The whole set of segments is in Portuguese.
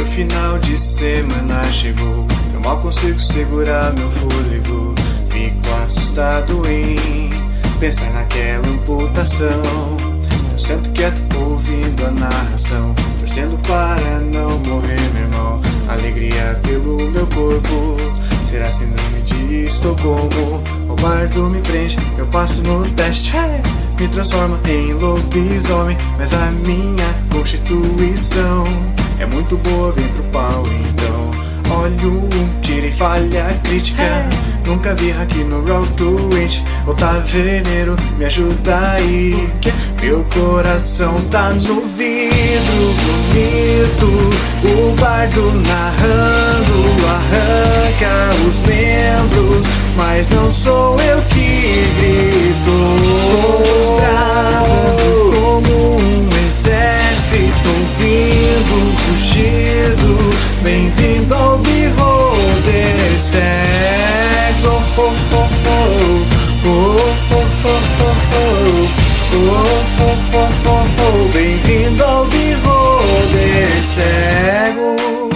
final de semana chegou. Eu mal consigo segurar meu fôlego. Fico assustado em pensar naquela amputação. Eu sento quieto ouvindo a narração, torcendo para não morrer, meu irmão. Alegria pelo meu corpo, será síndrome de Estocolmo. O bardo me prende, eu passo no teste, me transforma em lobisomem. Mas a minha constituição é muito boa, vem pro pau então. Olho tiro e falha crítica. Nunca vi hack no Road to It. O taverneiro me ajuda aí. Meu coração tá no vidro bonito. O bardo narrando arranca os membros, mas não sou eu que grito. Todos bradando como um exército, ouvindo o rugido. Bem-vindo ao Beholder cego. Bem-vindo ao Beholder cego.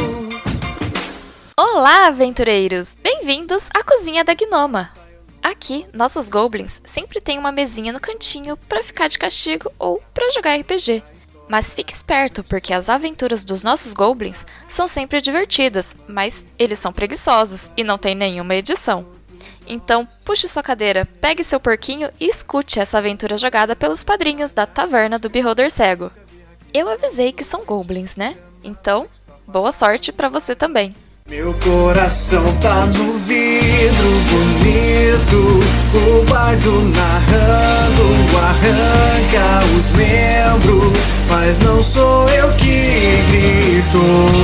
Olá, aventureiros! Bem-vindos à cozinha da Gnoma. Aqui, nossos goblins sempre têm uma mesinha no cantinho pra ficar de castigo ou pra jogar RPG. Mas fique esperto, porque as aventuras dos nossos goblins são sempre divertidas, mas eles são preguiçosos e não tem nenhuma edição. Então, puxe sua cadeira, pegue seu porquinho e escute essa aventura jogada pelos padrinhos da Taverna do Beholder Cego. Eu avisei que são goblins, né? Então, boa sorte pra você também. Meu coração tá no vidro bonito. O bardo narrando arranca os membros, mas não sou eu que grito.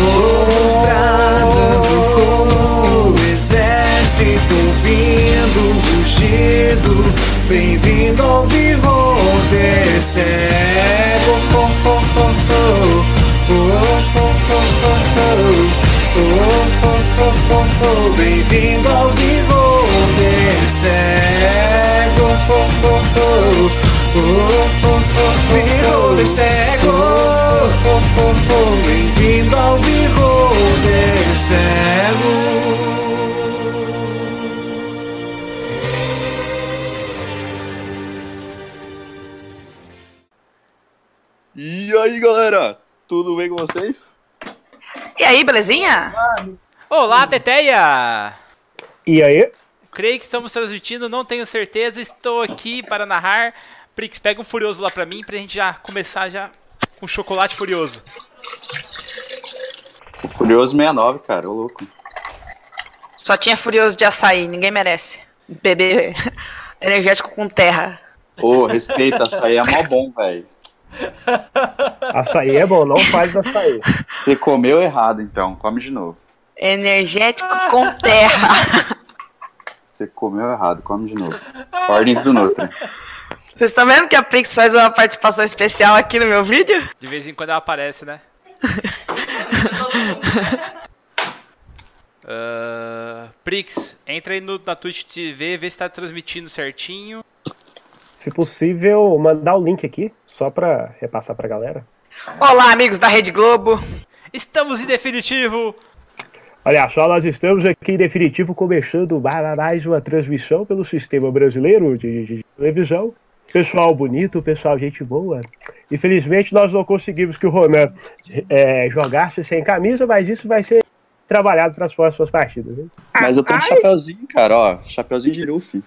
Bradando como um exército, ouvindo o rugido. Bem-vindo ao Beholder cego. Bem-vindo ao Beholder cego. Beholder cego. Bem-vindo ao Beholder cego. E aí, galera? Tudo bem com vocês? E aí, belezinha? Olá, Teteia! E aí? Creio que estamos transmitindo, não tenho certeza, estou aqui para narrar. Prix, pega um Furioso lá pra mim, pra gente já começar já com chocolate Furioso. O Furioso 69, cara, ô louco. Só tinha Furioso de açaí, ninguém merece. Beber energético com terra. Ô, respeita, açaí é mó bom, velho. Açaí é bom, não faz açaí. Você comeu errado, então, come de novo. Energético com terra. Você comeu errado, come de novo. Ordens do Nutri. Vocês estão vendo que a Prix faz uma participação especial aqui no meu vídeo? De vez em quando ela aparece, né? Prix, entra aí na Twitch TV, vê se tá transmitindo certinho. Se possível, mandar o link aqui, só pra repassar pra galera. Olá, amigos da Rede Globo. Estamos em definitivo. Olha só, nós estamos aqui em definitivo começando mais uma transmissão pelo Sistema Brasileiro de Televisão. Pessoal bonito, pessoal gente boa. Infelizmente nós não conseguimos que o Ronan jogasse sem camisa, mas isso vai ser trabalhado para as próximas partidas. Hein? Mas eu tô de chapeuzinho, cara, ó. Chapeuzinho de Luffy.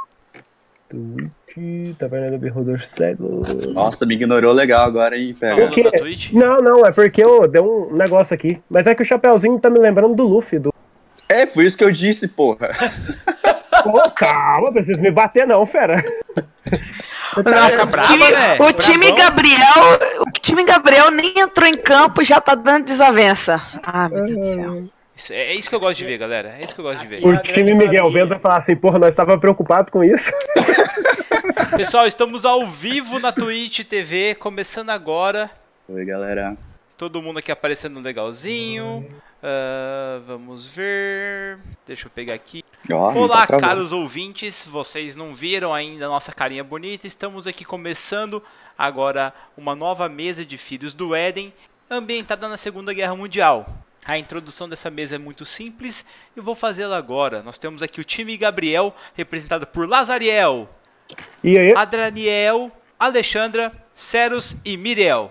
Twitch, tá vendo o Beholder cego? Nossa, me ignorou legal agora, hein, pega. Na Twitch? Não, é porque deu um negócio aqui. Mas é que o Chapeuzinho tá me lembrando do Luffy. É, foi isso que eu disse, porra. Pô, calma, precisa me bater não, fera. Nossa, o time Gabriel nem entrou em campo e já tá dando desavença. Ah, meu Deus do céu. É isso que eu gosto de ver, galera. É isso que eu gosto de ver. O time Miguel Bento vai falar assim, porra, nós estávamos preocupados com isso. Pessoal, estamos ao vivo na Twitch TV, começando agora. Oi, galera. Todo mundo aqui aparecendo legalzinho. Vamos ver. Deixa eu pegar aqui. Olá, caros ouvintes. Vocês não viram ainda a nossa carinha bonita. Estamos aqui começando agora uma nova mesa de Filhos do Éden, ambientada na Segunda Guerra Mundial. A introdução dessa mesa é muito simples e vou fazê-la agora. Nós temos aqui o time Gabriel, representado por Lazariel, E aí? Adraniel, Alexandra, Ceros e Miriel.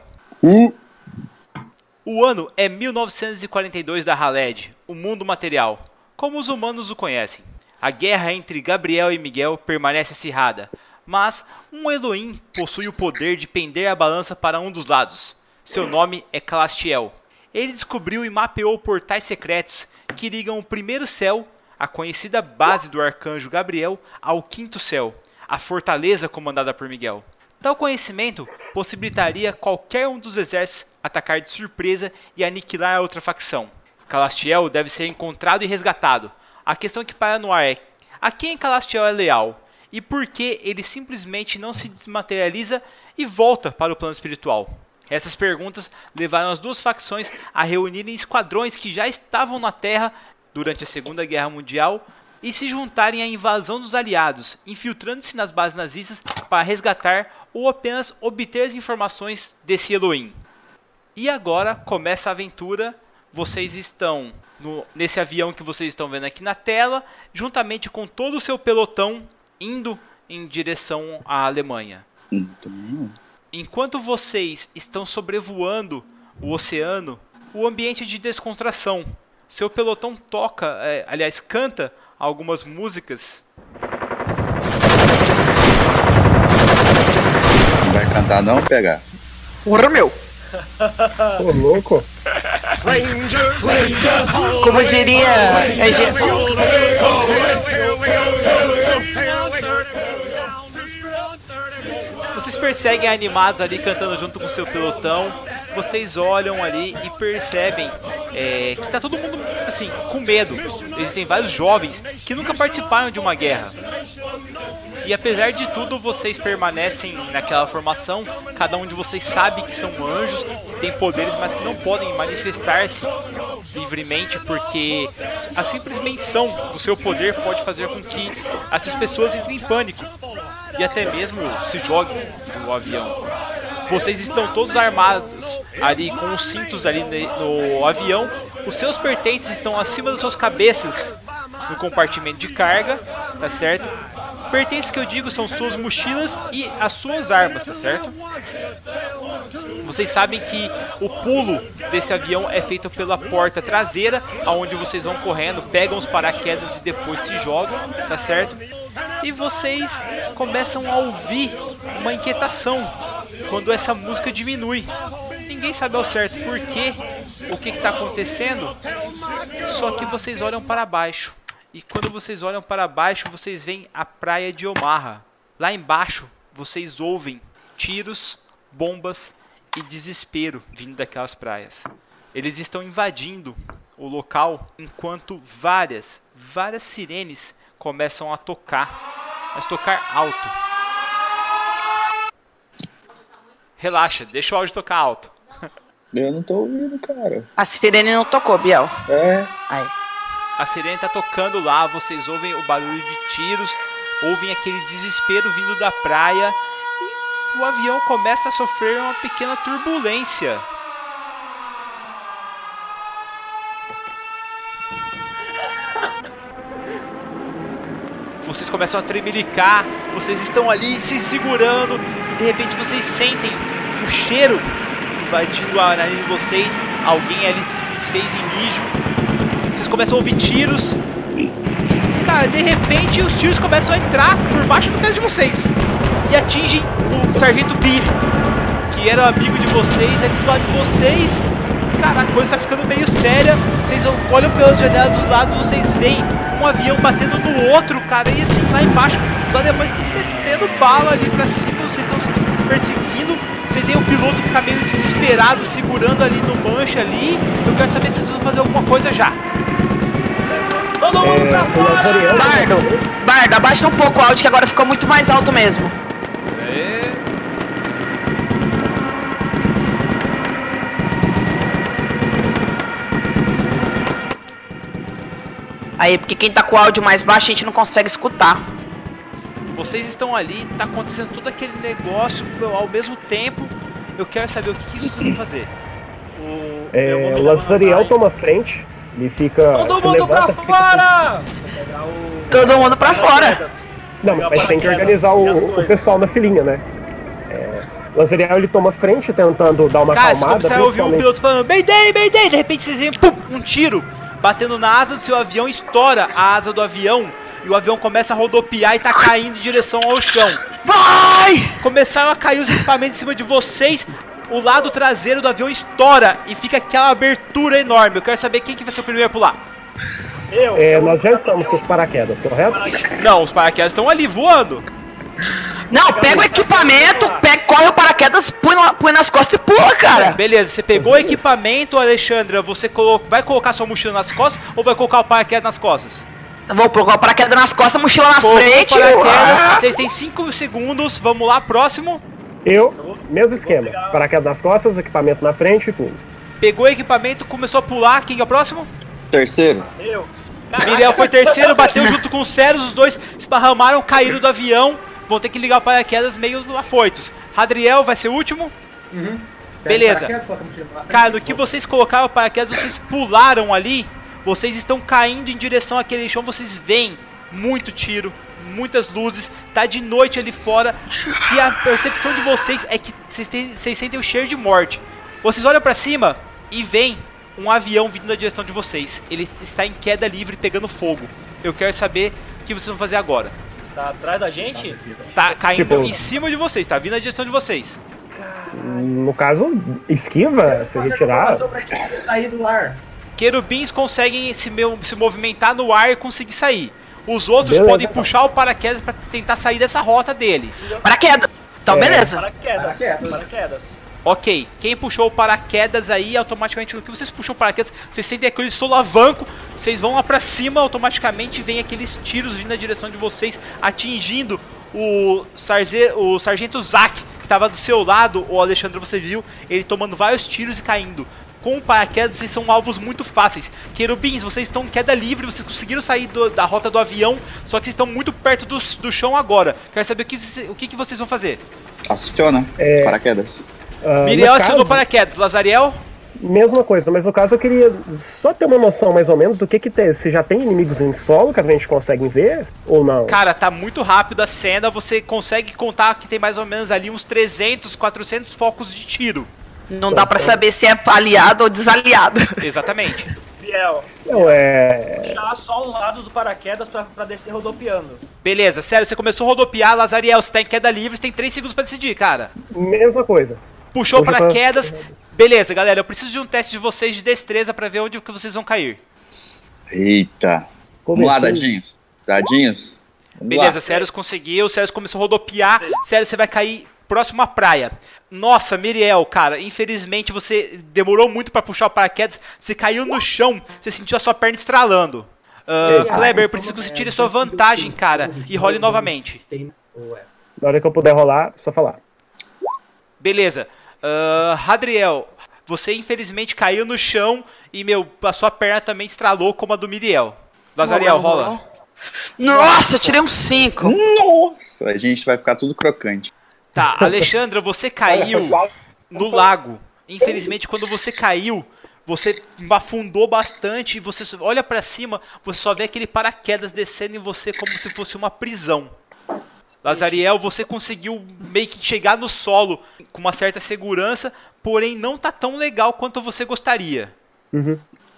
O ano é 1942 da Haled, o mundo material, como os humanos o conhecem. A guerra entre Gabriel e Miguel permanece acirrada, mas um Elohim possui o poder de pender a balança para um dos lados. Seu nome é Calastiel. Ele descobriu e mapeou portais secretos que ligam o primeiro céu, a conhecida base do arcanjo Gabriel, ao quinto céu, a fortaleza comandada por Miguel. Tal conhecimento possibilitaria qualquer um dos exércitos atacar de surpresa e aniquilar a outra facção. Calastiel deve ser encontrado e resgatado. A questão que paira no ar é: a quem Calastiel é leal? E por que ele simplesmente não se desmaterializa e volta para o plano espiritual? Essas perguntas levaram as duas facções a reunirem esquadrões que já estavam na Terra durante a Segunda Guerra Mundial e se juntarem à invasão dos aliados, infiltrando-se nas bases nazistas para resgatar ou apenas obter as informações desse Elohim. E agora começa a aventura. Vocês estão nesse avião que vocês estão vendo aqui na tela, juntamente com todo o seu pelotão indo em direção à Alemanha. Enquanto vocês estão sobrevoando o oceano, o ambiente é de descontração. Seu pelotão toca, canta algumas músicas. Não vai cantar não, pegar? Porra, meu! Ô, louco! Como diria... Vocês perseguem animados ali cantando junto com o seu pelotão. Vocês olham ali e percebem que tá todo mundo assim, com medo. Existem vários jovens que nunca participaram de uma guerra. E apesar de tudo, vocês permanecem naquela formação. Cada um de vocês sabe que são anjos, que têm poderes, mas que não podem manifestar-se livremente, porque a simples menção do seu poder pode fazer com que essas pessoas entrem em pânico e até mesmo se joguem do avião. Vocês estão todos armados ali com os cintos ali no avião. Os seus pertences estão acima das suas cabeças no compartimento de carga, tá certo? Pertences que eu digo são suas mochilas e as suas armas, tá certo? Vocês sabem que o pulo desse avião é feito pela porta traseira, aonde vocês vão correndo, pegam os paraquedas e depois se jogam, tá certo? E vocês começam a ouvir uma inquietação quando essa música diminui. Ninguém sabe ao certo por quê, o que está acontecendo, só que vocês olham para baixo. E quando vocês olham para baixo, vocês veem a praia de Omaha. Lá embaixo, vocês ouvem tiros, bombas e desespero vindo daquelas praias. Eles estão invadindo o local enquanto várias sirenes começam a tocar, mas tocar alto. Relaxa, deixa o áudio tocar alto. Eu não tô ouvindo, cara. A sirene não tocou, Biel. Aí. A sirene tá tocando lá, vocês ouvem o barulho de tiros, ouvem aquele desespero vindo da praia e o avião começa a sofrer uma pequena turbulência. Vocês começam a tremelicar, vocês estão ali se segurando e de repente vocês sentem um cheiro invadindo a nariz de vocês. Alguém ali se desfez em mijo. Vocês começam a ouvir tiros. Cara, de repente os tiros começam a entrar por baixo do teto de vocês e atingem o Sargento Billy, que era amigo de vocês, ali do lado de vocês. Cara, a coisa tá ficando meio séria. Vocês olham pelas janelas dos lados, vocês veem um avião batendo no outro, cara. E assim, lá embaixo, os alemães estão metendo bala ali pra cima. Vocês estão perseguindo. Vocês veem o piloto ficar meio desesperado, segurando ali no manche ali. Eu quero saber se vocês vão fazer alguma coisa já. Todo mundo pra fora! Bardo, abaixa um pouco o áudio que agora ficou muito mais alto mesmo. Aí, porque quem tá com o áudio mais baixo a gente não consegue escutar. Vocês estão ali, tá acontecendo todo aquele negócio ao mesmo tempo. Eu quero saber o que vocês vão fazer. O Lazariel toma frente, ele fica... Todo mundo pra fora! Todo mundo pra fora! Não, mas tem que organizar o pessoal na filinha, né? O Lazariel, ele toma frente, tentando dar uma acalmada. Cara, você começaram a ouvir o piloto falando Mayday, Mayday! De repente vocês veem um tiro batendo na asa do seu avião, estoura a asa do avião e o avião começa a rodopiar e tá caindo em direção ao chão. Vai! Começaram a cair os equipamentos em cima de vocês, o lado traseiro do avião estoura e fica aquela abertura enorme. Eu quero saber quem que vai ser o primeiro a pular. Nós já estamos com os paraquedas, correto? Não, os paraquedas estão ali voando. Não, pega o equipamento, corre o paraquedas, põe nas costas e pula, cara. Beleza, você pegou o equipamento, Alexandra, você vai colocar sua mochila nas costas ou vai colocar o paraquedas nas costas? Eu vou colocar o paraquedas nas costas, mochila na frente. Vocês têm 5 segundos, vamos lá, próximo. Mesmo esquema, paraquedas nas costas, equipamento na frente e pulo. Pegou o equipamento, começou a pular, quem é o próximo? Terceiro. Miriel foi terceiro, bateu junto com o Ceros, os dois esparramaram, caíram do avião. Vão ter que ligar o paraquedas meio afoitos. Radriel vai ser o último? Beleza. Cara, no que vocês colocaram o paraquedas, vocês pularam ali. Vocês estão caindo em direção àquele chão. Vocês veem muito tiro, muitas luzes. Tá de noite ali fora. E a percepção de vocês é que vocês sentem o cheiro de morte. Vocês olham pra cima e veem um avião vindo na direção de vocês. Ele está em queda livre, pegando fogo. Eu quero saber o que vocês vão fazer agora. Tá atrás da gente? Tá caindo em cima de vocês, tá vindo na direção de vocês. No caso, esquiva, se retirar. Querubins conseguem se movimentar no ar e conseguir sair. Os outros Beleza, podem puxar o paraquedas pra tentar sair dessa rota dele. Paraquedas. Então, beleza. Paraquedas. Ok, quem puxou o paraquedas aí, automaticamente, no que vocês puxam o paraquedas, vocês sentem aquele solavanco, vocês vão lá pra cima, automaticamente vem aqueles tiros vindo na direção de vocês, atingindo o sargento Zack, que tava do seu lado. O Alexandre, você viu, ele tomando vários tiros e caindo. Com o paraquedas, vocês são alvos muito fáceis. Querubins, vocês estão em queda livre, vocês conseguiram sair da rota do avião, só que vocês estão muito perto do chão agora. Quero saber o que vocês vão fazer. Aciona paraquedas. Miriel acionou paraquedas. Lazariel? Mesma coisa, mas no caso eu queria só ter uma noção mais ou menos do que tem. Se já tem inimigos em solo que a gente consegue ver ou não? Cara, tá muito rápido a cena, você consegue contar que tem mais ou menos ali uns 300, 400 focos de tiro. Não dá pra saber se é aliado ou desaliado. Exatamente. Biel, Não, puxar só um lado do paraquedas pra descer rodopiando. Beleza, sério, você começou a rodopiar, Lazariel, você tá em queda livre, você tem 3 segundos pra decidir, cara. Mesma coisa. Puxou o paraquedas. Beleza, galera, eu preciso de um teste de vocês de destreza pra ver onde que vocês vão cair. Eita. Vamos lá, dadinhos. Dadinhos. Beleza, Ceros conseguiu, Ceros começou a rodopiar. Ceros, você vai cair próximo à praia. Nossa, Miriel, cara, infelizmente você demorou muito pra puxar o paraquedas, você caiu no chão, você sentiu a sua perna estralando. Kleber, eu preciso que você tire sua vantagem, cara, e role novamente. Na hora que eu puder rolar, só falar. Beleza. Radriel, você infelizmente caiu no chão e, a sua perna também estralou como a do Miriel. Lazariel, rola. Nossa, eu tirei um 5. Nossa, a gente vai ficar tudo crocante. Tá, Alexandra, você caiu no lago. Infelizmente, quando você caiu, você afundou bastante e você olha pra cima, você só vê aquele paraquedas descendo em você como se fosse uma prisão. Lazariel, você conseguiu meio que chegar no solo com uma certa segurança, porém não tá tão legal quanto você gostaria. Uhum.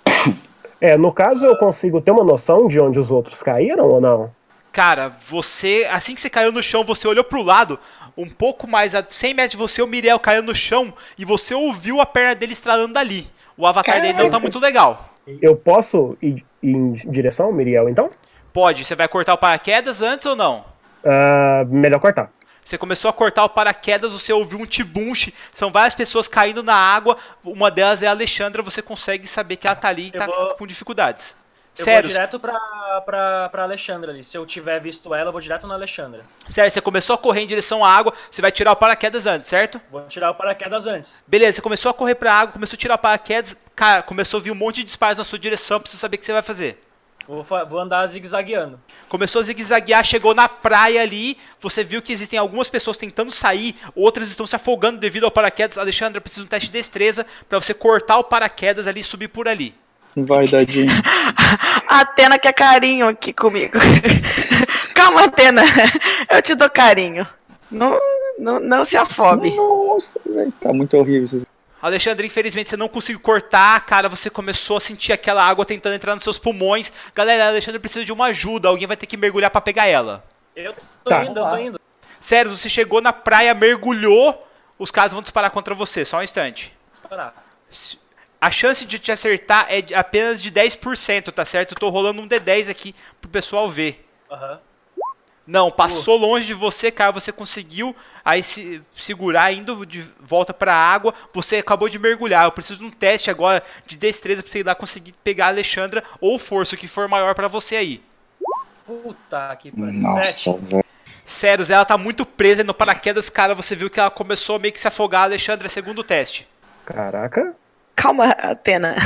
No caso eu consigo ter uma noção de onde os outros caíram ou não? Cara, você, assim que você caiu no chão, você olhou pro lado, um pouco mais a 100 metros de você, o Miriel caiu no chão e você ouviu a perna dele estralando dali. O avatar dele não tá muito legal. Eu posso ir em direção ao Miriel, então? Pode. Você vai cortar o paraquedas antes ou não? Melhor cortar. Você começou a cortar o paraquedas, você ouviu um tibunche, são várias pessoas caindo na água, uma delas é a Alexandra, você consegue saber que ela tá ali e tá com dificuldades. Sério? Eu vou direto pra Alexandra ali. Se eu tiver visto ela, eu vou direto na Alexandra. Sério, você começou a correr em direção à água, você vai tirar o paraquedas antes, certo? Vou tirar o paraquedas antes. Beleza, você começou a correr pra água, começou a tirar o paraquedas, cara, começou a vir um monte de disparos na sua direção, precisa saber o que você vai fazer. Vou andar zigue-zagueando. Começou a zigue-zaguear, chegou na praia ali, você viu que existem algumas pessoas tentando sair, outras estão se afogando devido ao paraquedas. Alexandra, precisa de um teste de destreza pra você cortar o paraquedas ali e subir por ali. Vai, Dadinho. A Atena quer carinho aqui comigo. Calma, Atena. Eu te dou carinho. Não se afobe. Nossa, velho, tá muito horrível isso. Alexandre, infelizmente você não conseguiu cortar, cara, você começou a sentir aquela água tentando entrar nos seus pulmões. Galera, a Alexandre precisa de uma ajuda, alguém vai ter que mergulhar pra pegar ela. Eu tô indo. Sério, você chegou na praia, mergulhou, os caras vão disparar contra você, só um instante. Disparar. A chance de te acertar é apenas de 10%, tá certo? Eu tô rolando um D10 aqui pro pessoal ver. Aham. Não, passou longe de você, cara, você conseguiu aí se segurar indo de volta pra água, você acabou de mergulhar. Eu preciso de um teste agora de destreza pra você ir lá conseguir pegar a Alexandra ou força, o que for maior pra você aí. Puta que pariu. Nossa, velho. Sério, ela tá muito presa no paraquedas, cara, você viu que ela começou a meio que se afogar. A Alexandra, segundo teste. Caraca. Calma, Atena.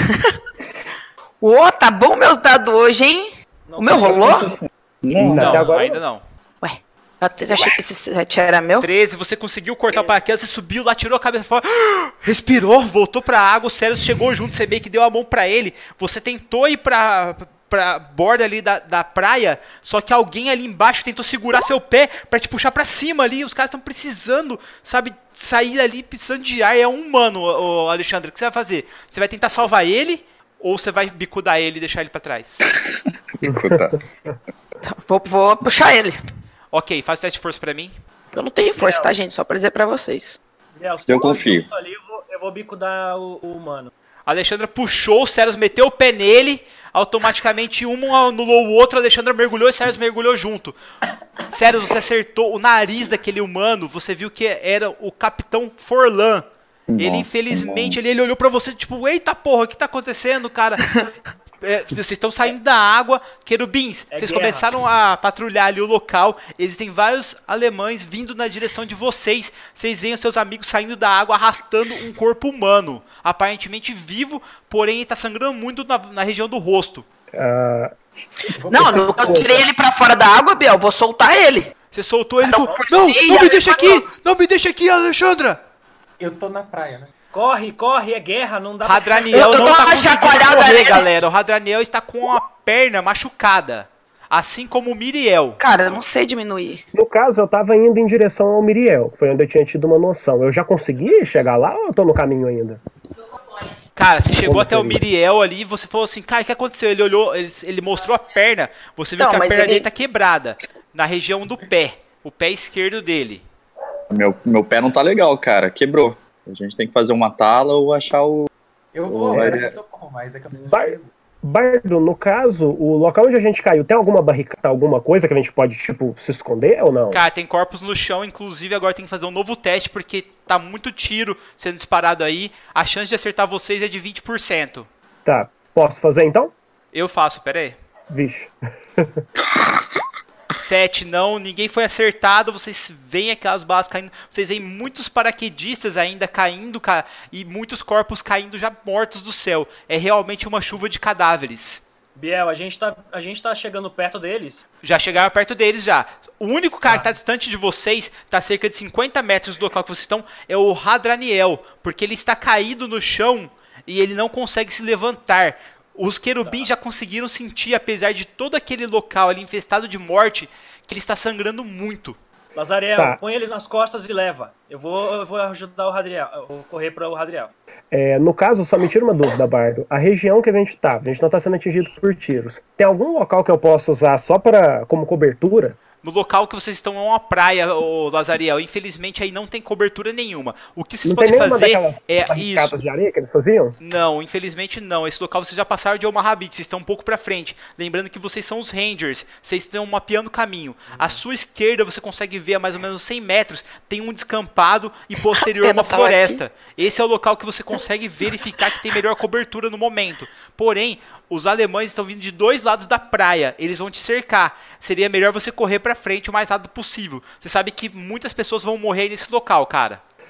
Tá bom meus dados hoje, hein? Não, o meu rolou? Não, Até agora ainda não. Eu achei que esse 7 era meu. 13, você conseguiu cortar o paraquedas, você subiu lá, tirou a cabeça fora, respirou, voltou pra água, o Célio chegou junto, você meio que deu a mão pra ele, você tentou ir pra borda ali da praia, só que alguém ali embaixo tentou segurar seu pé pra te puxar pra cima ali, os caras estão precisando, sabe, sair ali precisando de ar, é um humano, Alexandre, o que você vai fazer? Você vai tentar salvar ele ou você vai bicudar ele e deixar ele pra trás? Bicudar. Vou puxar ele. Ok, faz o teste de força pra mim. Eu não tenho força, tá, gente? Só pra dizer pra vocês. Eu confio. Ali, eu vou bicudar o humano. A Alexandra puxou, o Ceros meteu o pé nele, automaticamente um anulou o outro, a Alexandra mergulhou e o Ceros mergulhou junto. Ceros, você acertou o nariz daquele humano, você viu que era o Capitão Forlan. Ele, infelizmente, ele olhou pra você, tipo, eita porra, o que tá acontecendo, cara? Vocês estão saindo da água, querubins, vocês guerra. começaram a patrulhar ali o local, existem vários alemães vindo na direção de vocês, vocês veem os seus amigos saindo da água arrastando um corpo humano, aparentemente vivo, porém ele tá sangrando muito na região do rosto. Não, eu tirei ele pra fora da água, Biel, vou soltar ele. Você soltou ele e falou, não me deixa aqui, não me deixa aqui, Alexandra. Eu tô na praia, né? Corre, é guerra, não dá Hadraniel Eu não dou tá uma conseguindo chacoalhada correr, nele. galera. O Hadraniel está com a perna machucada, assim como o Miriel. Cara, eu não sei diminuir. No caso, eu tava indo em direção ao Miriel, foi onde eu tinha tido uma noção. Eu já consegui chegar lá ou eu tô no caminho ainda? Cara, você chegou Como até o seria? Miriel ali e você falou assim, cara, o que aconteceu? Ele olhou, ele mostrou a perna, você viu Então, que a mas perna ele- dele tá quebrada, na região do pé, o pé esquerdo dele. Meu pé não tá legal, cara. Quebrou. A gente tem que fazer uma tala ou achar o... Eu vou, Vai, peço é. socorro, mas é que eu preciso Vai. de... Bardo, no caso, o local onde a gente caiu, tem alguma barricada, alguma coisa que a gente pode, tipo, se esconder ou não? Cara, tem corpos no chão, inclusive agora tem que fazer um novo teste, porque tá muito tiro sendo disparado aí, a chance de acertar vocês é de 20%. Tá, posso fazer então? Eu faço, pera aí. Vixe. 7 não, ninguém foi acertado, vocês veem aquelas balas caindo, vocês veem muitos paraquedistas ainda caindo, cara, e muitos corpos caindo já mortos do céu. É realmente uma chuva de cadáveres. Biel, a gente tá chegando perto deles. Já chegaram perto deles já. O único cara que tá distante de vocês, tá a cerca de 50 metros do local que vocês estão, é o Hadraniel, porque ele está caído no chão e ele não consegue se levantar. Os querubins já conseguiram sentir, apesar de todo aquele local ali infestado de morte, que ele está sangrando muito. Lazariel, Tá. põe ele nas costas e leva. Eu vou ajudar o Hadriel. Eu vou correr para o Hadriel. No caso, só me tira uma dúvida, Bardo. A região que a gente não tá sendo atingido por tiros. Tem algum local que eu possa usar só como cobertura? No local que vocês estão é uma praia, ô Lazariel. Infelizmente aí não tem cobertura nenhuma. O que vocês Não tem podem nenhuma fazer daquelas é barricadas isso. de areia que eles faziam? Não, infelizmente não. Esse local vocês já passaram de Omaha Beach, vocês estão um pouco pra frente. Lembrando que vocês são os Rangers, vocês estão mapeando o caminho. À sua esquerda você consegue ver a mais ou menos 100 metros, tem um descampado e posterior Atena uma tava floresta. Esse é o local que você consegue verificar que tem melhor cobertura no momento. Porém, os alemães estão vindo de dois lados da praia, eles vão te cercar. Seria melhor você correr pra frente o mais rápido possível. Você sabe que muitas pessoas vão morrer nesse local, cara.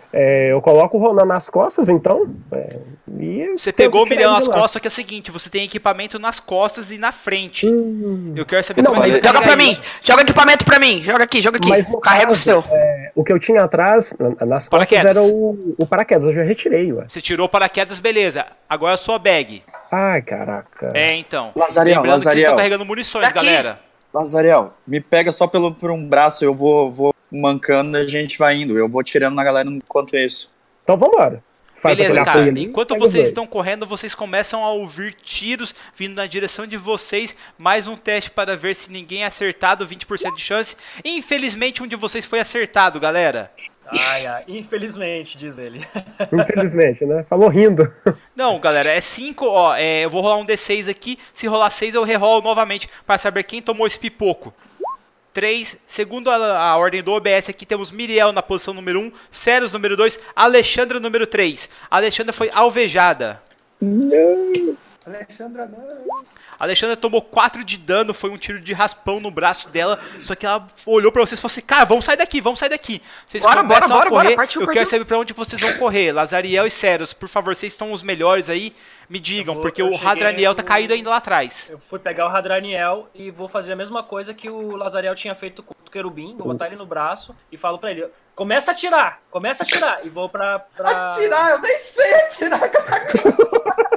Eu coloco o Ronan nas costas, então. Você pegou o Miriel nas costas, só que é o seguinte, você tem equipamento nas costas e na frente. Eu quero saber como é que joga pra mim, joga equipamento pra mim, joga aqui. Mas carrega o seu. O que eu tinha atrás, nas costas, era o paraquedas, eu já retirei, ué. Você tirou o paraquedas, beleza. Agora a sua bag. Ai, caraca. Então. Lazariel, Lembrando que vocês estão carregando munições, galera. Lazariel, me pega só por um braço, eu vou mancando e a gente vai indo. Eu vou tirando na galera enquanto isso. Então vambora. Beleza, cara. Enquanto vocês estão correndo, vocês começam a ouvir tiros vindo na direção de vocês. Mais um teste para ver se ninguém é acertado, 20% de chance. Infelizmente, um de vocês foi acertado, galera. Infelizmente, diz ele. Infelizmente, né? Falou rindo. Não, galera, é 5, ó. Eu vou rolar um D6 aqui. Se rolar 6, eu rerolo novamente para saber quem tomou esse pipoco. 3, segundo a ordem do OBS aqui, temos Miriel na posição número 1, Ceros número 2, Alexandra número 3. A Alexandra foi alvejada. Não. Alexandra, não. A Alexandra tomou 4 de dano, foi um tiro de raspão no braço dela, só que ela olhou pra vocês e falou assim, cara, vamos sair daqui. Vocês começam a correr, partiu. Quero saber pra onde vocês vão correr, Lazariel e Ceros, por favor, vocês são os melhores aí, me digam, porque o Hadraniel tá caído ainda lá atrás. Eu fui pegar o Hadraniel e vou fazer a mesma coisa que o Lazariel tinha feito com o querubim, vou botar ele no braço e falo pra ele, começa a atirar, e vou pra... Atirar, eu nem sei atirar com essa coisa.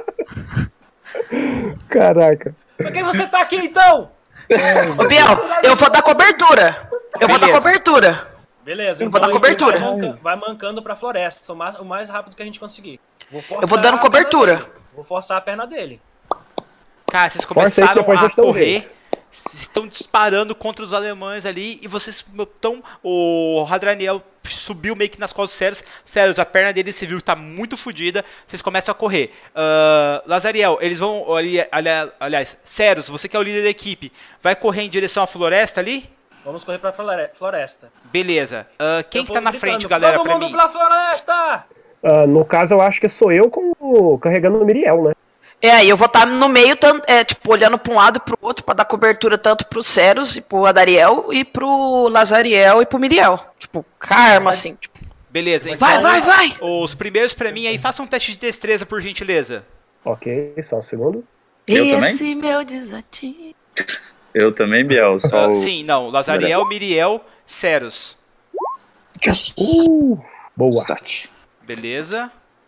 Caraca. Por que você tá aqui então? Ô, Biel, eu vou dar cobertura. Beleza, eu vou dar cobertura. Vai mancando pra floresta, o mais rápido que a gente conseguir. Eu vou dando cobertura. Vou forçar a perna dele. Cara, vocês começaram a correr, estão disparando contra os alemães ali e vocês estão... O Hadraniel subiu meio que nas costas do Ceros, a perna dele se viu que tá muito fodida, vocês começam a correr. Lazariel, eles vão... Aliás, Ceros, você que é o líder da equipe, vai correr em direção à floresta ali? Vamos correr pra floresta. Beleza. Quem que tá na frente, galera, pra mim? Todo mundo pra floresta! No caso, eu acho que sou eu carregando o Miriel, né? Eu vou estar no meio, tipo, olhando pra um lado e pro outro, pra dar cobertura tanto pro Ceros e pro Adariel, e pro Lazariel e pro Miriel. Tipo, karma, assim, tipo... Beleza, então... Vai! Os primeiros pra mim aí, façam um teste de destreza, por gentileza. Ok, só um segundo. Eu Esse meu desatino... Eu também, Biel, só Sim, não, Lazariel, Miriel, Ceros. Boa. Beleza.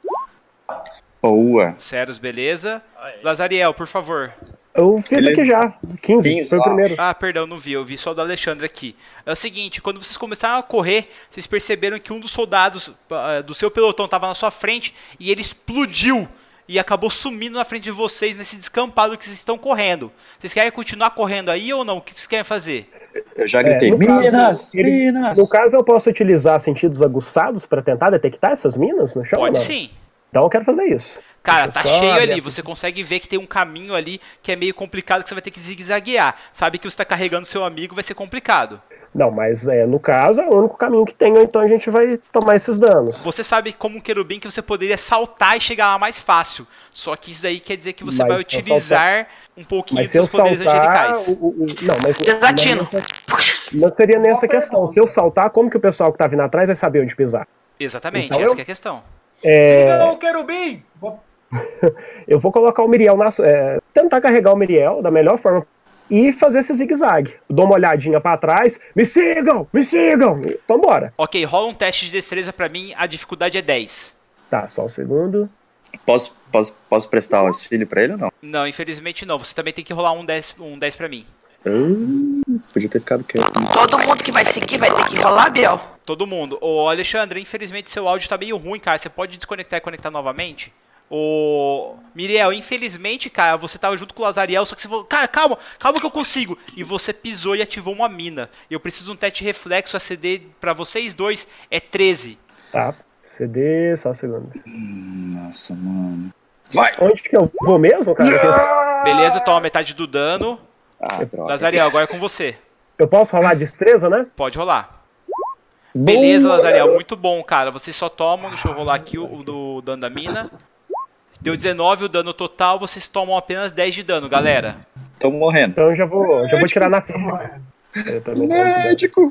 Boa. Ceros, beleza. Lazariel, por favor. Eu fiz aqui já. 15 foi o primeiro. Perdão, não vi. Eu vi só o do Alexandre aqui. É o seguinte, quando vocês começaram a correr, vocês perceberam que um dos soldados do seu pelotão estava na sua frente e ele explodiu e acabou sumindo na frente de vocês nesse descampado que vocês estão correndo. Vocês querem continuar correndo aí ou não? O que vocês querem fazer? Eu já gritei, minas! No caso, eu posso utilizar sentidos aguçados para tentar detectar essas minas no chão? Pode sim. Então eu quero fazer isso. Cara, tá cheio ali, você consegue ver que tem um caminho ali que é meio complicado, que você vai ter que zigue-zaguear. Sabe que você tá carregando seu amigo, vai ser complicado. Não, mas no caso é o único caminho que tem, então a gente vai tomar esses danos. Você sabe como um querubim que você poderia saltar e chegar lá mais fácil. Só que isso daí quer dizer que você vai utilizar um pouquinho dos seus poderes angelicais. Não, mas desatino. Não seria nessa questão. Se eu saltar, como que o pessoal que tá vindo atrás vai saber onde pisar? Exatamente, então essa que é a questão. Siga o querubim! Eu vou colocar o Miriel tentar carregar o Miriel da melhor forma e fazer esse zigue-zague. Dou uma olhadinha pra trás, me sigam! Então bora. Ok, rola um teste de destreza pra mim, a dificuldade é 10. Tá, só um segundo. Posso prestar auxílio pra ele ou não? Não, infelizmente não, você também tem que rolar um 10 pra mim. Podia ter ficado quieto. Todo mundo que vai seguir vai ter que rolar, Biel? Todo mundo. Ô Alexandre, infelizmente seu áudio tá meio ruim, cara, você pode desconectar e conectar novamente? Ô Miriel, infelizmente, cara, você tava junto com o Lazariel, só que você falou, cara, calma que eu consigo. E você pisou e ativou uma mina. Eu preciso de um teste de reflexo, a CD pra vocês dois é 13. Tá, CD, só um segundo. Nossa, mano. Vai! Onde que eu vou mesmo, cara? Beleza, toma metade do dano. Lazariel, agora é com você. Eu posso rolar destreza, né? Pode rolar. Beleza, Lazariel, muito bom, cara. Vocês só tomam, deixa eu rolar aqui o do dano da mina. Deu 19 o dano total, vocês tomam apenas 10 de dano, galera. Tô morrendo. Então eu já vou tirar na frente. Médico!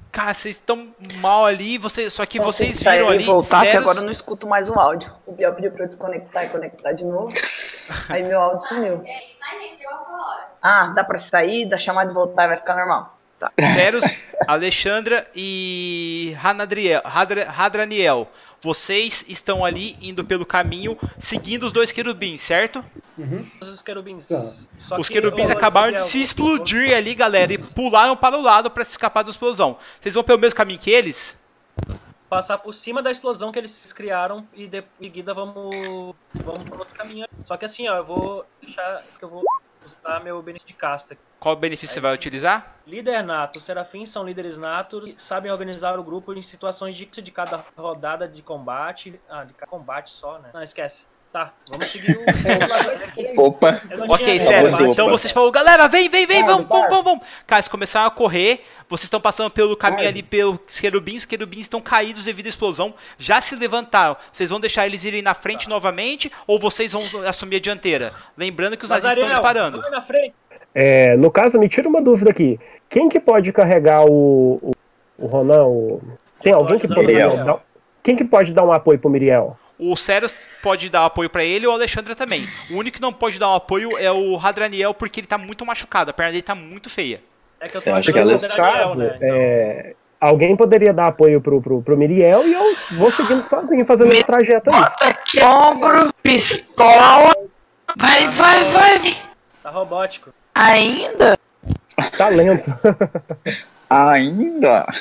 Cara, vocês estão mal ali, só que vocês sair viram e ali, voltar, que sérios... agora eu não escuto mais o áudio. O Biel pediu pra eu desconectar e conectar de novo. Aí meu áudio sumiu. Ah, dá pra sair, dá chamada e voltar e vai ficar normal. Tá. Sérios, Alexandra e Hadraniel, vocês estão ali indo pelo caminho, seguindo os 2 querubins, certo? Os querubins. Os querubins acabaram de se explodir ali, galera, e pularam para o lado para se escapar da explosão. Vocês vão pelo mesmo caminho que eles? Passar por cima da explosão que eles criaram e de seguida vamos para outro caminho. Só que assim, ó, eu vou usar meu benefício de casta. Qual benefício você vai utilizar? Líder nato. Os serafins são líderes natos e sabem organizar o grupo em situações de cada rodada de combate. De combate só, né? Não, esquece. Tá, vamos seguir o... Opa. Ok, sério. Então vocês falam, galera, vem, vamos. Cara, vocês começaram a correr, vocês estão passando pelo caminho ali pelos querubins, os querubins estão caídos devido à explosão, já se levantaram. Vocês vão deixar eles irem na frente novamente ou vocês vão assumir a dianteira? Lembrando que os nazistas estão disparando. Na frente. No caso, me tira uma dúvida aqui. Quem que pode carregar o Ronan? Tem alguém que poderia dar... Quem que pode dar um apoio pro Miriel? O Sérios pode dar apoio pra ele ou o Alexandre também. O único que não pode dar um apoio é o Hadraniel, porque ele tá muito machucado, a perna dele tá muito feia. É que eu tô acho que no caso, né? Então... alguém poderia dar apoio pro Miriel e eu vou seguindo sozinho, fazendo esse trajeto aí. Aqui, ombro, pistola. Vai. Tá robótico. Ainda? Talento. Ainda.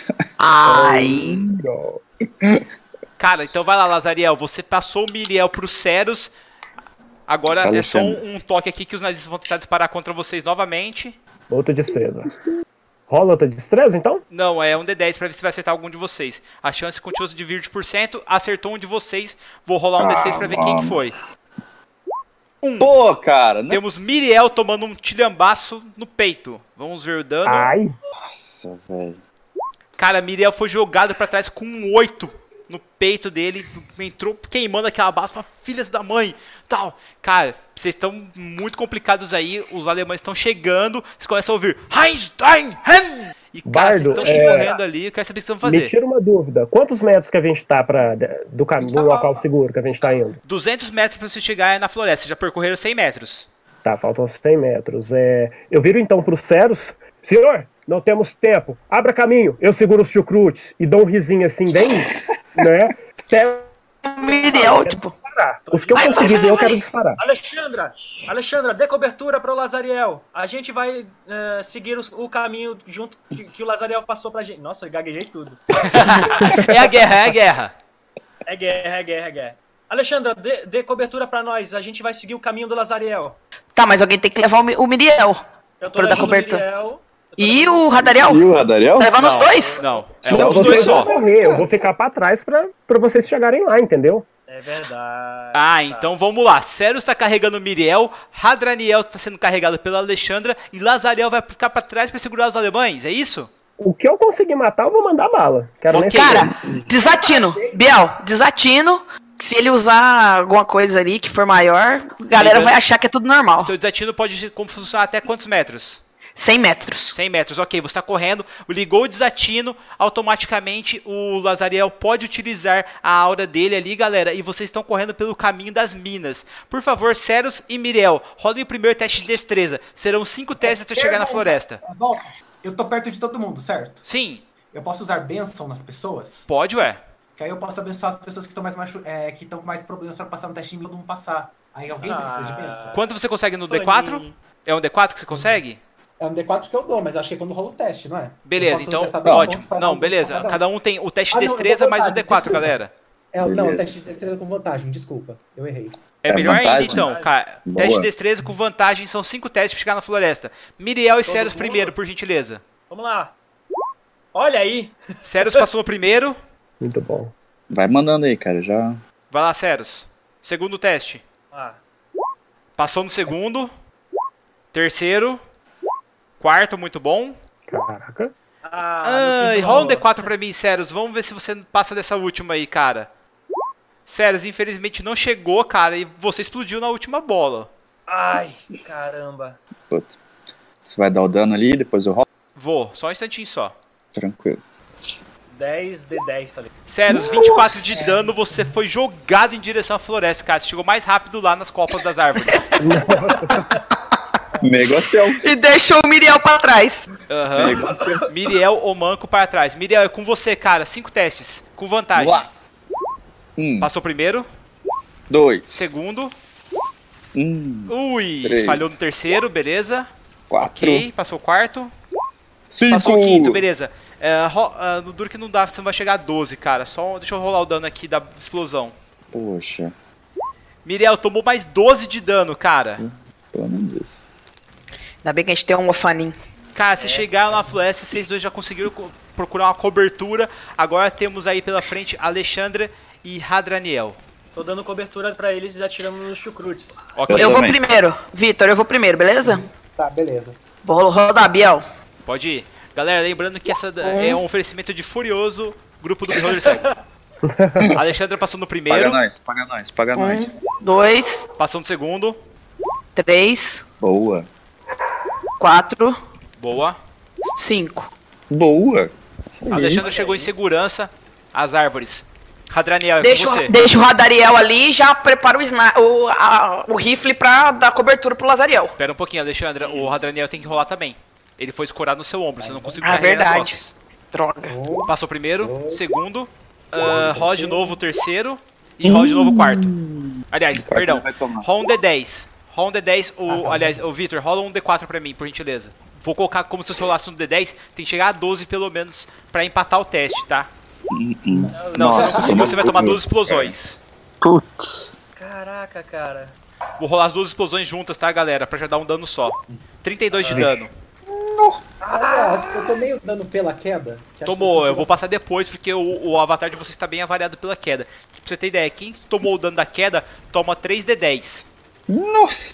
Cara, então vai lá, Lazariel. Você passou o Miriel pro Sérios. Agora Alexandre. É só um toque aqui que os nazistas vão tentar disparar contra vocês novamente. Outra destreza. Rola outra destreza, então? Não, é um D10 pra ver se vai acertar algum de vocês. A chance continua de 20%. Acertou um de vocês. Vou rolar um D6 pra ver quem que foi. Pô, cara. Não... Temos Miriel tomando um tilhambaço no peito. Vamos ver o dano. Ai. Nossa, velho. Cara, Miriel foi jogado pra trás com um 8 no peito dele. Entrou queimando aquela bala. Falou, filhas da mãe. Tal. Cara, vocês estão muito complicados aí. Os alemães estão chegando. Vocês começam a ouvir Heinz, Dein, Hem! E, cara, vocês estão correndo ali. Eu quero saber o que vocês vão fazer. Me tira uma dúvida. Quantos metros que a gente tá do caminho, do local seguro que a gente tá indo? 200 metros pra você chegar na floresta. Já percorreram 100 metros. Tá, faltam 100 metros. Eu viro então pro Sérios. Senhor, não temos tempo. Abra caminho. Eu seguro os chucrutes e dou um risinho assim bem, né? Miriel, tipo... Os que eu consegui ver, eu quero disparar. Alexandra, dê cobertura para o Lazariel. A gente vai seguir o caminho junto que o Lazariel passou pra gente. Nossa, eu gaguejei tudo. É a guerra. É guerra. Alexandra, dê cobertura pra nós. A gente vai seguir o caminho do Lazariel. Tá, mas alguém tem que levar o Miriel pra dar cobertura. E o Radariel? E o Radariel? Levando os dois? Não, os dois só. Eu vou ficar pra trás pra vocês chegarem lá, entendeu? É verdade. Ah, então vamos lá. Sérios tá carregando o Miriel, Hadraniel tá sendo carregado pela Alexandra e Lazariel vai ficar pra trás pra segurar os alemães, é isso? O que eu conseguir matar, eu vou mandar bala. Quero nem Cara, desatino. Biel, desatino. Se ele usar alguma coisa ali que for maior, a galera vai achar que é tudo normal. Seu desatino pode funcionar até quantos metros? 100 metros. 100 metros, ok. Você está correndo, ligou o desatino, automaticamente o Lazariel pode utilizar a aura dele ali, galera, e vocês estão correndo pelo caminho das minas. Por favor, Sérios e Miriel, rolem o primeiro teste de destreza. Serão 5 testes até chegar na floresta. Volta. Eu tô perto de todo mundo, certo? Sim. Eu posso usar bênção nas pessoas? Pode, ué. Que aí eu posso abençoar as pessoas que estão que estão com mais problemas para passar no teste de mim, todo mundo passar. Aí alguém precisa de bênção. Quanto você consegue no D4? É um D4 que você consegue? É um D4 que eu dou, mas eu achei quando rola o teste, não é? Beleza, então, ótimo. Não, beleza. Cada um tem o teste de destreza mais um D4, desculpa. Galera. Não, teste de destreza com vantagem, desculpa. Eu errei. É melhor ainda, então, cara. Boa. Teste de destreza com vantagem são 5 testes pra chegar na floresta. Miriel e Sérios primeiro, por gentileza. Vamos lá. Olha aí. Sérios passou no primeiro. Muito bom. Vai mandando aí, cara, já. Vai lá, Sérios. Segundo teste. Passou no segundo. Terceiro. Quarto, muito bom. Caraca. E rola um D4 pra mim, Sérios. Vamos ver se você passa dessa última aí, cara. Sérios, infelizmente não chegou, cara, e você explodiu na última bola. Ai, caramba. Putz. Você vai dar o dano ali, depois eu rolo? Vou, só um instantinho só. Tranquilo. 10 de 10, tá ligado? Sério, 24 de dano, você foi jogado em direção à floresta, cara. Você chegou mais rápido lá nas copas das árvores. Negocião. E deixou o Miriel pra trás. Aham. Miriel, o manco para trás. Miriel, é com você, cara. 5 testes. Com vantagem. Passou primeiro. 2. Segundo. Ui, 3. falhou no terceiro, beleza. 4. Ok, passou o quarto. 5. Passou o quinto, beleza. No duro que não dá, você não vai chegar a 12, cara. Só deixa eu rolar o dano aqui da explosão. Poxa. Miriel, tomou mais 12 de dano, cara. Pelo menos isso. Ainda bem que a gente tem um Ofanin. Cara, vocês chegaram na floresta, vocês dois já conseguiram procurar uma cobertura. Agora temos aí pela frente Alexandra e Hadraniel. Tô dando cobertura pra eles e atirando nos chucrutes. Ok, Eu vou primeiro. Vitor, eu vou primeiro, beleza? Tá, beleza. Vou rodar, Biel. pode ir. Galera, lembrando que essa é um oferecimento de Furioso, grupo do Beholder Cell. A Alexandra passou no primeiro. Paga nós. 2. Passou no segundo. 3. Boa. 4. Boa. 5. Boa. A Alexandra chegou em segurança às árvores. Hadraniel, é com você. Deixa o Radariel ali e já prepara o rifle pra dar cobertura pro Lazariel. Espera um pouquinho, Alexandra. O Hadraniel tem que rolar também. Ele foi escorado no seu ombro, você não conseguiu carregar verdade. nas costas. Droga. Passou o primeiro, segundo, rola de novo o terceiro e rola de novo o quarto. Aliás, perdão, rola um D10. Rola um D10, aliás, o Vitor, rola um D4 pra mim, por gentileza. Vou colocar como se eu rolasse um D10, tem que chegar a 12 pelo menos pra empatar o teste, tá? Não, se não conseguir, você vai tomar 12 explosões. Putz. Caraca, cara. Vou rolar as 12 explosões juntas, tá, galera? Pra já dar um dano só. 32 de dano. Aliás, eu tomei o dano pela queda? Tomou, eu vou passar depois, porque o avatar de vocês está bem avariado pela queda. Pra você ter ideia, quem tomou o dano da queda, toma 3d10. Nossa!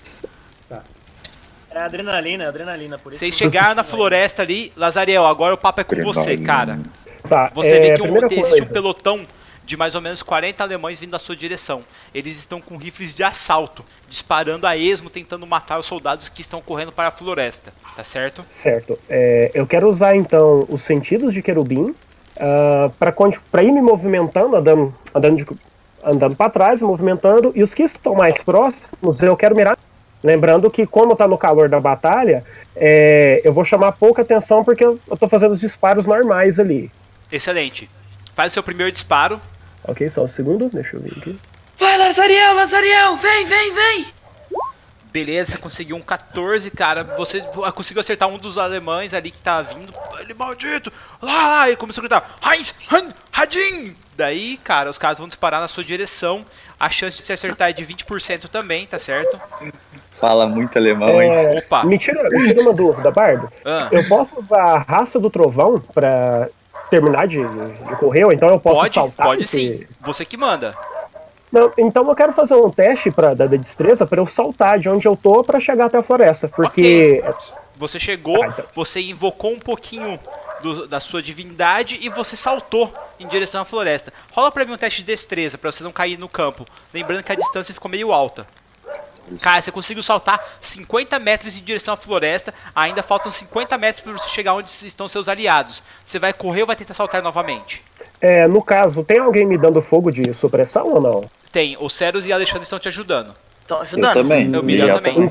É adrenalina, por isso. Vocês chegaram na floresta ali, Lazariel, agora o papo é com você, cara. Tá, Você vê que existe um coisa. pelotão de mais ou menos 40 alemães vindo na sua direção. Eles estão com rifles de assalto, disparando a esmo, tentando matar os soldados que estão correndo para a floresta, tá certo? Certo. Eu quero usar então os sentidos de querubim para ir me movimentando, andando para trás, movimentando, e os que estão mais próximos eu quero mirar. Lembrando que, como tá no calor da batalha, eu vou chamar pouca atenção porque eu tô fazendo os disparos normais ali. Excelente. Faz o seu primeiro disparo. Ok, só um segundo, deixa eu ver aqui. Vai, Lazariel, vem! Beleza, você conseguiu um 14, cara. Você conseguiu acertar um dos alemães ali que tava vindo. Ele maldito! Lá! Ele começou a gritar: Heinz, Han, Hadin! Daí, cara, os caras vão disparar na sua direção. A chance de se acertar é de 20% também, tá certo? Fala muito alemão, hein? Opa! Me tira uma dúvida, Bardo. Eu posso usar a raça do trovão pra terminar de correr, ou então eu posso saltar? Pode sim. Você que manda. Não, então eu quero fazer um teste da destreza para eu saltar de onde eu tô para chegar até a floresta, porque... Okay. Você chegou, então. Você invocou um pouquinho da sua divindade e você saltou em direção à floresta. Rola pra mim um teste de destreza pra você não cair no campo. Lembrando que a distância ficou meio alta. Cara, você conseguiu saltar 50 metros em direção à floresta. Ainda faltam 50 metros pra você chegar onde estão seus aliados. Você vai correr ou vai tentar saltar novamente? No caso, tem alguém me dando fogo de supressão ou não? Tem, o Ceros e a Alexandre estão te ajudando. Tô ajudando. Eu também. O Miriel também.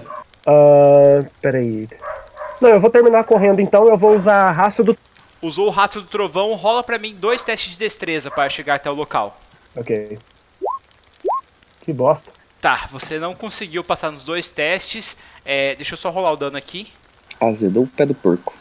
Peraí. Não, eu vou terminar correndo então, eu vou usar a raça do... Usou o rastro do trovão, rola pra mim 2 testes de destreza para chegar até o local. Ok. Que bosta. Tá, você não conseguiu passar nos 2 testes. Deixa eu só rolar o dano aqui. Azedou o pé do porco.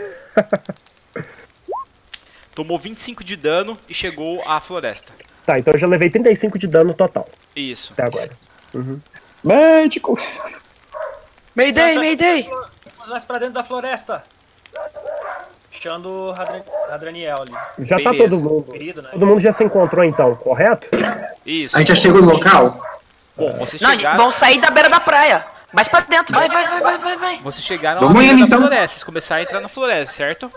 Tomou 25 de dano e chegou à floresta. Tá, então eu já levei 35 de dano total. Isso. Até agora. Uhum. Médico! Mayday! Nós pra dentro da floresta. Puxando o Hadraniel ali. Já Beleza. tá todo mundo. Querido, né? Todo mundo já se encontrou então, correto? Isso. A gente já chegou no local? Bom, vocês Não, chegaram... vão sair da beira da praia. Mais pra dentro, vai. Vocês chegaram Vamos na beira indo, da então. floresta. Vocês começaram a entrar na floresta, certo?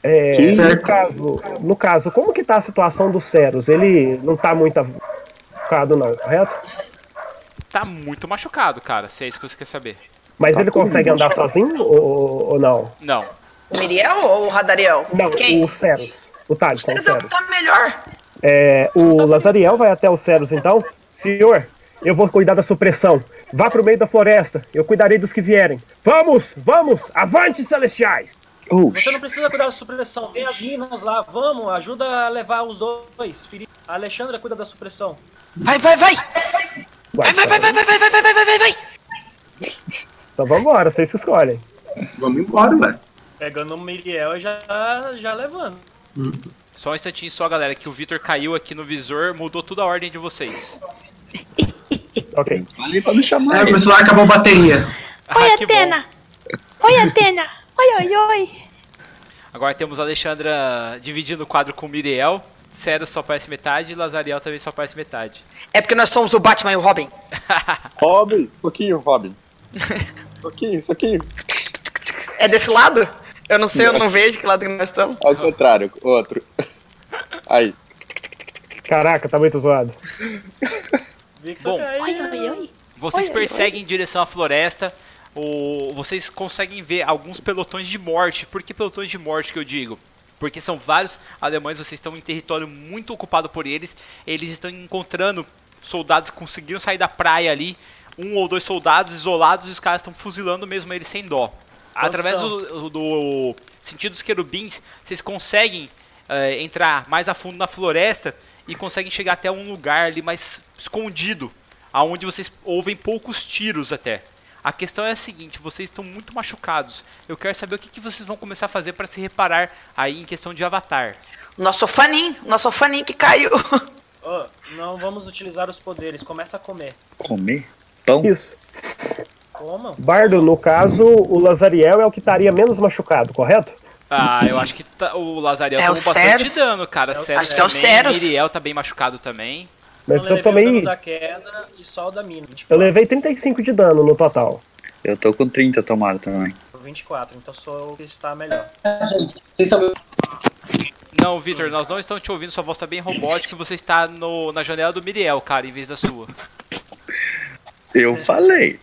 No caso, como que tá a situação do Ceros? Ele não tá muito machucado não, correto? Tá muito machucado, cara, se é isso que você quer saber. Mas ele consegue andar sozinho ou não? Não. O Miriel ou o Radariel? Não, Quem? o Ceros. O Thales, com o Ceros. Tá melhor. O Lazariel vai até o Ceros, então. Senhor, eu vou cuidar da supressão. Vá pro meio da floresta. Eu cuidarei dos que vierem. Vamos! Avante, celestiais! Você não precisa cuidar da supressão. Tem as minas lá. Vamos, ajuda a levar os dois. A Alexandra cuida da supressão. Vai. Vai. Então vambora, vocês que escolhem. Vamos embora, velho. Pegando o Miriel e já levando. Só um instantinho só, galera, que o Vitor caiu aqui no visor, mudou toda a ordem de vocês. Ok. Ali pra me chamar. O pessoal acabou a bateria. Oi, Atena! Oi, Atena! Oi! Agora temos a Alexandra dividindo o quadro com o Miriel. Ceros só aparece metade e Lazariel também só aparece metade. É porque nós somos o Batman e o Robin. Robin, soquinho, Robin. Soquinho. É desse lado? Eu não sei, eu não vejo que lado que nós estamos. Ao contrário, outro. Aí. Caraca, tá muito zoado. Bom, Oi. vocês perseguem em direção à floresta. Vocês conseguem ver alguns pelotões de morte. Por que pelotões de morte que eu digo? Porque são vários alemães, vocês estão em território muito ocupado por eles. Eles estão encontrando soldados que conseguiram sair da praia ali. 1 ou 2 soldados isolados e os caras estão fuzilando mesmo eles sem dó. Através do sentido dos querubins, vocês conseguem entrar mais a fundo na floresta e conseguem chegar até um lugar ali mais escondido, aonde vocês ouvem poucos tiros até. A questão é a seguinte, vocês estão muito machucados. Eu quero saber o que vocês vão começar a fazer para se reparar aí em questão de Avatar. Nosso faninho que caiu. Não vamos utilizar os poderes, começa a comer. Comer? Pão? Isso. Coma. Bardo, no caso, o Lazariel é o que estaria menos machucado, correto? Eu acho que o Lazariel tomou o bastante Ceros. dano, cara. Acho que é o Ceros. Miriel tá bem machucado também. Mas eu levei o tomei. dano da queda e só o da mina. 24. Eu levei 35 de dano no total. Eu tô com 30 tomado também. 24, então sou o que está melhor. Gente, vocês estão... Não, Vitor, nós não estamos te ouvindo, sua voz tá bem robótica e você está na janela do Miriel, cara, em vez da sua. Eu falei.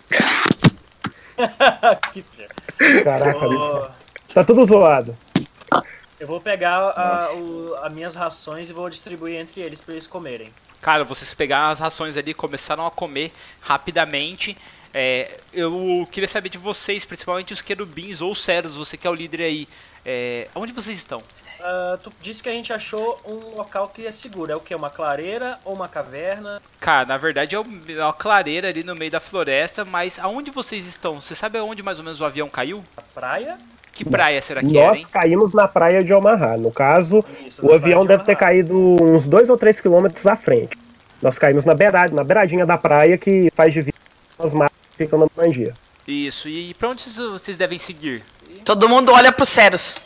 Caraca, tá tudo zoado. Eu vou pegar as minhas rações e vou distribuir entre eles para eles comerem. Cara, vocês pegaram as rações ali e começaram a comer rapidamente. Eu queria saber de vocês, principalmente os querubins ou os Ceros, você que é o líder aí. Onde vocês estão? Tu disse que a gente achou um local que é seguro. É o quê? Uma clareira ou uma caverna? Cara, na verdade é uma clareira ali no meio da floresta, mas aonde vocês estão? Você sabe aonde mais ou menos o avião caiu? A praia? Que praia será que era, Nós hein? caímos na praia de Omaha. No caso, Isso, o avião deve ter caído uns 2 ou 3 quilômetros à frente. Nós caímos na beiradinha da praia que faz divisa com as matas que ficam na Normandia. Isso, e pra onde vocês devem seguir? Todo mundo olha pro Ceros.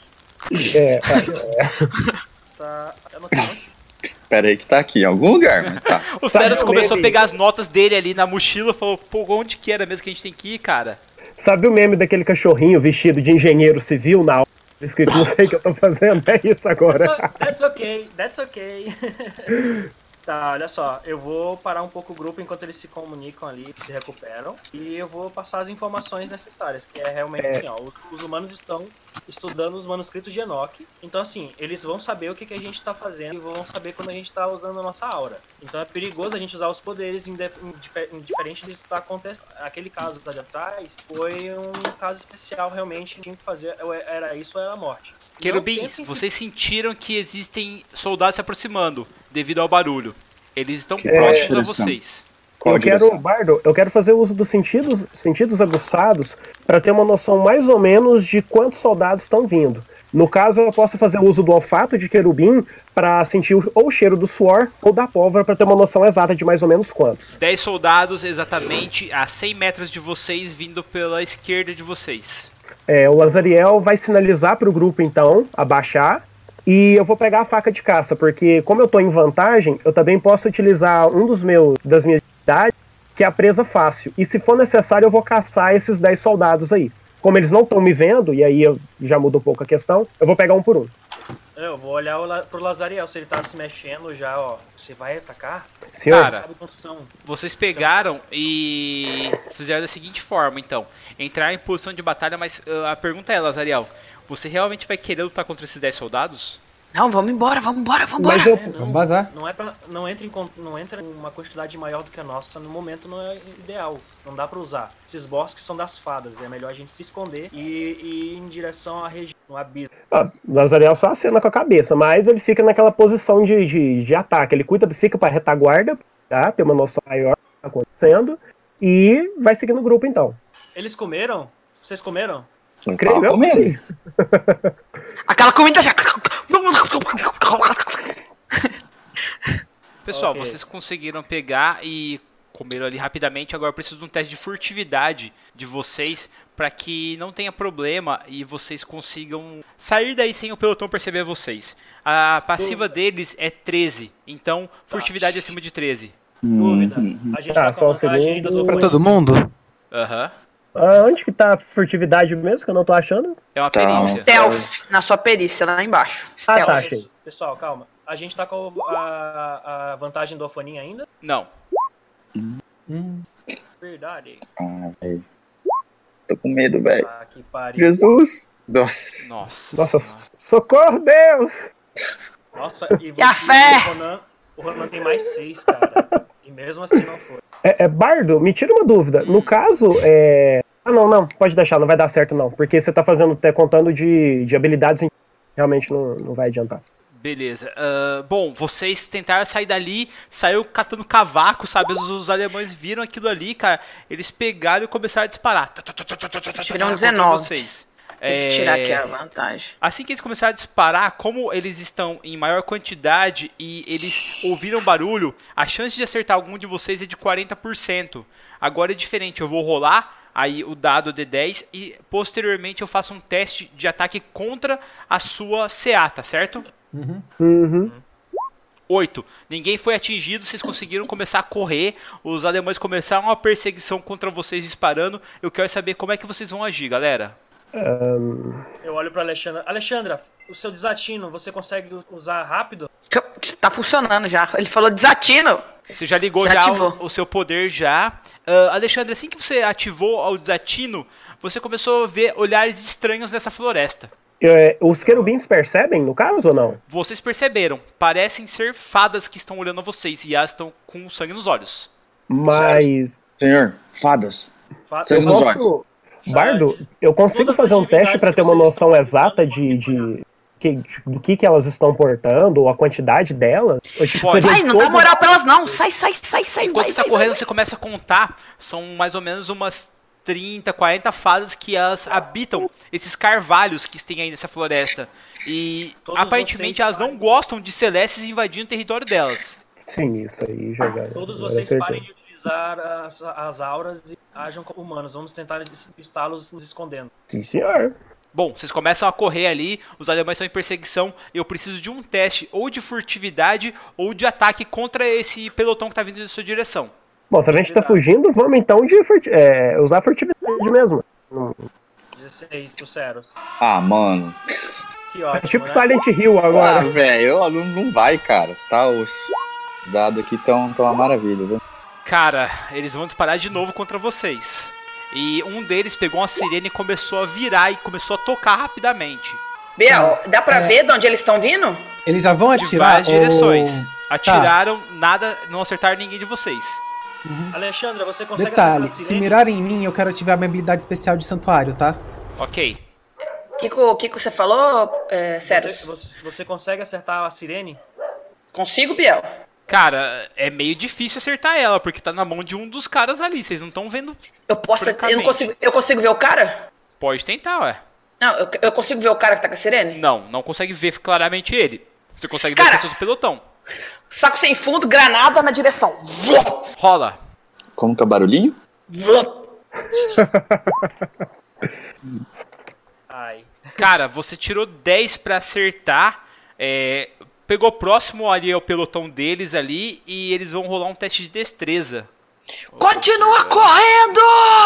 Tá. Eu não tenho. Pera aí que tá aqui, em algum lugar, mas tá. O Ceros começou a pegar as notas dele ali na mochila e falou, pô, onde que era mesmo que a gente tem que ir, cara? Sabe o meme daquele cachorrinho vestido de engenheiro civil na aula? Escrito, não sei o que eu tô fazendo, é isso agora. That's okay. Tá, olha só, eu vou parar um pouco o grupo enquanto eles se comunicam ali, se recuperam, e eu vou passar as informações necessárias, que é realmente assim, ó, os humanos estão estudando os manuscritos de Enoch, então assim, eles vão saber o que a gente tá fazendo e vão saber quando a gente tá usando a nossa aura. Então é perigoso a gente usar os poderes indiferente disso que tá acontecendo. Aquele caso lá de atrás foi um caso especial, realmente, tinha que fazer, era isso ou era a morte. Querubins, vocês sentiram que existem soldados se aproximando devido ao barulho. Eles estão próximos a vocês. Bardo, eu quero fazer uso dos sentidos aguçados para ter uma noção mais ou menos de quantos soldados estão vindo. No caso, eu posso fazer uso do olfato de querubim para sentir ou o cheiro do suor ou da pólvora para ter uma noção exata de mais ou menos quantos. 10 soldados exatamente a 100 metros de vocês, vindo pela esquerda de vocês. O Lazariel vai sinalizar para o grupo, então, abaixar. E eu vou pegar a faca de caça, porque como eu tô em vantagem, eu também posso utilizar das minhas habilidades, que é a presa fácil. E se for necessário, eu vou caçar esses 10 soldados aí. Como eles não estão me vendo, e aí já muda um pouco a questão, eu vou pegar um por um. Eu vou olhar pro Lazariel, se ele tá se mexendo já, ó. Você vai atacar? Senhor, cara, vocês pegaram e fizeram da seguinte forma, então. Entrar em posição de batalha, mas a pergunta é, Lazariel, você realmente vai querer lutar contra esses 10 soldados? Não, vamos embora. Vamos vazar. Não entra em uma quantidade maior do que a nossa, no momento não é ideal. Não dá pra usar. Esses bosques são das fadas, é melhor a gente se esconder e ir em direção à região, no abismo. Lazariel só acena com a cabeça, mas ele fica naquela posição de ataque. Ele fica pra retaguarda, tá? Ter uma noção maior do que tá acontecendo. E vai seguindo o grupo, então. Eles comeram? Vocês comeram? Creio eu que sim. Aquela comida já... Pessoal, Ok. vocês conseguiram pegar e comeram ali rapidamente. Agora eu preciso de um teste de furtividade de vocês para que não tenha problema e vocês consigam sair daí sem o pelotão perceber vocês. A passiva deles é 13, então furtividade acima de 13. Dúvida. A gente tá só com um vantagem ainda segundo. do Pra todo mundo? Aham. Onde que tá a furtividade mesmo, que eu não tô achando? É uma perícia. Stealth, na sua perícia, lá embaixo. Stealth. tá, achei. Pessoal, calma. A gente tá com a vantagem do Alfaninha ainda? Não. Verdade. Velho. Tô com medo, velho. Ah, que pariu. Jesus! Nossa. Nossa, socorro, Deus! Nossa, e E a fé? O Ronan tem mais 6, cara. E mesmo assim não foi. Bardo, me tira uma dúvida. No caso, não, pode deixar, não vai dar certo não. Porque você tá contando de habilidades, realmente não vai adiantar. Beleza. Bom, vocês tentaram sair dali, saiu catando cavaco, sabe? Os alemães viram aquilo ali, cara. Eles pegaram e começaram a disparar. Tiveram Contra 19. vocês. Tem que tirar aqui a vantagem. Assim que eles começaram a disparar, como eles estão em maior quantidade e eles ouviram barulho, a chance de acertar algum de vocês é de 40%. Agora é diferente, eu vou rolar aí o dado D10 e posteriormente eu faço um teste de ataque contra a sua CA, tá certo? Uhum. 8. Ninguém foi atingido, vocês conseguiram começar a correr, os alemães começaram uma perseguição contra vocês disparando. Eu quero saber como é que vocês vão agir, galera. Eu olho pra Alexandra. Alexandra, o seu desatino, você consegue usar rápido? Tá funcionando já. Ele falou desatino. Você já ligou Já já ativou. o seu poder já. Alexandre, assim que você ativou o desatino, você começou a ver olhares estranhos nessa floresta. Os querubins percebem, no caso, ou não? Vocês perceberam, parecem ser fadas que estão olhando a vocês e elas estão com sangue nos olhos. Mas... Senhor, fadas. Fato. Sangue nos olhos. Bardo, eu consigo Todas fazer as um teste pra ter uma atividades que noção vocês exata do que elas estão portando, ou a quantidade delas? Ou, tipo, Pode. seria Ai, não dá todo- moral pra elas não. Sai. Enquanto você está correndo, você começa a contar, são mais ou menos umas 30, 40 fadas que elas habitam esses carvalhos que tem aí nessa floresta. E Todos aparentemente vocês elas não parem. gostam de celestes invadindo o território delas. Sim, isso aí já vai. Todos vai vocês acertar. parem de utilizar as auras e ajam como humanos. Vamos tentar está-los nos escondendo. Sim, senhor. Bom, vocês começam a correr ali, os alemães estão em perseguição, eu preciso de um teste ou de furtividade ou de ataque contra esse pelotão que está vindo em sua direção. Bom, se a gente tá fugindo, vamos então usar furtividade mesmo. 16 pro Ceros. Ah, mano. Que É ótimo, tipo né? Silent Hill agora. Velho, o aluno não vai, cara. Tá, os dados aqui tão uma maravilha, viu? Cara, eles vão disparar de novo contra vocês. E um deles pegou uma sirene e começou a virar e começou a tocar rapidamente. Biel, dá pra ver de onde eles estão vindo? Eles já vão De atirar? várias direções. Tá. Atiraram, nada, não acertaram ninguém de vocês. Alexandra, você consegue Detalhe, acertar a se sirene? mirarem em mim, eu quero ativar minha habilidade especial de santuário, tá? Ok. Kiko, você falou, Ceros? Você consegue acertar a sirene? Consigo, Biel? Cara, é meio difícil acertar ela, porque tá na mão de um dos caras ali. Vocês não estão vendo. Eu consigo ver o cara? Pode tentar, ué. Não, eu consigo ver o cara que tá com a sirene? Não consegue ver claramente ele. Você consegue ver Cara! as pessoas do pelotão. Saco sem fundo, granada na direção. Rola. Como que é o barulhinho? Ai. Cara, você tirou 10 pra acertar. Pegou próximo ali ao pelotão deles ali. E eles vão rolar um teste de destreza. Continua correndo!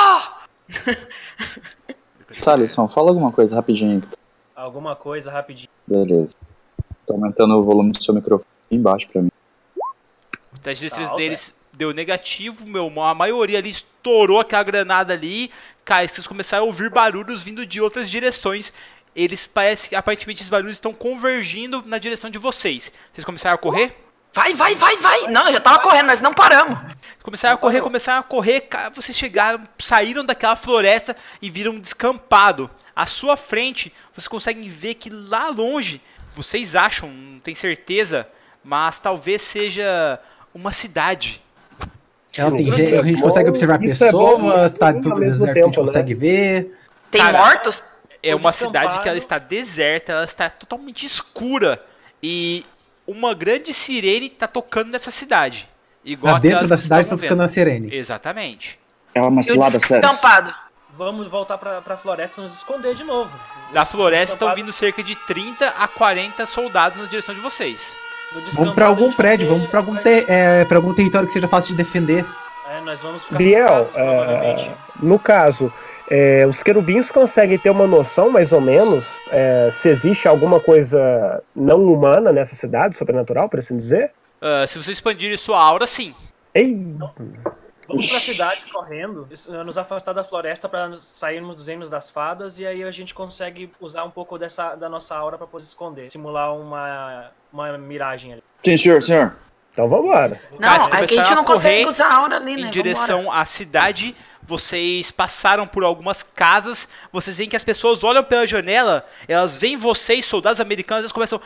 Thaleson, fala alguma coisa rapidinho. Alguma coisa rapidinho. Beleza. Tô aumentando o volume do seu microfone embaixo pra mim. O teste de destreza Tá, deles deu negativo, a maioria ali estourou aquela granada ali. Cara, vocês começaram a ouvir barulhos vindo de outras direções. eles parecem que aparentemente esses barulhos estão convergindo na direção de vocês. Vocês começaram a correr? Vai! Não, eu já tava correndo, nós não paramos. Começaram a correr, cara, vocês chegaram, saíram daquela floresta e viram um descampado. À sua frente, vocês conseguem ver que lá longe, vocês acham, não tem certeza, mas talvez seja uma cidade. Ela tem gente, a gente consegue observar pessoas, tá tudo deserto que a gente consegue ver. Tem mortos? É uma cidade que ela está deserta, ela está totalmente escura. E uma grande sirene está tocando nessa cidade. Igual dentro da cidade está tocando uma sirene. Exatamente. É uma cilada séria. Vamos voltar pra floresta e nos esconder de novo. Da floresta estão vindo cerca de 30 a 40 soldados na direção de vocês. Vamos pra algum prédio, vamos pra algum território que seja fácil de defender. Nós vamos ficar Biel, no caso, os querubins conseguem ter uma noção, mais ou menos, se existe alguma coisa não humana nessa cidade, sobrenatural, por assim dizer? Se você expandir sua aura, sim. Ei! Vamos pra cidade correndo, nos afastar da floresta para sairmos dos reinos das fadas, e aí a gente consegue usar um pouco da nossa aura para poder se esconder, simular uma miragem ali. Sim, senhor. Então vambora. Não, é que a gente não consegue usar a aura ali, né? Em direção à cidade, vocês passaram por algumas casas, vocês veem que as pessoas olham pela janela, elas veem vocês, soldados americanos, elas começam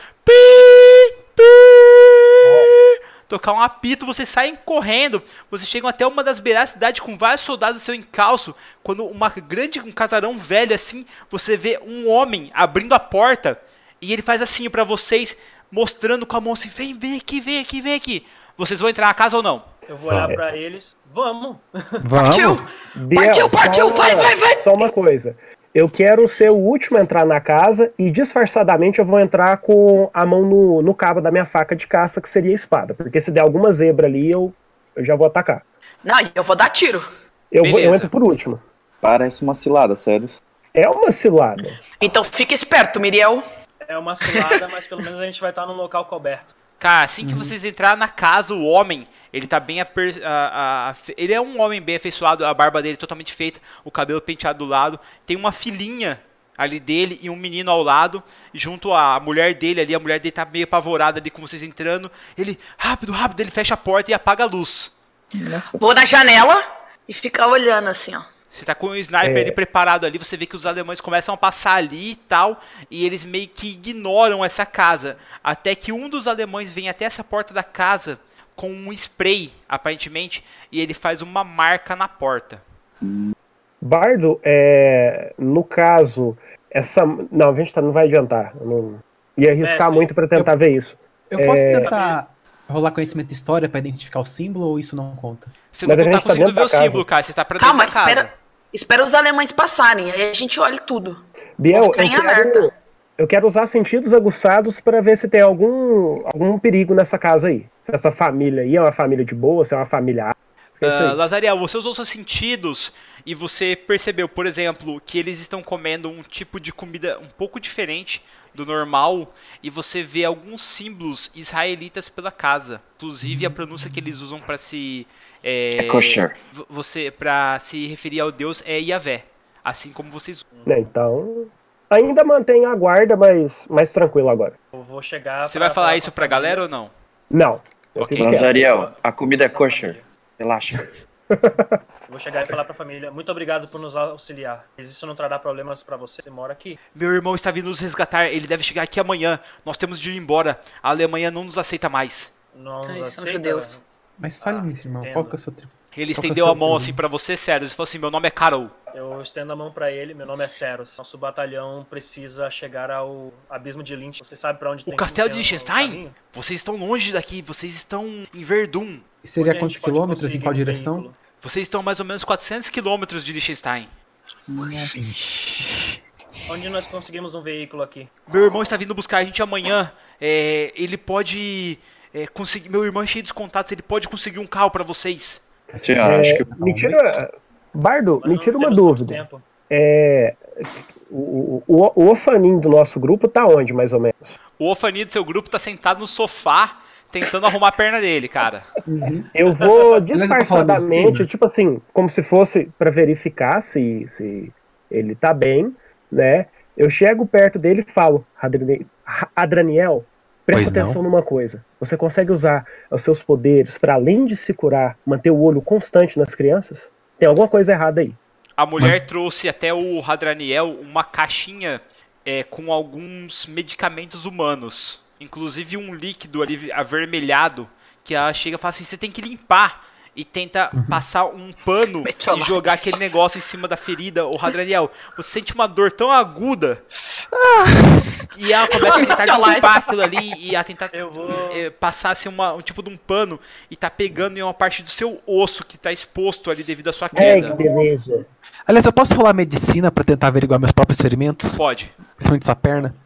tocar um apito, vocês saem correndo, vocês chegam até uma das beiradas da cidade com vários soldados a seu encalço, quando um casarão velho assim, você vê um homem abrindo a porta, e ele faz assim pra vocês, mostrando com a mão assim, vem aqui. Vocês vão entrar na casa ou não? Eu vou olhar pra eles, vamos. Partiu, vai. Só uma coisa. Eu quero ser o último a entrar na casa e disfarçadamente eu vou entrar com a mão no cabo da minha faca de caça, que seria a espada. Porque se der alguma zebra ali, eu já vou atacar. Não, eu vou dar tiro. Eu entro por último. Parece uma cilada, sério. É uma cilada. Então fica esperto, Miriel. É uma cilada, mas pelo menos a gente vai estar num local coberto. Cara, assim que vocês entrarem na casa, o homem, ele tá bem ele é um homem bem afeiçoado, a barba dele totalmente feita, o cabelo penteado do lado, tem uma filhinha ali dele e um menino ao lado, junto à mulher dele ali, a mulher dele tá meio apavorada ali com vocês entrando, ele, rápido, ele fecha a porta e apaga a luz. Vou na janela e ficar olhando assim, ó. Você tá com o sniper ali preparado ali, você vê que os alemães começam a passar ali e tal, e eles meio que ignoram essa casa, até que um dos alemães vem até essa porta da casa com um spray, aparentemente, e ele faz uma marca na porta. Bardo, no caso, não, a gente não vai adiantar, eu não ia arriscar muito pra tentar ver isso. Eu posso tentar rolar conhecimento de história pra identificar o símbolo, ou isso não conta? Você não tá conseguindo ver o símbolo, cara, você tá pra dentro da casa. Espera os alemães passarem, aí a gente olha tudo. Biel, eu quero usar sentidos aguçados para ver se tem algum perigo nessa casa aí. Se essa família aí é uma família de boa, se é uma família... Lazariel, você usou seus sentidos e você percebeu, por exemplo, que eles estão comendo um tipo de comida um pouco diferente do normal, e você vê alguns símbolos israelitas pela casa. Inclusive a pronúncia que eles usam para se... kosher. Pra se referir ao Deus é Yahvé, assim como vocês usam. Então, ainda mantém a guarda, mas mais tranquilo agora. Eu vou chegar. Você vai falar isso pra galera ou não? Não. Okay. Lazariel, a comida é kosher. Relaxa. Vou chegar e falar pra família, muito obrigado por nos auxiliar. Isso não trará problemas pra você? Você mora aqui? Meu irmão está vindo nos resgatar, ele deve chegar aqui amanhã. Nós temos de ir embora. A Alemanha não nos aceita mais. Não nos aceita? São judeus. Mas fale nisso, irmão. Qual que é o seu tribo? Ele estendeu a mão assim pra você, Ceros, e falou assim, meu nome é Carol. Eu estendo a mão pra ele, meu nome é Ceros. Nosso batalhão precisa chegar ao abismo de Lynch. Você sabe pra onde tem... O castelo de Liechtenstein? Vocês estão longe daqui, vocês estão em Verdun. E seria quantos quilômetros, em qual direção? Vocês estão mais ou menos 400 quilômetros de Liechtenstein. Onde nós conseguimos um veículo aqui? Meu irmão está vindo buscar a gente amanhã. Ele pode conseguir... Meu irmão é cheio dos contatos, ele pode conseguir um carro pra vocês. Sim, acho que... Me tira... Bardo, me tira uma dúvida. O Ofanin do nosso grupo tá onde, mais ou menos? O Ofanin do seu grupo tá sentado no sofá, tentando arrumar a perna dele, cara. Eu vou disfarçadamente, tipo assim, como se fosse pra verificar se ele tá bem, né? Eu chego perto dele e falo, Adraniel, presta atenção numa coisa. Você consegue usar os seus poderes para, além de se curar, manter o olho constante nas crianças? Tem alguma coisa errada aí. A mulher trouxe até o Hadraniel uma caixinha com alguns medicamentos humanos. Inclusive um líquido ali avermelhado, que ela chega e fala assim, você tem que limpar. E tenta passar um pano e jogar aquele negócio em cima da ferida. Ô, Hadraniel, você sente uma dor tão aguda. E ela começa a tentar limpar aquilo ali e a tentar passar assim, um tipo de um pano e tá pegando em uma parte do seu osso que tá exposto ali devido à sua queda. Que beleza. Aliás, eu posso rolar medicina pra tentar averiguar meus próprios ferimentos? Pode. Principalmente essa perna.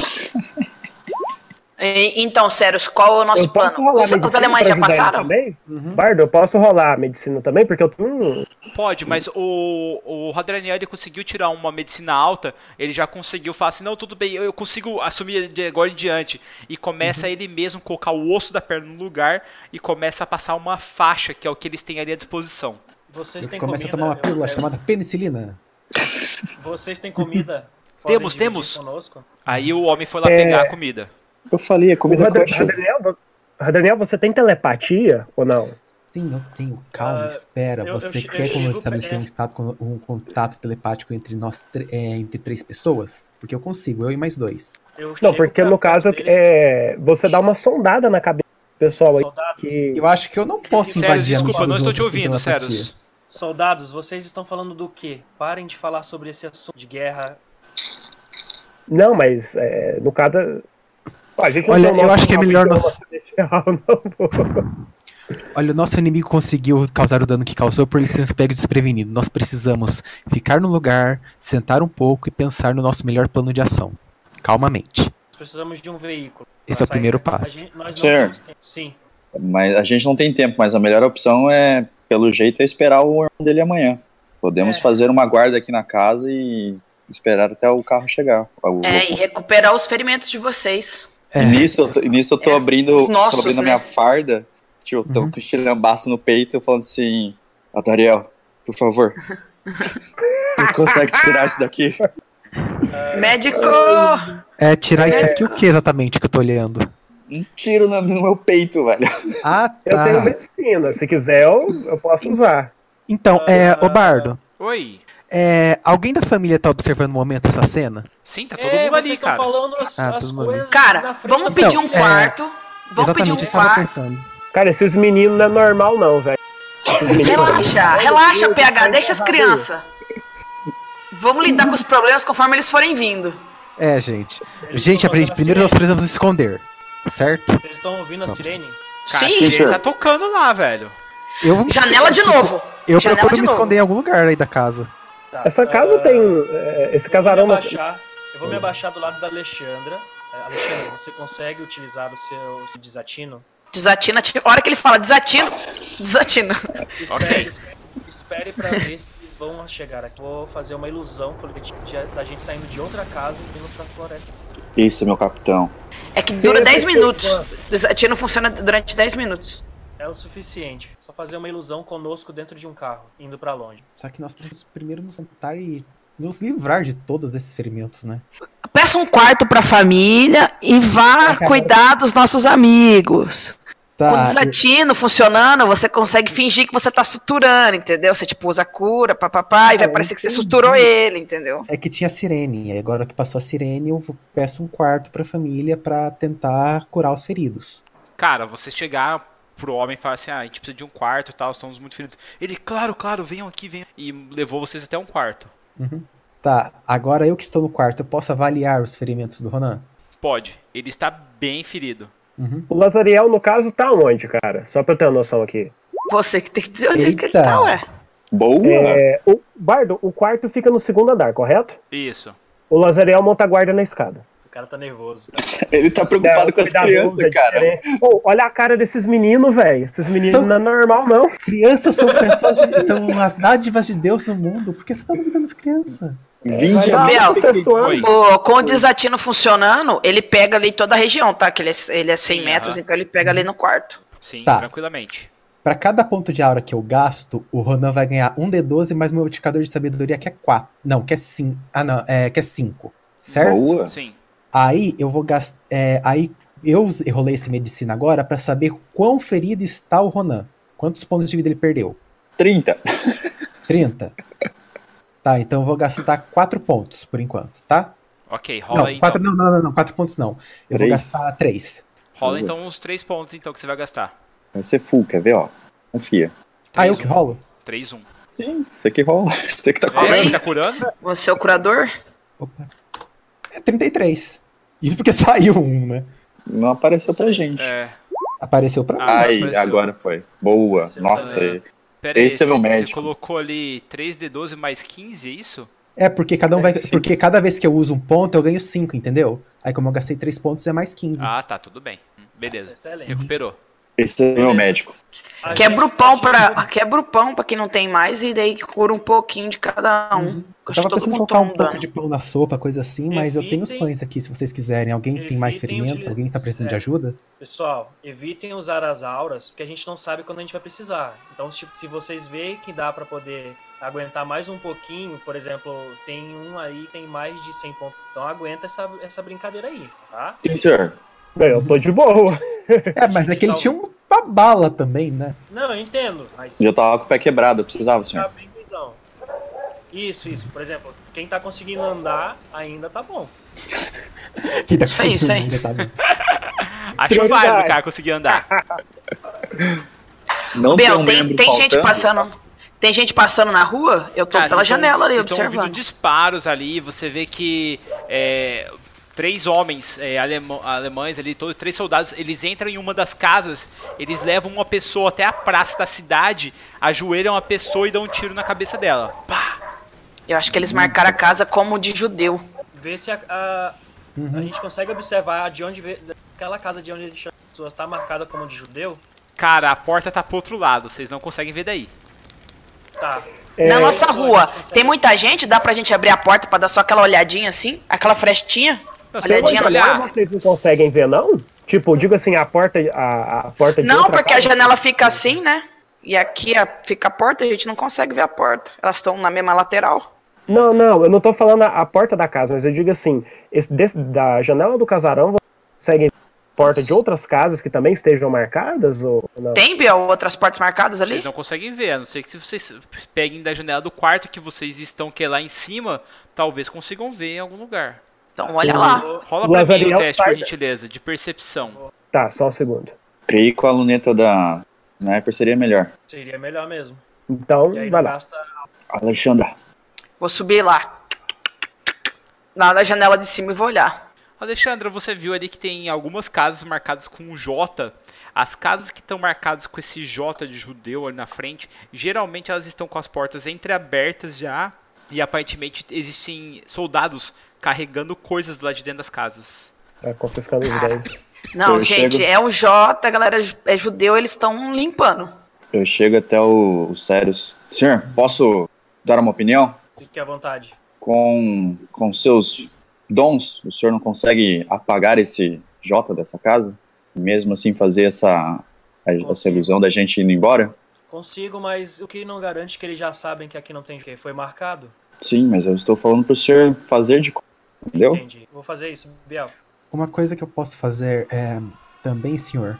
Então, Sérios, qual é o nosso plano? Os alemães já passaram? Bardo, eu posso rolar a medicina também? Porque eu tenho... Pode, mas o Hadraniel, ele conseguiu tirar uma medicina alta, ele já conseguiu falar assim, não, tudo bem, eu consigo assumir de agora em diante. E começa ele mesmo colocar o osso da perna no lugar e começa a passar uma faixa, que é o que eles têm ali à disposição. Vocês têm começa comida? A tomar uma pílula chamada penicilina. Vocês têm comida? Temos. Conosco? Aí o homem foi lá pegar a comida. Eu falei, a comida coxa. Hadraniel, você tem telepatia ou não? Sim, eu tenho. Calma, espera. Você quer estabelecer um contato telepático entre nós, entre 3 pessoas? Porque eu consigo, eu e mais 2. Não, porque no caso você dá uma sondada na cabeça do pessoal aí. Que... Eu acho que eu não posso invadir. Desculpa, não estou te ouvindo, Sérios. Soldados, vocês estão falando do quê? Parem de falar sobre esse assunto de guerra. Não, mas no caso... Olha, eu acho que é melhor nós... Olha, o nosso inimigo conseguiu causar o dano que causou por ele ser pego desprevenido. Nós precisamos ficar no lugar, sentar um pouco e pensar no nosso melhor plano de ação. Calmamente. Nós precisamos de um veículo. Esse é o primeiro passo. Sim. Mas a gente não tem tempo, mas a melhor opção pelo jeito, é esperar o irmão dele amanhã. Podemos fazer uma guarda aqui na casa e esperar até o carro chegar. E recuperar os ferimentos de vocês. E nisso eu tô abrindo a minha farda, tipo, eu tô com o estilhambaço no peito, falando assim, Adariel, por favor, tu consegue tirar isso daqui? Médico! Tirar isso aqui o que exatamente que eu tô olhando? Um tiro no meu peito, velho. Ah, tá. Eu tenho medicina, se quiser eu posso usar. Então, ô Bardo. Oi. Alguém da família tá observando no momento essa cena? Sim, tá todo mundo ali, cara. Falando as coisas. Cara, vamos pedir um quarto. Vamos pedir um quarto. Cara, esses meninos não é normal não, velho. Relaxa, PH, deixa as crianças. Vamos lidar com os problemas conforme eles forem vindo. Gente. Primeiro nós precisamos nos esconder, certo? Vocês estão ouvindo a sirene? Cara, sim, a sirene tá tocando lá, velho. Janela de novo. Eu procuro me esconder em algum lugar aí da casa. Tá, essa casa tem... esse casarão... Eu vou me abaixar do lado da Alexandra. Alexandra, você consegue utilizar o seu desatino? Desatina, a hora que ele fala desatina. Espere pra ver se eles vão chegar aqui. Vou fazer uma ilusão coletiva da gente saindo de outra casa e vindo pra floresta. Isso, meu capitão. É que dura 10 minutos. O desatino funciona durante 10 minutos. É o suficiente. Só fazer uma ilusão conosco dentro de um carro, indo pra longe. Só que nós precisamos primeiro nos sentar e nos livrar de todos esses ferimentos, né? Peça um quarto pra família e vá cuidar dos nossos amigos. Tá, com o desatino funcionando, você consegue fingir que você tá suturando, entendeu? Você tipo usa cura, papapá, e vai parecer que você suturou ele, entendeu? É que tinha sirene, e agora que passou a sirene, eu peço um quarto pra família pra tentar curar os feridos. Cara, vocês chegaram pro homem e falaram assim, a gente precisa de um quarto e tal, estamos muito feridos. Ele, claro, venham aqui, venham. E levou vocês até um quarto. Tá, agora eu que estou no quarto, eu posso avaliar os ferimentos do Ronan? Pode, ele está bem ferido. O Lazariel, no caso, tá onde, cara? Só pra eu ter uma noção aqui. Você que tem que dizer onde que ele tá, ué. Boa! O Bardo, o quarto fica no 2º andar, correto? Isso. O Lazariel monta guarda na escada. O cara tá nervoso. Tá? Ele tá preocupado com as crianças, cara. Olha a cara desses meninos, velho. Esses meninos não é normal, não. Crianças são pessoas, são as dádivas de Deus no mundo. Por que você tá duvidando das crianças? 20 com o desatino funcionando, ele pega ali toda a região, tá? Que ele é 100 metros, então ele pega ali no quarto. Sim, tá. Tranquilamente. Pra cada ponto de aura que eu gasto, o Ronan vai ganhar um D12 mais meu multiplicador de sabedoria, que é 4. Não, que é 5. Que é 5. certo? Boa. Sim. Aí eu vou gastar. Aí eu rolei esse medicina agora pra saber quão ferido está o Ronan. Quantos pontos de vida ele perdeu? 30. 30. Tá, então eu vou gastar 4 pontos por enquanto, tá? Ok, rola Não, aí 4, então. não, 4 pontos não. Eu vou 3. gastar 3. Rola então uns 3 pontos então que você vai gastar. Vai ser full, quer ver, ó? Confia. Ah, eu que rolo? 3-1. Sim, você que rola. Você que tá Rola aí, curando. tá curando? Você é o curador? Opa. É 33. Isso porque saiu um, né? Não apareceu pra gente. Apareceu pra mim. Aí, apareceu. agora foi. Boa. Nossa, Pera aí, esse é meu você médico. colocou ali 3d12 mais 15, é isso? É, porque porque cada vez que eu uso um ponto, eu ganho 5, entendeu? Aí como eu gastei 3 pontos, é mais 15. Ah, tá, tudo bem. Beleza. Recuperou. Esse é meu médico. Quebra o pão pra quem não tem mais e daí cura um pouquinho de cada um. Eu tava pensando em colocar um pouco de pão na sopa, coisa assim, mas eu tenho os pães aqui se vocês quiserem. Alguém tem mais ferimentos? Alguém está precisando de ajuda? Pessoal, evitem usar as auras, porque a gente não sabe quando a gente vai precisar. Então, se vocês veem que dá pra poder aguentar mais um pouquinho, por exemplo, tem um aí, tem mais de 100 pontos. Então aguenta essa brincadeira aí, tá? Sim, senhor. Eu tô de boa. É, mas é que ele tinha uma bala também, né? Não, eu entendo, mas... Já tava com o pé quebrado, eu precisava, senhor. Tá bem, visão. Isso. Por exemplo, quem tá conseguindo andar ainda tá bom. Quem tá Isso aí. ainda tá bom. Acho válido o cara conseguir andar. Se não Bel, tem tem gente passando. Tem gente passando na rua, eu tô pela janela ali vocês estão observando. ouvindo disparos ali, você vê que 3 homens alemães ali, 3 soldados, eles entram em uma das casas, eles levam uma pessoa até a praça da cidade, ajoelham a pessoa e dão um tiro na cabeça dela. Pá! Eu acho que eles marcaram a casa como de judeu. Vê se a gente consegue observar de onde veio, aquela casa de onde as pessoas tá marcada como de judeu. Cara, a porta tá pro outro lado, vocês não conseguem ver daí. Tá. Na nossa rua, tem muita gente? Dá pra gente abrir a porta pra dar só aquela olhadinha assim? Aquela frestinha? Olhadinha Mas lá. vocês não conseguem ver, não? Tipo, digo assim, a porta de Não, outra porque casa. a janela fica assim, né? E aqui fica a porta, a gente não consegue ver a porta. Elas estão na mesma lateral. Não, eu não tô falando a porta da casa, mas eu digo assim, da janela do casarão, vocês conseguem ver a porta de outras casas que também estejam marcadas, ou não? Tem, Biel, outras portas marcadas ali? Vocês não conseguem ver, a não ser que se vocês peguem da janela do quarto que vocês estão, que é lá em cima, talvez consigam ver em algum lugar. Então olha lá. Rola pra mim o teste, por gentileza, de percepção. Tá, só um segundo. Creio que com a luneta da sniper seria melhor. Seria melhor mesmo. Então, E aí vai não lá. gasta... Alexandra. Vou subir lá. Lá na janela de cima e vou olhar. Alexandra, você viu ali que tem algumas casas marcadas com um J. As casas que estão marcadas com esse J de judeu ali na frente, geralmente elas estão com as portas entreabertas já. E aparentemente existem soldados carregando coisas lá de dentro das casas. Confiscando os 10. Não, gente, é um J, a galera é judeu, eles estão limpando. Eu chego até o Sérios. Senhor, posso dar uma opinião? Fique à vontade. Com seus dons, o senhor não consegue apagar esse J dessa casa? Mesmo assim fazer essa ilusão da gente indo embora? Consigo, mas o que não garante que eles já sabem que aqui não tem que foi marcado? Sim, mas eu estou falando pro senhor fazer de... Entendeu? Entendi. Vou fazer isso, Biel. Uma coisa que eu posso fazer também, senhor,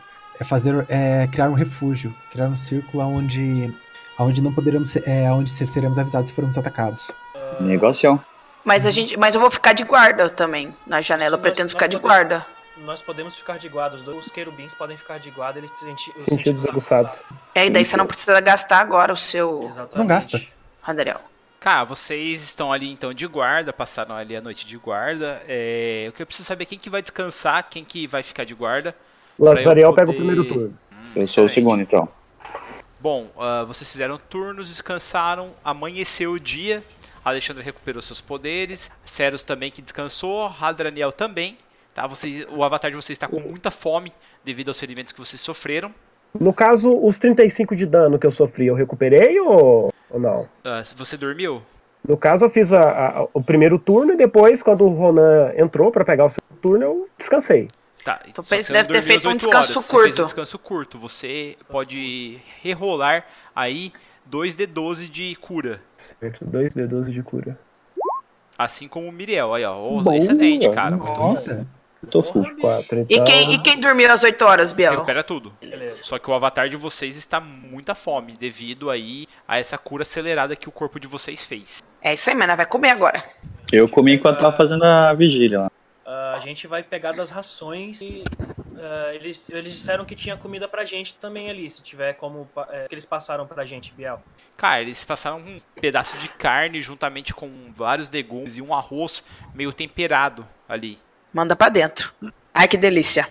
é criar um refúgio, criar um círculo onde não poderemos onde seremos avisados se formos atacados. Negocião. Mas eu vou ficar de guarda também na janela. Eu pretendo ficar de guarda. Nós podemos ficar de guarda. Os querubins podem ficar de guarda. Eles Sentidos aguçados. E daí você não precisa gastar agora o seu... Exatamente. Não gasta. Adriel. Cara, vocês estão ali então de guarda, passaram ali a noite de guarda. O que eu preciso saber é quem que vai descansar, quem que vai ficar de guarda. Lazariel pega o primeiro turno. Eu sou o segundo, então. Bom, vocês fizeram turnos, descansaram, amanheceu o dia. Alexandre recuperou seus poderes, Ceros também que descansou, Hadraniel também. Tá? O avatar de vocês está com muita fome devido aos ferimentos que vocês sofreram. No caso, os 35 de dano que eu sofri, eu recuperei ou não? Você dormiu? No caso, eu fiz o primeiro turno e depois, quando o Ronan entrou pra pegar o segundo turno, eu descansei. Tá, então você deve ter feito um descanso curto. Você fez um descanso curto. Você pode rerolar aí 2d12 de cura. Certo, 2d12 de cura. Assim como o Miriel, aí ó, excelente, cara. Nossa, eu tô full. 4, então... E quem dormiu às 8 horas, Biel? Recupera tudo. Beleza. Só que o avatar de vocês está muita fome, devido aí a essa cura acelerada que o corpo de vocês fez. É isso aí, mano, vai comer agora. Eu comi enquanto tava fazendo a vigília lá. A gente vai pegar das rações e eles disseram que tinha comida pra gente também ali, se tiver como que eles passaram pra gente, Biel. Cara, eles passaram um pedaço de carne juntamente com vários legumes e um arroz meio temperado ali. Manda pra dentro. Ai, que delícia.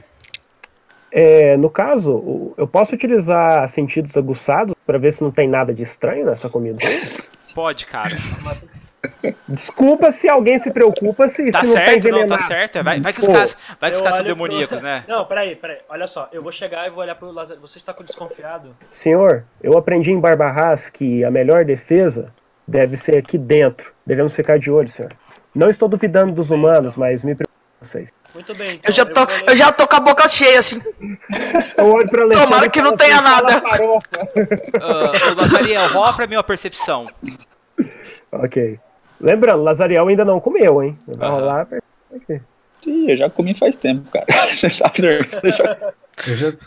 No caso, eu posso utilizar sentidos aguçados pra ver se não tem nada de estranho nessa comida? Pode, cara. Desculpa se alguém se preocupa se Tá não tá certo, envenenado. não, tá certo. Vai que os caras são demoníacos, né? Não, peraí. Olha só, eu vou chegar e vou olhar pro Lázaro. Você está desconfiado? Senhor, eu aprendi em Barbarraz que a melhor defesa deve ser aqui dentro. Devemos ficar de olho, senhor. Não estou duvidando dos humanos, mas me preocupo com vocês. Muito bem. Então, Eu já tô com a boca cheia, assim. Eu olho pra Alexandre. Tomara que não tenha nada. Ô, Lazariel, rola pra mim uma percepção. Ok. Lembrando, Lazariel ainda não comeu, hein? Vai rolar. Okay. Sim, eu já comi faz tempo, cara. Você tá dormindo.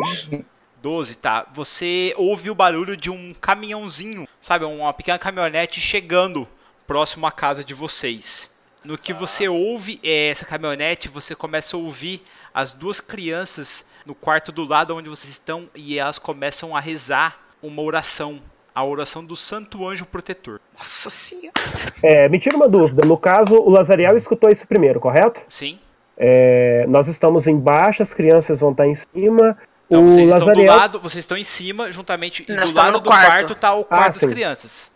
12, tá. Você ouve o barulho de um caminhãozinho, sabe? Uma pequena caminhonete chegando próximo à casa de vocês. No que você ouve essa caminhonete, você começa a ouvir as duas crianças no quarto do lado onde vocês estão e elas começam a rezar uma oração. A oração do Santo Anjo Protetor. Nossa Senhora. Me tira uma dúvida. No caso, o Lazariel escutou isso primeiro, correto? Sim. Nós estamos embaixo, as crianças vão estar em cima. Então, o vocês Lazariel... estão do lado, vocês estão em cima, juntamente. E do lado do quarto tá o quarto das crianças.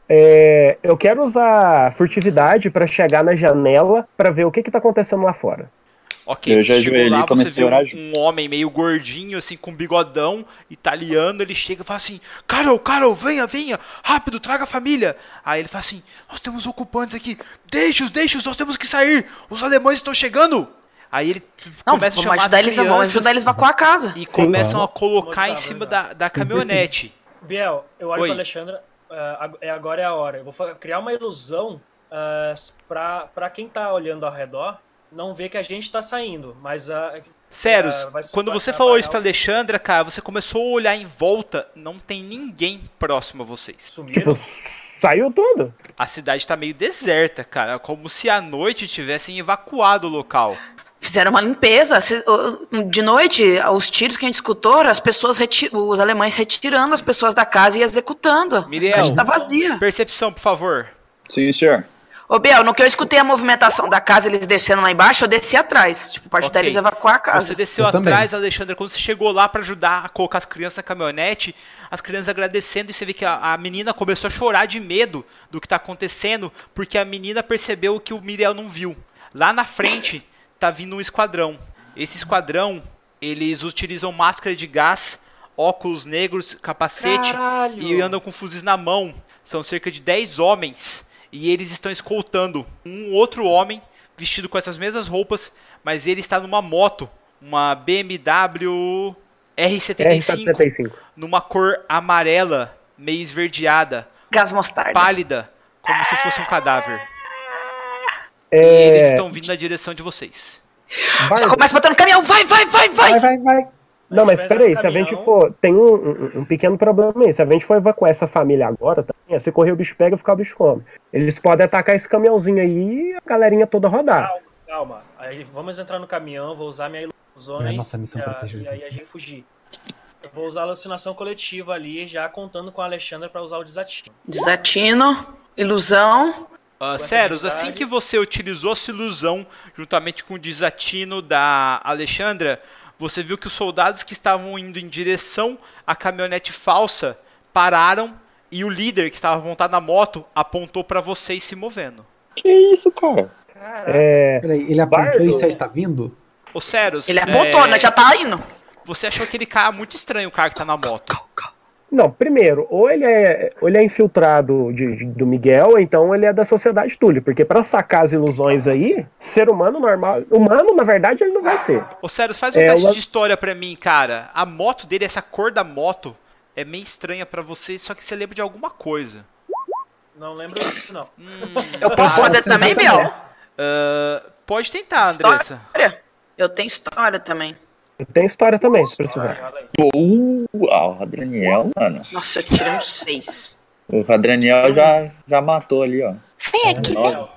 Eu quero usar furtividade para chegar na janela para ver o que tá acontecendo lá fora. Ok, eu já ajoelhei e comecei a orar. Um homem meio gordinho, assim, com bigodão, italiano, ele chega e fala assim: Carol, venha, rápido, traga a família. Aí ele fala assim: nós temos ocupantes aqui, deixe-os, nós temos que sair, os alemães estão chegando. Aí ele começa a chamar as crianças, vamos ajudar eles a evacuar a casa. E começam a colocar em cima da caminhonete. Biel, eu olho pra Alexandra, agora é a hora. Eu vou criar uma ilusão pra quem tá olhando ao redor não ver que a gente tá saindo, mas... Sério, quando você falou isso pra Alexandra, cara, você começou a olhar em volta, não tem ninguém próximo a vocês. Sumiram? Tipo, saiu tudo. A cidade tá meio deserta, cara, como se à noite tivessem evacuado o local. Fizeram uma limpeza. De noite, os tiros que a gente escutou, as pessoas os alemães retirando as pessoas da casa e executando. Miriel, a cidade tá vazia. Percepção, por favor. Sim, senhor. Ô, Biel, no que eu escutei a movimentação da casa, eles descendo lá embaixo, eu desci atrás. Tipo, pra ajudar eles a evacuar a casa. Você desceu atrás, Alexandra, quando você chegou lá pra ajudar a colocar as crianças na caminhonete, as crianças agradecendo, e você vê que a menina começou a chorar de medo do que tá acontecendo, porque a menina percebeu que o Miriel não viu. Lá na frente tá vindo um esquadrão. Esse esquadrão, eles utilizam máscara de gás, óculos negros, capacete. Caralho. E andam com fuzis na mão. São cerca de 10 homens. E eles estão escoltando um outro homem vestido com essas mesmas roupas, mas ele está numa moto, uma BMW R75, numa cor amarela, meio esverdeada, gás mostarda, pálida, como se fosse um cadáver. E eles estão vindo na direção de vocês. Já começa batendo no caminhão, vai! Não, mas peraí, se a gente for... Tem um pequeno problema aí. Se a gente for evacuar essa família agora, também, se correr o bicho pega, ficar o bicho come. Eles podem atacar esse caminhãozinho aí e a galerinha toda rodar. Calma. Aí vamos entrar no caminhão, vou usar minhas ilusões nossa missão e aí a gente fugir. Eu vou usar a alucinação coletiva ali, já contando com a Alexandra pra usar o desatino. Desatino, ilusão... Sério, assim que você utilizou essa ilusão, juntamente com o desatino da Alexandra, você viu que os soldados que estavam indo em direção à caminhonete falsa pararam e o líder que estava montado na moto apontou pra vocês se movendo. Que isso, cara? Peraí, ele apontou e você está vindo? Ô, sério, ele apontou, né? Já tá indo. Você achou aquele cara muito estranho, o cara que tá na moto. Não, primeiro, ou ele é infiltrado do Miguel, ou então ele é da Sociedade Túlio, porque pra sacar as ilusões aí, ser humano normal... Humano, na verdade, ele não vai ser. Ô, sério, faz um teste de história pra mim, cara. A moto dele, essa cor da moto, é meio estranha pra você, só que você lembra de alguma coisa. Não lembro disso, não. Eu posso fazer também, Biel? Pode tentar, Andressa. Eu tenho história também. Eu tenho história também, se precisar. O Radraniel, mano. Nossa, eu tirei um 6. O Radraniel já matou ali, ó. Vem aqui.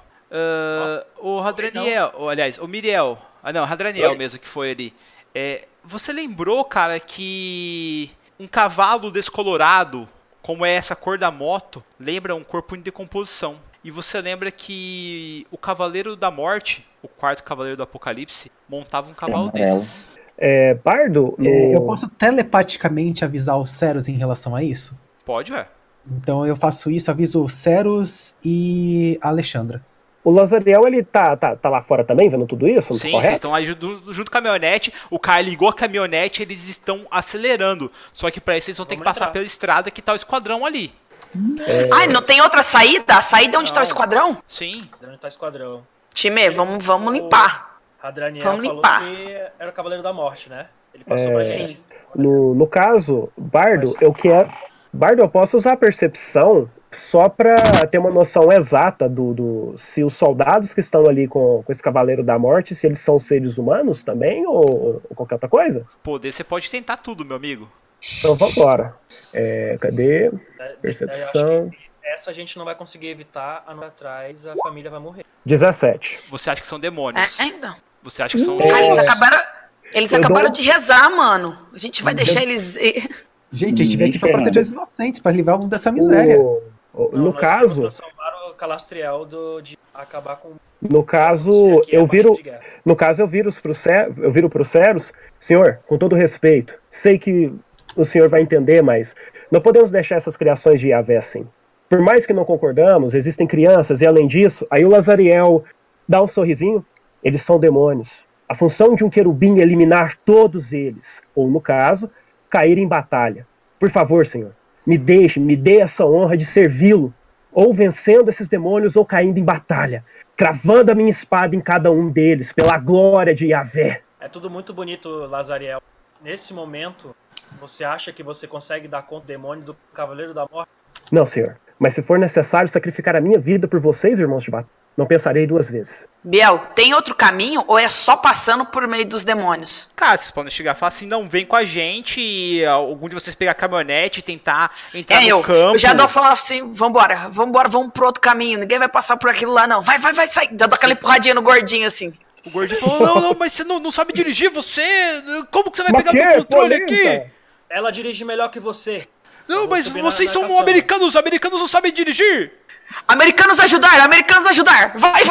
O Radraniel, aliás, o Miriel. Não, Radraniel mesmo que foi ali. Você lembrou, cara, que um cavalo descolorado, como é essa cor da moto, lembra um corpo em decomposição. E você lembra que o Cavaleiro da Morte, o quarto Cavaleiro do Apocalipse, montava um cavalo desses. Bardo? Eu posso telepaticamente avisar os Ceros em relação a isso? Pode, ué. Então eu faço isso, aviso o Ceros e a Alexandra. O Lazariel, ele tá lá fora também, vendo tudo isso? Sim, vocês estão aí junto com a caminhonete, o cara ligou a caminhonete, eles estão acelerando. Só que pra isso eles vão ter que passar pela estrada que tá o esquadrão ali. Ai, não tem outra saída? A saída é onde tá o esquadrão? Sim. Onde tá o esquadrão. Time, vamos limpar. Radraniel Vamos falou limpar. que era o Cavaleiro da Morte, né? Ele passou pra Sim. No caso, Bardo, eu posso usar a percepção só pra ter uma noção exata se os soldados que estão ali com esse Cavaleiro da Morte, se eles são seres humanos também, ou qualquer outra coisa? Poder, você pode tentar tudo, meu amigo. Então vambora. Cadê? Percepção. Essa a gente não vai conseguir evitar, a noite atrás a família vai morrer. 17. Você acha que são demônios? Ainda. Você acha que são Cara, eles acabaram de rezar, mano. A gente vai deixar eles... Gente, a gente veio aqui pra proteger os inocentes, pra livrar o mundo dessa miséria. No caso... Pra salvar o Calastriel de acabar com... No caso, eu viro pro Ceros. Senhor, com todo respeito, sei que o senhor vai entender, mas não podemos deixar essas criações de Yahvé assim. Por mais que não concordamos, existem crianças, e além disso, aí o Lazariel dá um sorrisinho, eles são demônios. A função de um querubim é eliminar todos eles, ou no caso, cair em batalha. Por favor, senhor, me dê essa honra de servi-lo, ou vencendo esses demônios, ou caindo em batalha, cravando a minha espada em cada um deles, pela glória de Yahvé. É tudo muito bonito, Lazariel. Nesse momento, você acha que você consegue dar conta do demônio do Cavaleiro da Morte? Não, senhor. Mas se for necessário sacrificar a minha vida por vocês, irmãos de batalha, não pensarei 2 vezes. Biel, tem outro caminho ou é só passando por meio dos demônios? Cara, vocês podem chegar e falar assim, não, vem com a gente, e algum de vocês pegar a caminhonete e tentar entrar no campo. Eu já dou falar assim, vambora, vamos pro outro caminho, ninguém vai passar por aquilo lá não. Vai, sai. Já dou aquela empurradinha no gordinho assim. O gordinho falou, não, mas você não sabe dirigir, como que você vai pegar meu controle aqui? Ela dirige melhor que você. Não, mas vocês são americanos, os americanos não sabem dirigir. Americanos ajudar! Vai!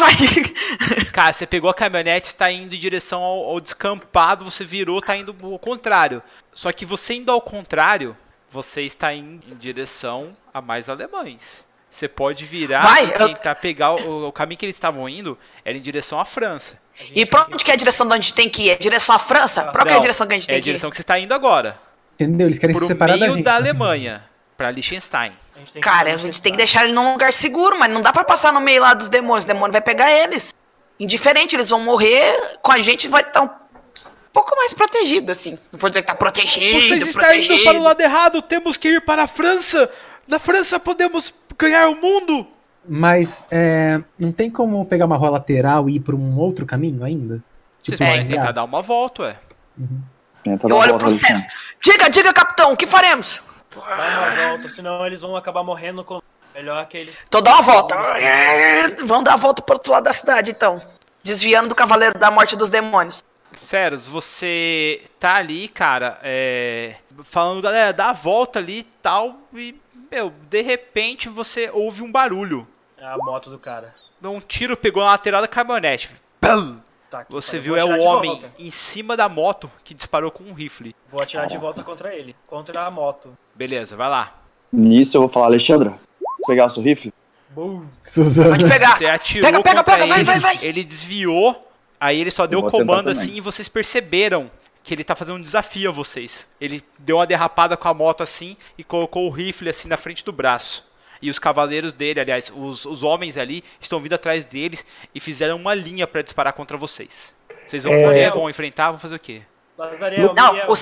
Cara, você pegou a caminhonete, está indo em direção ao descampado, você virou, tá indo ao contrário. Só que você indo ao contrário, você está indo em direção a mais alemães. Você pode virar e tentar pegar o caminho que eles estavam indo, era em direção à França. E pra onde que é a direção de onde tem que ir? É direção à França? Pra qual é a direção que a gente tem que ir? É a direção que você está indo agora. Entendeu? Eles querem se separar da gente. Pro meio da Alemanha, pra Liechtenstein. Cara, a gente tem que deixar ele num lugar seguro, mas não dá pra passar no meio lá dos demônios. O demônio vai pegar eles. Indiferente, eles vão morrer, com a gente vai estar um pouco mais protegido, assim. Não vou dizer que tá protegido. Vocês estão indo para o lado errado, temos que ir para a França. Na França podemos ganhar o mundo. Mas não tem como pegar uma rua lateral e ir por um outro caminho ainda? Vocês podem tentar dar uma volta, ué. Eu olho pro Ceros. Diga, capitão, o que faremos? Dá uma volta, senão eles vão acabar morrendo com... Melhor que eles... Então dá uma volta. Vamos dar a volta pro outro lado da cidade, então. Desviando do Cavaleiro da Morte dos Demônios. Ceros, você tá ali, cara, falando, galera, dá a volta ali e tal, e, de repente você ouve um barulho. É a moto do cara. Um tiro pegou na lateral da caminhonete. Pum! Você viu o homem em cima da moto que disparou com um rifle. Vou atirar de volta contra ele, contra a moto. Beleza, vai lá. Nisso eu vou falar, Alexandra, pegar o seu rifle? Suzana. Pode pegar. Você atirou pega, ele, vai. Ele desviou, aí ele só deu o comando assim e vocês perceberam que ele tá fazendo um desafio a vocês. Ele deu uma derrapada com a moto assim e colocou o rifle assim na frente do braço. E os cavaleiros dele, aliás, os homens ali, estão vindo atrás deles e fizeram uma linha pra disparar contra vocês. Vocês vão correr, vão enfrentar, vão fazer o quê? Lazariel, não,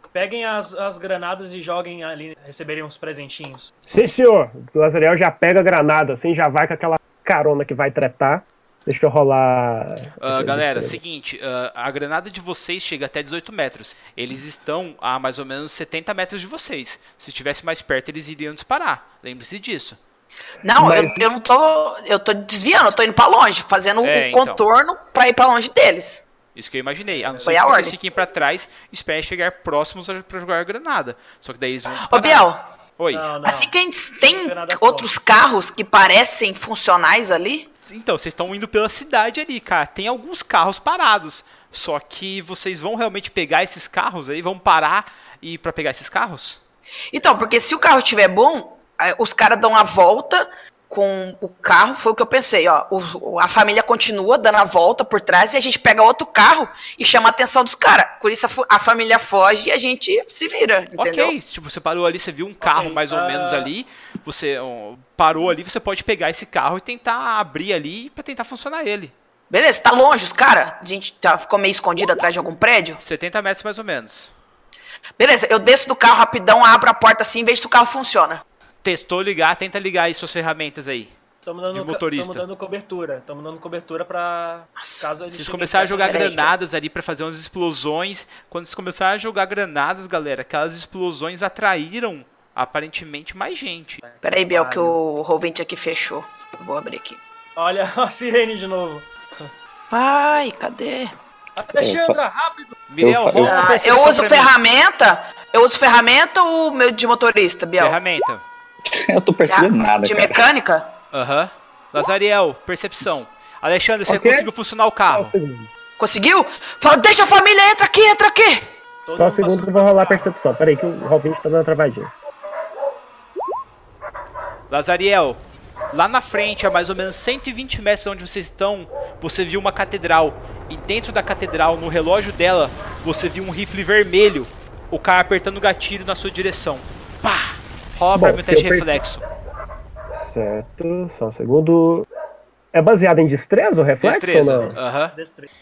Peguem as granadas e joguem ali, receberem uns presentinhos. Sim, senhor. O Lazariel já pega a granada, assim, já vai com aquela carona que vai tretar. Deixa eu rolar... Galera, seguinte, a granada de vocês chega até 18 metros. Eles estão a mais ou menos 70 metros de vocês. Se estivesse mais perto, eles iriam disparar. Lembre-se disso. Não, mas... eu não tô... Eu tô desviando, eu tô indo pra longe, fazendo um contorno pra ir pra longe deles. Isso que eu imaginei. A não ser que vocês fiquem pra trás e esperem chegar próximos pra jogar a granada. Só que daí eles vão disparar. Ô, Biel. Oi. Não. Assim que a gente tem outros carros que parecem funcionais ali... Então, vocês estão indo pela cidade ali, cara. Tem alguns carros parados. Só que vocês vão realmente pegar esses carros aí? Vão parar pra pegar esses carros? Então, porque se o carro estiver bom, os caras dão a volta com o carro. Foi o que eu pensei, ó. A família continua dando a volta por trás e a gente pega outro carro e chama a atenção dos caras. Por isso a família foge e a gente se vira, entendeu? Ok, tipo, você parou ali, você viu um carro mais ou menos ali. Você parou ali, você pode pegar esse carro e tentar abrir ali pra tentar funcionar ele. Beleza, tá longe os caras? A gente ficou meio escondido atrás de algum prédio? 70 metros mais ou menos. Beleza, eu desço do carro rapidão, abro a porta assim e vejo se o carro funciona. Testou ligar, tenta ligar aí suas ferramentas aí. De motorista. Estamos dando cobertura pra caso eles... Vocês começaram a jogar granadas ali pra fazer umas explosões. Quando vocês começaram a jogar granadas, galera, aquelas explosões atraíram aparentemente mais gente. Peraí, Biel, que o Roll20 aqui fechou. Eu vou abrir aqui. Olha a sirene de novo. Vai, cadê? Alexandra, rápido! Miriel, eu uso ferramenta? Eu uso ferramenta ou meu de motorista, Biel? Ferramenta. Eu tô percebendo nada, de mecânica? Aham. Lazariel, percepção. Alexandre, você conseguiu funcionar o carro? Conseguiu? Fala, deixa a família, entra aqui! Só um segundo que eu vou rolar a percepção. Peraí que o Roll20 tá dando travadinha. Lazariel, lá na frente, a mais ou menos 120 metros de onde vocês estão, você viu uma catedral. E dentro da catedral, no relógio dela, você viu um rifle vermelho. O cara apertando o gatilho na sua direção. Pá! Rola pra mim o teste de reflexo. Certo, só um segundo. É baseado em destreza ou reflexo? Destreza, aham.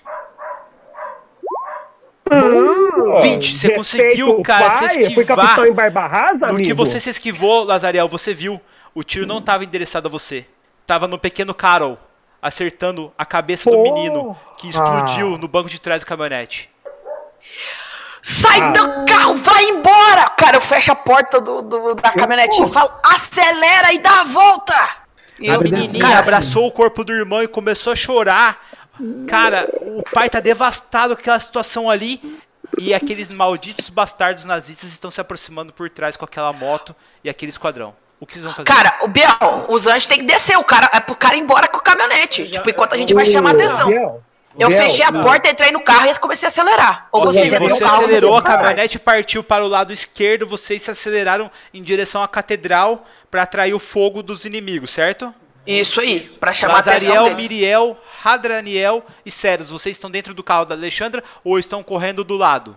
20, você conseguiu, cara, se esquivar. Foi capitão em barba rasa, amigo? No que você se esquivou, Lazariel, você viu, o tiro não estava endereçado a você. Tava no pequeno Carol, acertando a cabeça do menino que explodiu no banco de trás da caminhonete. Sai do carro, vai embora! Cara, eu fecho a porta da caminhonete e falo, acelera e dá a volta! E a menininha abraçou o corpo do irmão e começou a chorar. Cara, o pai tá devastado com aquela situação ali. E aqueles malditos bastardos nazistas estão se aproximando por trás com aquela moto e aquele esquadrão. O que vocês vão fazer? Cara, o Biel, os anjos tem que descer, é pro cara ir embora com a caminhonete. Tipo, enquanto a gente vai chamar a atenção. Eu fechei a porta, entrei no carro e comecei a acelerar. Ou você acelerou a caminhonete e partiu para o lado esquerdo, vocês se aceleraram em direção à catedral para atrair o fogo dos inimigos, certo? Isso aí, para chamar a atenção deles. deles. Miriel, Hadraniel e Ceros, vocês estão dentro do carro da Alexandra ou estão correndo do lado?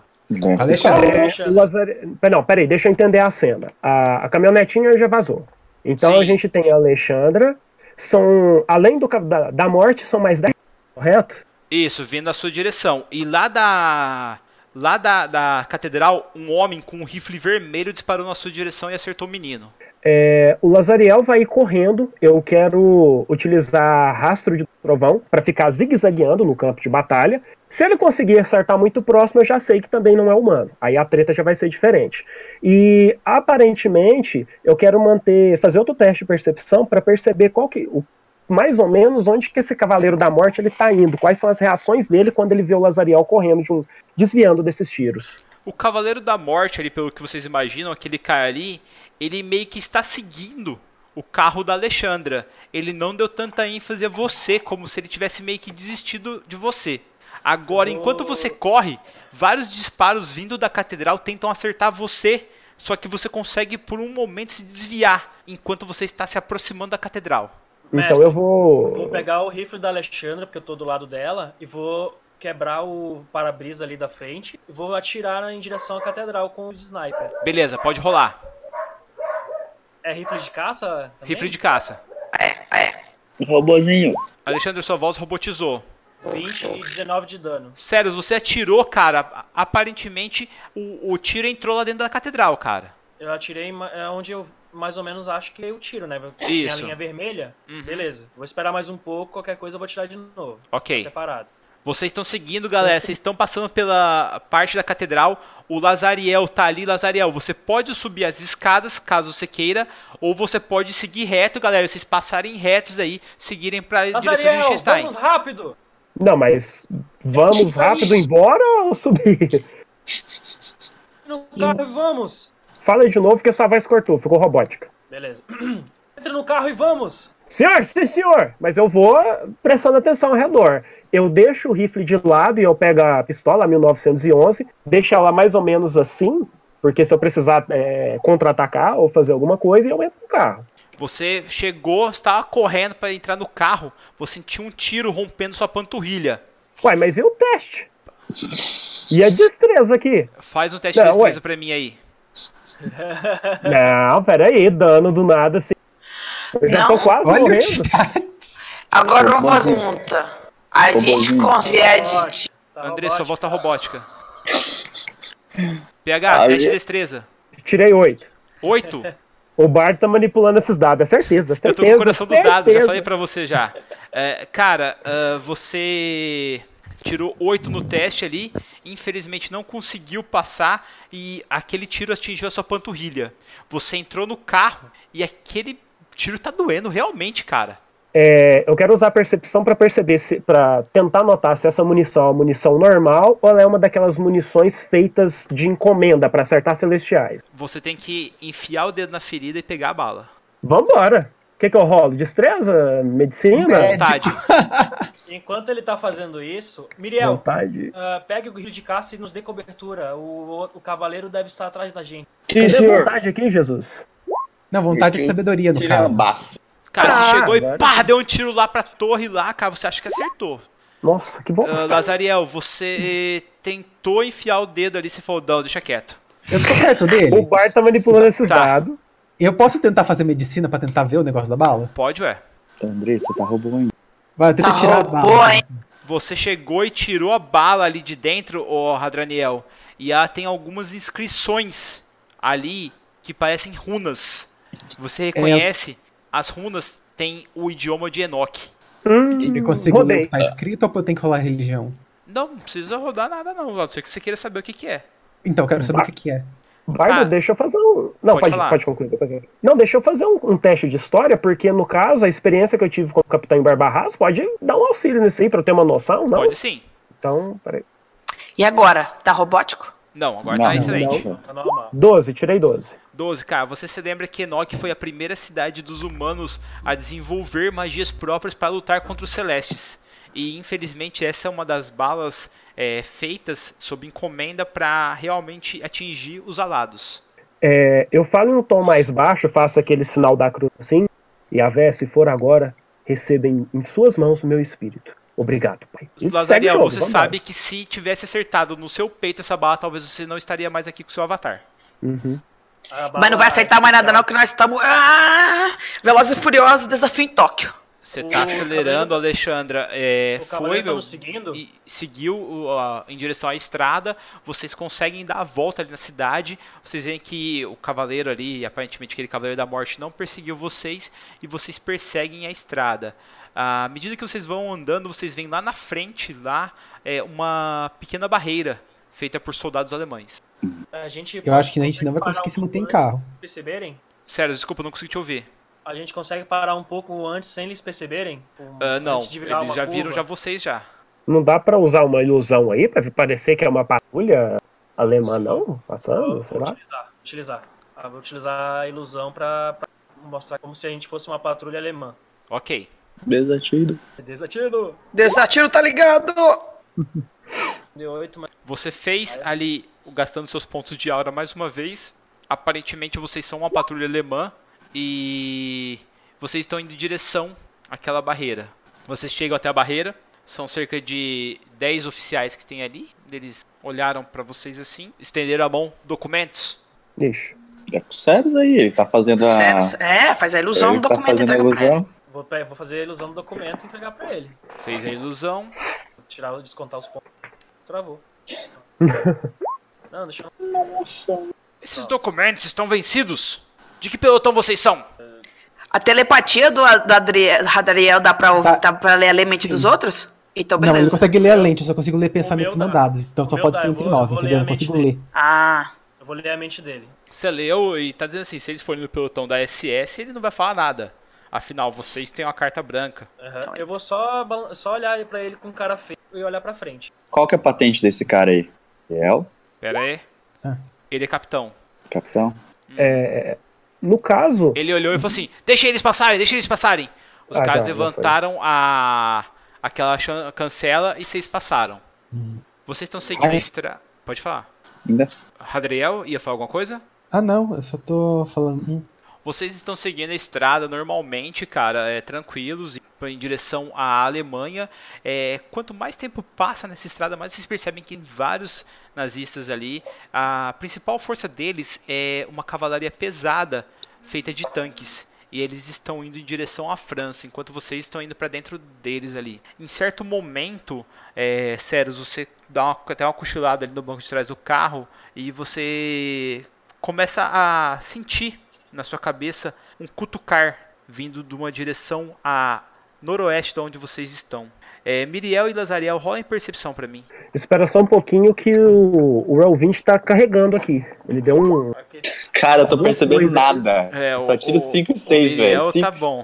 Não, peraí, deixa eu entender a cena. A caminhonetinha já vazou. Então a gente tem a Alexandra, além da morte, são mais 10, correto? Isso, vindo na sua direção. E lá da catedral, um homem com um rifle vermelho disparou na sua direção e acertou o menino. O Lazariel vai ir correndo. Eu quero utilizar rastro de trovão para ficar zigue-zagueando no campo de batalha. Se ele conseguir acertar muito próximo, eu já sei que também não é humano. Aí a treta já vai ser diferente. E aparentemente eu quero fazer outro teste de percepção para perceber mais ou menos onde que esse Cavaleiro da Morte ele tá indo. Quais são as reações dele quando ele vê o Lazariel correndo, desviando desses tiros. O Cavaleiro da Morte, ali, pelo que vocês imaginam, aquele cara ali, ele meio que está seguindo o carro da Alexandra. Ele não deu tanta ênfase a você, como se ele tivesse meio que desistido de você. Agora, enquanto você corre, vários disparos vindo da catedral tentam acertar você, só que você consegue por um momento se desviar, enquanto você está se aproximando da catedral. Mestre, então eu vou pegar o rifle da Alexandra, porque eu tô do lado dela, e vou quebrar o para-brisa ali da frente e vou atirar em direção à catedral com o sniper. Beleza, pode rolar. É rifle de caça também? Rifle de caça. Robozinho. Alexandre, sua voz robotizou. 20 e 19 de dano. Sério, você atirou, cara. Aparentemente, o tiro entrou lá dentro da catedral, cara. Eu atirei onde eu mais ou menos acho que eu tiro, né? Tinha a linha vermelha. Beleza. Vou esperar mais um pouco, qualquer coisa eu vou tirar de novo. Ok. Preparado. Vocês estão seguindo, galera. Vocês estão passando pela parte da catedral. O Lazariel tá ali. Lazariel, você pode subir as escadas, caso você queira. Ou você pode seguir reto, galera. Vocês passarem retos aí, seguirem pra direção de Liechtenstein. Vamos rápido! Não, mas vamos rápido embora ou subir? No carro e vamos! Fala de novo que a sua voz cortou, ficou robótica. Beleza. Entre no carro e vamos! Senhor, sim senhor! Mas eu vou prestando atenção ao redor. Eu deixo o rifle de lado e eu pego a pistola, a 1911, deixo ela mais ou menos assim, porque se eu precisar contra-atacar ou fazer alguma coisa, eu entro no carro. Você chegou, estava correndo para entrar no carro, você sentiu um tiro rompendo sua panturrilha. Ué, mas e o teste? E a destreza aqui? Faz um teste de destreza pra mim aí. Não, peraí, dano do nada assim. Eu já tô quase morrendo. Agora uma pergunta. A gente consegue. André, sua voz tá robótica. PH, teste de destreza. Tirei 8. 8? O Bart tá manipulando esses dados, é certeza. Eu tô com o coração dos dados, já falei pra você já. Cara, você tirou 8 no teste ali, infelizmente não conseguiu passar e aquele tiro atingiu a sua panturrilha. Você entrou no carro e aquele tiro tá doendo realmente, cara. Eu quero usar a percepção pra perceber, pra tentar notar se essa munição é uma munição normal ou ela é uma daquelas munições feitas de encomenda pra acertar celestiais. Você tem que enfiar o dedo na ferida e pegar a bala. Vambora! O que eu rolo? Destreza? Medicina? Vontade. Enquanto ele tá fazendo isso, Miriel, pegue o grito de caça e nos dê cobertura. O cavaleiro deve estar atrás da gente. Cadê vontade aqui, Jesus? Não, vontade e sabedoria, no caso. Cara, você chegou e pá, deu um tiro lá pra torre lá, cara, você acha que acertou. Nossa, que bom. Lazariel, você tentou enfiar o dedo ali, você falou, não, deixa quieto. Eu tô perto dele. O Bart tá manipulando esses dados. Eu posso tentar fazer medicina pra tentar ver o negócio da bala? Pode, ué. André, você tá roubando. Vai, tenta tirar a bala. Hein? Você chegou e tirou a bala ali de dentro, ô Hadraniel, e ela tem algumas inscrições ali que parecem runas. Você reconhece... As runas têm o idioma de Enoch. Eu consigo ler o que tá escrito ou eu tenho que rolar religião? Não precisa rodar nada não, a não ser que você queira saber o que é. Então, eu quero saber o que é. Bardo, deixa eu fazer um... Não, pode concluir. Não, deixa eu fazer um teste de história, porque no caso, a experiência que eu tive com o Capitão em Barbarras pode dar um auxílio nisso aí, pra eu ter uma noção, não? Pode sim. Então, peraí. E agora? Tá robótico? Não, agora tá excelente. Tá normal. 12, tirei 12. 12, cara, você se lembra que Enoch foi a primeira cidade dos humanos a desenvolver magias próprias para lutar contra os celestes. E infelizmente essa é uma das balas feitas sob encomenda para realmente atingir os alados. Eu falo em um tom mais baixo, faço aquele sinal da cruz assim, e Avé, se for agora, receba em suas mãos o meu espírito. Obrigado, pai. Lazariel, você sabe que se tivesse acertado no seu peito essa bala, talvez você não estaria mais aqui com o seu avatar. Uhum. Mas não vai acertar mais nada não, que nós estamos... Velozes e Furiosos, desafio em Tóquio. Você tá acelerando, Alexandra. Foi, meu, seguindo? e seguiu em direção à estrada. Vocês conseguem dar a volta ali na cidade. Vocês veem que o cavaleiro ali, aparentemente aquele cavaleiro da morte, não perseguiu vocês. E vocês perseguem a estrada. À medida que vocês vão andando, vocês veem lá na frente, uma pequena barreira feita por soldados alemães. Eu acho que a gente não vai conseguir se manter em carro. Perceberem? Sério, desculpa, não consegui te ouvir. A gente consegue parar um pouco antes sem eles perceberem? Não, eles já viram já vocês já. Não dá pra usar uma ilusão aí, pra parecer que é uma patrulha alemã, não? Passando, sei lá. Vou utilizar a ilusão pra mostrar como se a gente fosse uma patrulha alemã. Ok. Desatiro. Desatiro, tá ligado? Deu 8, mas... Você fez ali, gastando seus pontos de aura mais uma vez. Aparentemente vocês são uma patrulha alemã. E vocês estão indo em direção àquela barreira. Vocês chegam até a barreira. São cerca de 10 oficiais que tem ali. Eles olharam pra vocês assim, estenderam a mão. Documentos? Ixi. É com sérios aí, ele tá fazendo a... faz a ilusão do documento. Tá Vou fazer a ilusão do documento e entregar pra ele. Fez a ilusão. descontar os pontos. Travou. Não, deixa eu... Nossa. Esses documentos estão vencidos? De que pelotão vocês são? A telepatia do Hadriel dá pra ler a mente dos outros? Então, beleza. Não, ele não consegue ler a lente, eu só consigo ler pensamentos mandados. Então só pode ser entre nós, entendeu? Eu não consigo ler. Eu vou ler a mente dele. Você leu e tá dizendo assim, se eles forem no pelotão da SS, ele não vai falar nada. Afinal, vocês têm uma carta branca. Uhum. Eu vou só olhar pra ele com cara feio e olhar pra frente. Qual que é a patente desse cara aí? Pera aí. Ele é capitão. Capitão? No caso... Ele olhou e falou assim, deixa eles passarem. Os caras levantaram aquela cancela e vocês passaram. Vocês estão seguindo a estrada... Pode falar. Ainda? Hadriel, ia falar alguma coisa? Não, eu só tô falando... Vocês estão seguindo a estrada normalmente, cara, tranquilos, em direção à Alemanha. Quanto mais tempo passa nessa estrada, mais vocês percebem que tem vários nazistas ali. A principal força deles é uma cavalaria pesada, feita de tanques. E eles estão indo em direção à França, enquanto vocês estão indo para dentro deles ali. Em certo momento, Ceros, você dá até uma cochilada ali no banco de trás do carro e você começa a sentir na sua cabeça um cutucar vindo de uma direção a noroeste de onde vocês estão. Miriel e Lazariel, rolem percepção pra mim. Espera só um pouquinho que o Roll20 tá carregando aqui. Ele deu um... Cara, eu tô percebendo nada. Só tiro 5 e 6, velho. Tá bom.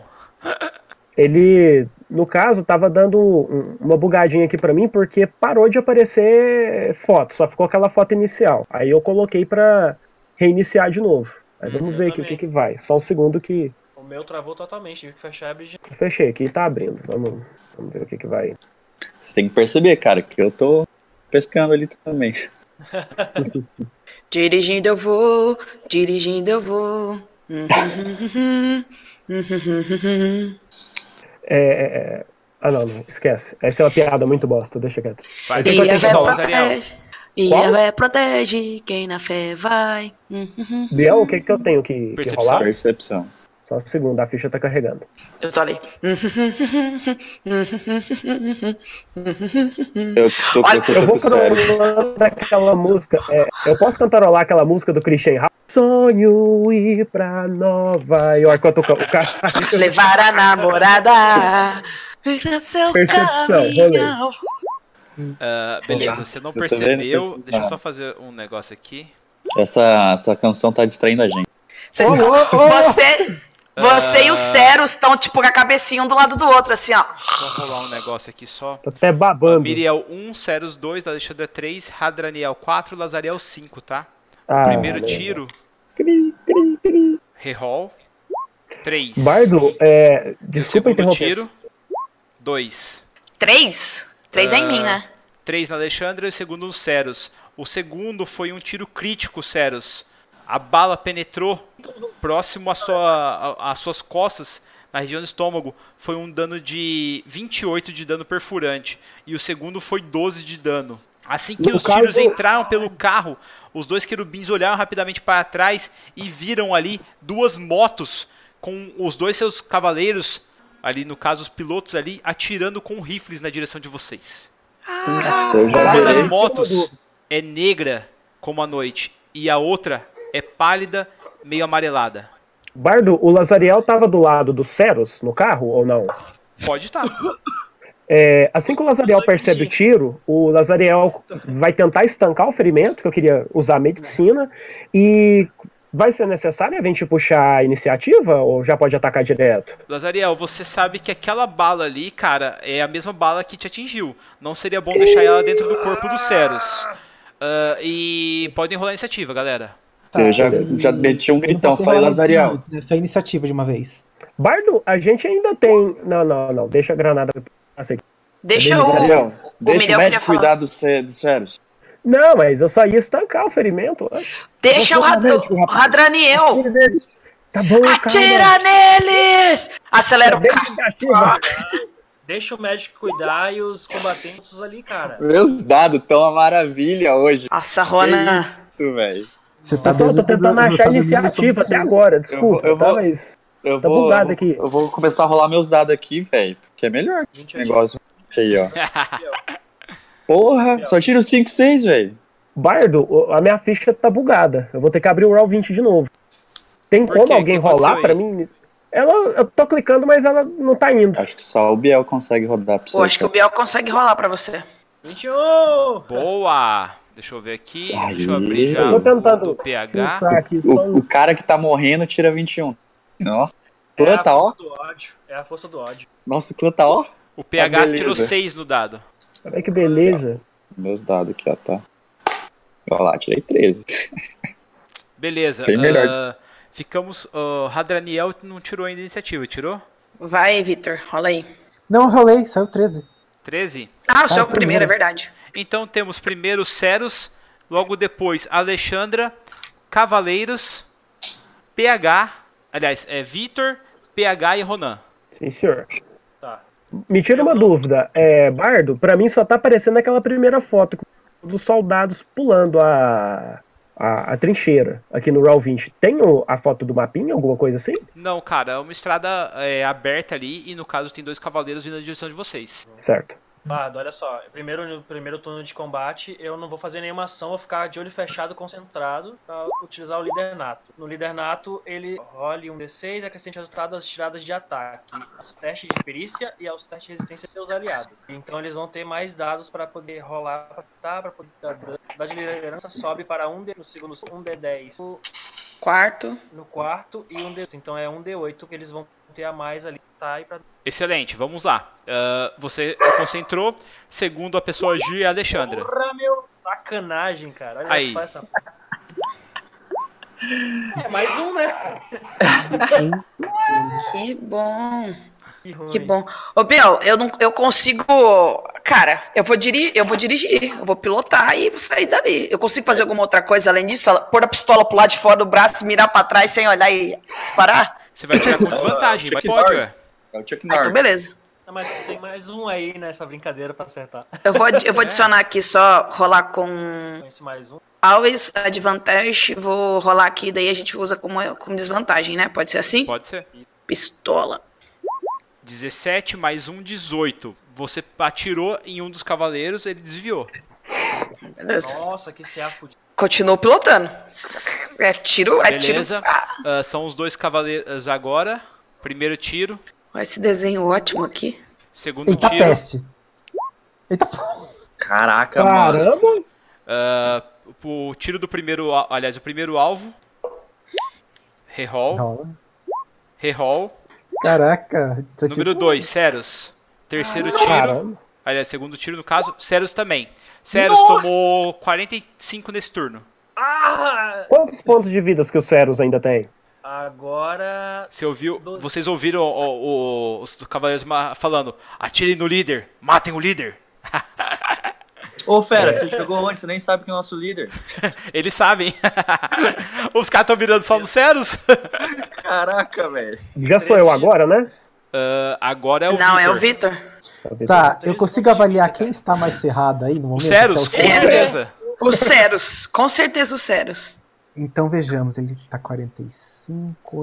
Ele, no caso, tava dando uma bugadinha aqui pra mim, porque parou de aparecer foto. Só ficou aquela foto inicial. Aí eu coloquei pra reiniciar de novo. Aí vamos ver aqui o que vai. Só um segundo que... O meu travou totalmente, tive que fechar a abrir. Fechei aqui, tá abrindo. Vamos ver o que vai. Você tem que perceber, cara, que eu tô pescando ali também. Dirigindo eu vou. Não, esquece. Essa é uma piada muito bosta, deixa quieto. Iavé protege quem na fé vai. Biel, o que eu tenho que rolar? Percepção. Só um segundo, a ficha tá carregando. Eu tô ali. Eu vou cantarolar aquela música. Eu posso cantarolar aquela música do Christian Ralph? Sonho ir pra Nova York. O cara... Levar a namorada. Seu percepção, rolê. Beleza, você não percebeu. Deixa eu só fazer um negócio aqui. Essa canção tá distraindo a gente. Você e o Ceros estão tipo com a cabecinha um do lado do outro, assim, ó. Vou rolar um negócio aqui só. Tô até babando. Miriel 1, Ceros 2, Alexandre 3, Hadraniel 4, Lazariel 5, tá? Primeiro tiro. Reroll. 3. Bardo, desculpa interromper. Tiro. 2. 3? 3 é em mim, né? 3 no Alexandre e o segundo no Ceros. O segundo foi um tiro crítico, Ceros. A bala penetrou próximo às suas costas, na região do estômago. Foi um dano de 28 de dano perfurante. E o segundo foi 12 de dano. Assim que os tiros entraram pelo carro, os dois querubins olharam rapidamente para trás e viram ali duas motos com os dois seus cavaleiros, ali no caso os pilotos ali, atirando com rifles na direção de vocês. Uma das motos é negra como a noite e a outra é pálida, meio amarelada. Bardo, o Lazariel tava do lado do Ceros no carro ou não? Pode estar. Assim que o Lazariel percebe o tiro, o Lazariel vai tentar estancar o ferimento, que eu queria usar a medicina, e vai ser necessário a gente puxar a iniciativa ou já pode atacar direto? Lazariel, você sabe que aquela bala ali, cara, é a mesma bala que te atingiu. Não seria bom deixar ela dentro do corpo do Ceros. E podem rolar a iniciativa, galera. Eu já meti um gritão, falei Lazariel. Só iniciativa de uma vez. Bardo, a gente ainda tem... Não, deixa a granada... Deixa o médico cuidar do Ceros. Não, mas eu só ia estancar o ferimento. Deixa o Hadraniel. Tá bom, atira neles! Acelera o carro. Deixa o médico cuidar e os combatentes ali, cara. Meus dados estão uma maravilha hoje. Nossa, Rona. Que isso, velho. Você tá tô tentando achar a iniciativa até agora, desculpa, mas... Tá bugado aqui. Eu vou começar a rolar meus dados aqui, velho, porque é melhor o negócio aí, ó. Porra, só tiro 5, 6, velho. Bardo, a minha ficha tá bugada. Eu vou ter que abrir o Roll 20 de novo. Tem como alguém rolar pra mim? Eu tô clicando, mas ela não tá indo. Acho que só o Biel consegue rodar pra você. Pô, acho que o Biel consegue rolar pra você. 21! Boa! Deixa eu ver aqui. Aí. Deixa eu abrir já eu tô tentando o PH. Aqui, o cara que tá morrendo tira 21. Nossa. O clã tá ó. É a força do ódio. Nossa, o clã tá ó. O PH tirou 6 no dado. Olha que beleza. Meus dados aqui, ó, tá. Olha lá, tirei 13. Beleza. Bem melhor. Ficamos... Hadraniel não tirou ainda a iniciativa, tirou? Vai, Vitor, rola aí. Não, eu rolei, saiu 13. 13? Ah, o seu é o primeiro, é verdade. Então temos primeiro Ceros, logo depois Alexandra, Cavaleiros, PH, aliás, Vitor, PH e Ronan. Sim, senhor. Tá. Me tira uma dúvida. Bardo, pra mim só tá aparecendo aquela primeira foto dos soldados pulando a trincheira aqui no Roll 20. Tem a foto do mapinha, alguma coisa assim? Não, cara, é uma estrada aberta ali e no caso tem 2 cavaleiros vindo na direção de vocês. Certo. Bardo, olha só, primeiro turno de combate, eu não vou fazer nenhuma ação, vou ficar de olho fechado, concentrado, pra utilizar o líder nato. No líder nato, ele role um D6 e acrescente resultado às tiradas de ataque, aos testes de perícia e aos testes de resistência de seus aliados. Então eles vão ter mais dados para poder rolar, para poder dar dano. A de liderança sobe para no segundo, um D10 no quarto e um D8. Então é um D8 que eles vão ter a mais ali. Tá, Excelente, vamos lá. Você concentrou, segundo a pessoa agir é a Alexandra. Porra, meu, sacanagem, cara. Olha aí. Só essa... mais um, né? Que bom. Que bom. Ô, Biel, eu consigo... Cara, eu vou dirigir, eu vou pilotar e vou sair dali. Eu consigo fazer alguma outra coisa além disso? Pôr a pistola pro lado de fora do braço, mirar pra trás sem olhar e disparar? Você vai tirar com desvantagem, mas pode, ué. É o Chuck Norris. Então, beleza. Mas tem mais um aí nessa brincadeira pra acertar. Eu vou adicionar aqui só, rolar com... Esse mais um. Always advantage, vou rolar aqui, daí a gente usa como desvantagem, né? Pode ser assim? Pode ser. Pistola. 17 mais 1, 18. Você atirou em um dos cavaleiros, ele desviou. Beleza. Nossa, que se fudido. Continuou pilotando. Tiro. Beleza. São os 2 cavaleiros agora. Primeiro tiro. Olha esse desenho ótimo aqui. Segundo tiro. Peste. Eita. Caraca, caramba. mano. O tiro do primeiro... Aliás, o primeiro alvo. Reroll. Caraca. Número 2, Ceros. Terceiro tiro. Caramba. Aliás, segundo tiro no caso. Ceros também. Ceros tomou 45 nesse turno. Quantos pontos de vidas que o Ceros ainda tem? Agora... Vocês ouviram os cavaleiros falando: atirem no líder, matem o líder. Ô, fera, você jogou onde? Você nem sabe que é o nosso líder. Eles sabem. Os caras estão mirando só no Ceros. Caraca, velho. Já sou eu agora, né? Agora é o Vitor. Não, é o Vitor. Tá, eu consigo avaliar quem está mais ferrado aí no momento? O Ceros, com certeza. O Ceros, com certeza o Ceros. Então vejamos, ele tá 45,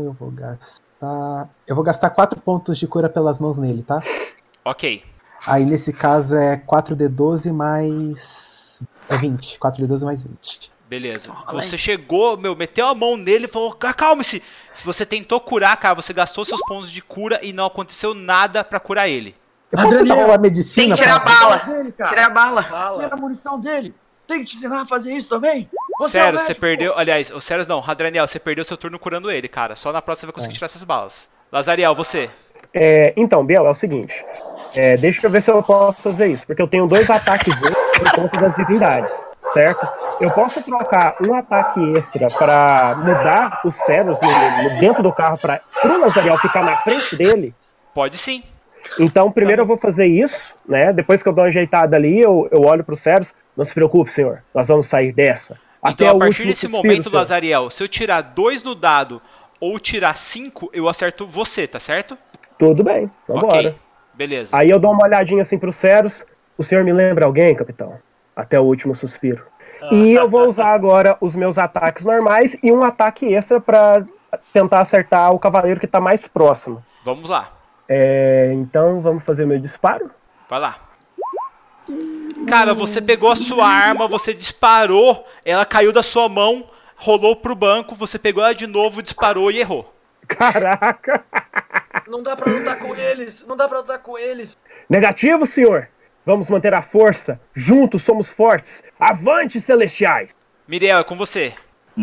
eu vou gastar 4 pontos de cura pelas mãos nele, tá? Ok. Aí nesse caso é 4d12 mais 20, 4d12 mais 20. Beleza. Você chegou, meteu a mão nele e falou: acalme-se. Se você tentou curar, cara, você gastou seus pontos de cura e não aconteceu nada pra curar ele. Eu posso dar uma medicina? Tem que tirar a bala. Tirar a bala. Tira a munição dele. Tem que te ensinar a fazer isso também. Sério, você perdeu... Aliás, o Sério não, Hadraniel, você perdeu seu turno curando ele, cara. Só na próxima você vai conseguir tirar essas balas. Lazariel, você. Então, Biel, é o seguinte. Deixa eu ver se eu posso fazer isso. Porque eu tenho 2 ataques por conta das divindades, certo? Eu posso trocar um ataque extra pra mudar os Ceros dentro do carro pro Lazariel ficar na frente dele? Pode sim. Então, primeiro eu vou fazer isso, né? Depois que eu dou uma ajeitada ali, eu olho pro Ceros. Não se preocupe, senhor. Nós vamos sair dessa. Então, a partir desse momento, Lazariel, se eu tirar 2 no dado ou tirar 5, eu acerto você, tá certo? Tudo bem, vambora. Ok, beleza. Aí eu dou uma olhadinha assim pro Ceros. O senhor me lembra alguém, capitão? Até o último suspiro. E eu vou usar agora os meus ataques normais e um ataque extra pra tentar acertar o cavaleiro que tá mais próximo. Vamos lá. Então, vamos fazer o meu disparo? Vai lá. Cara, você pegou a sua arma, você disparou, ela caiu da sua mão, rolou pro banco, você pegou ela de novo, disparou e errou. Caraca! Não dá pra lutar com eles! Não dá pra lutar com eles! Negativo, senhor! Vamos manter a força! Juntos somos fortes! Avante, celestiais! Miriel, é com você.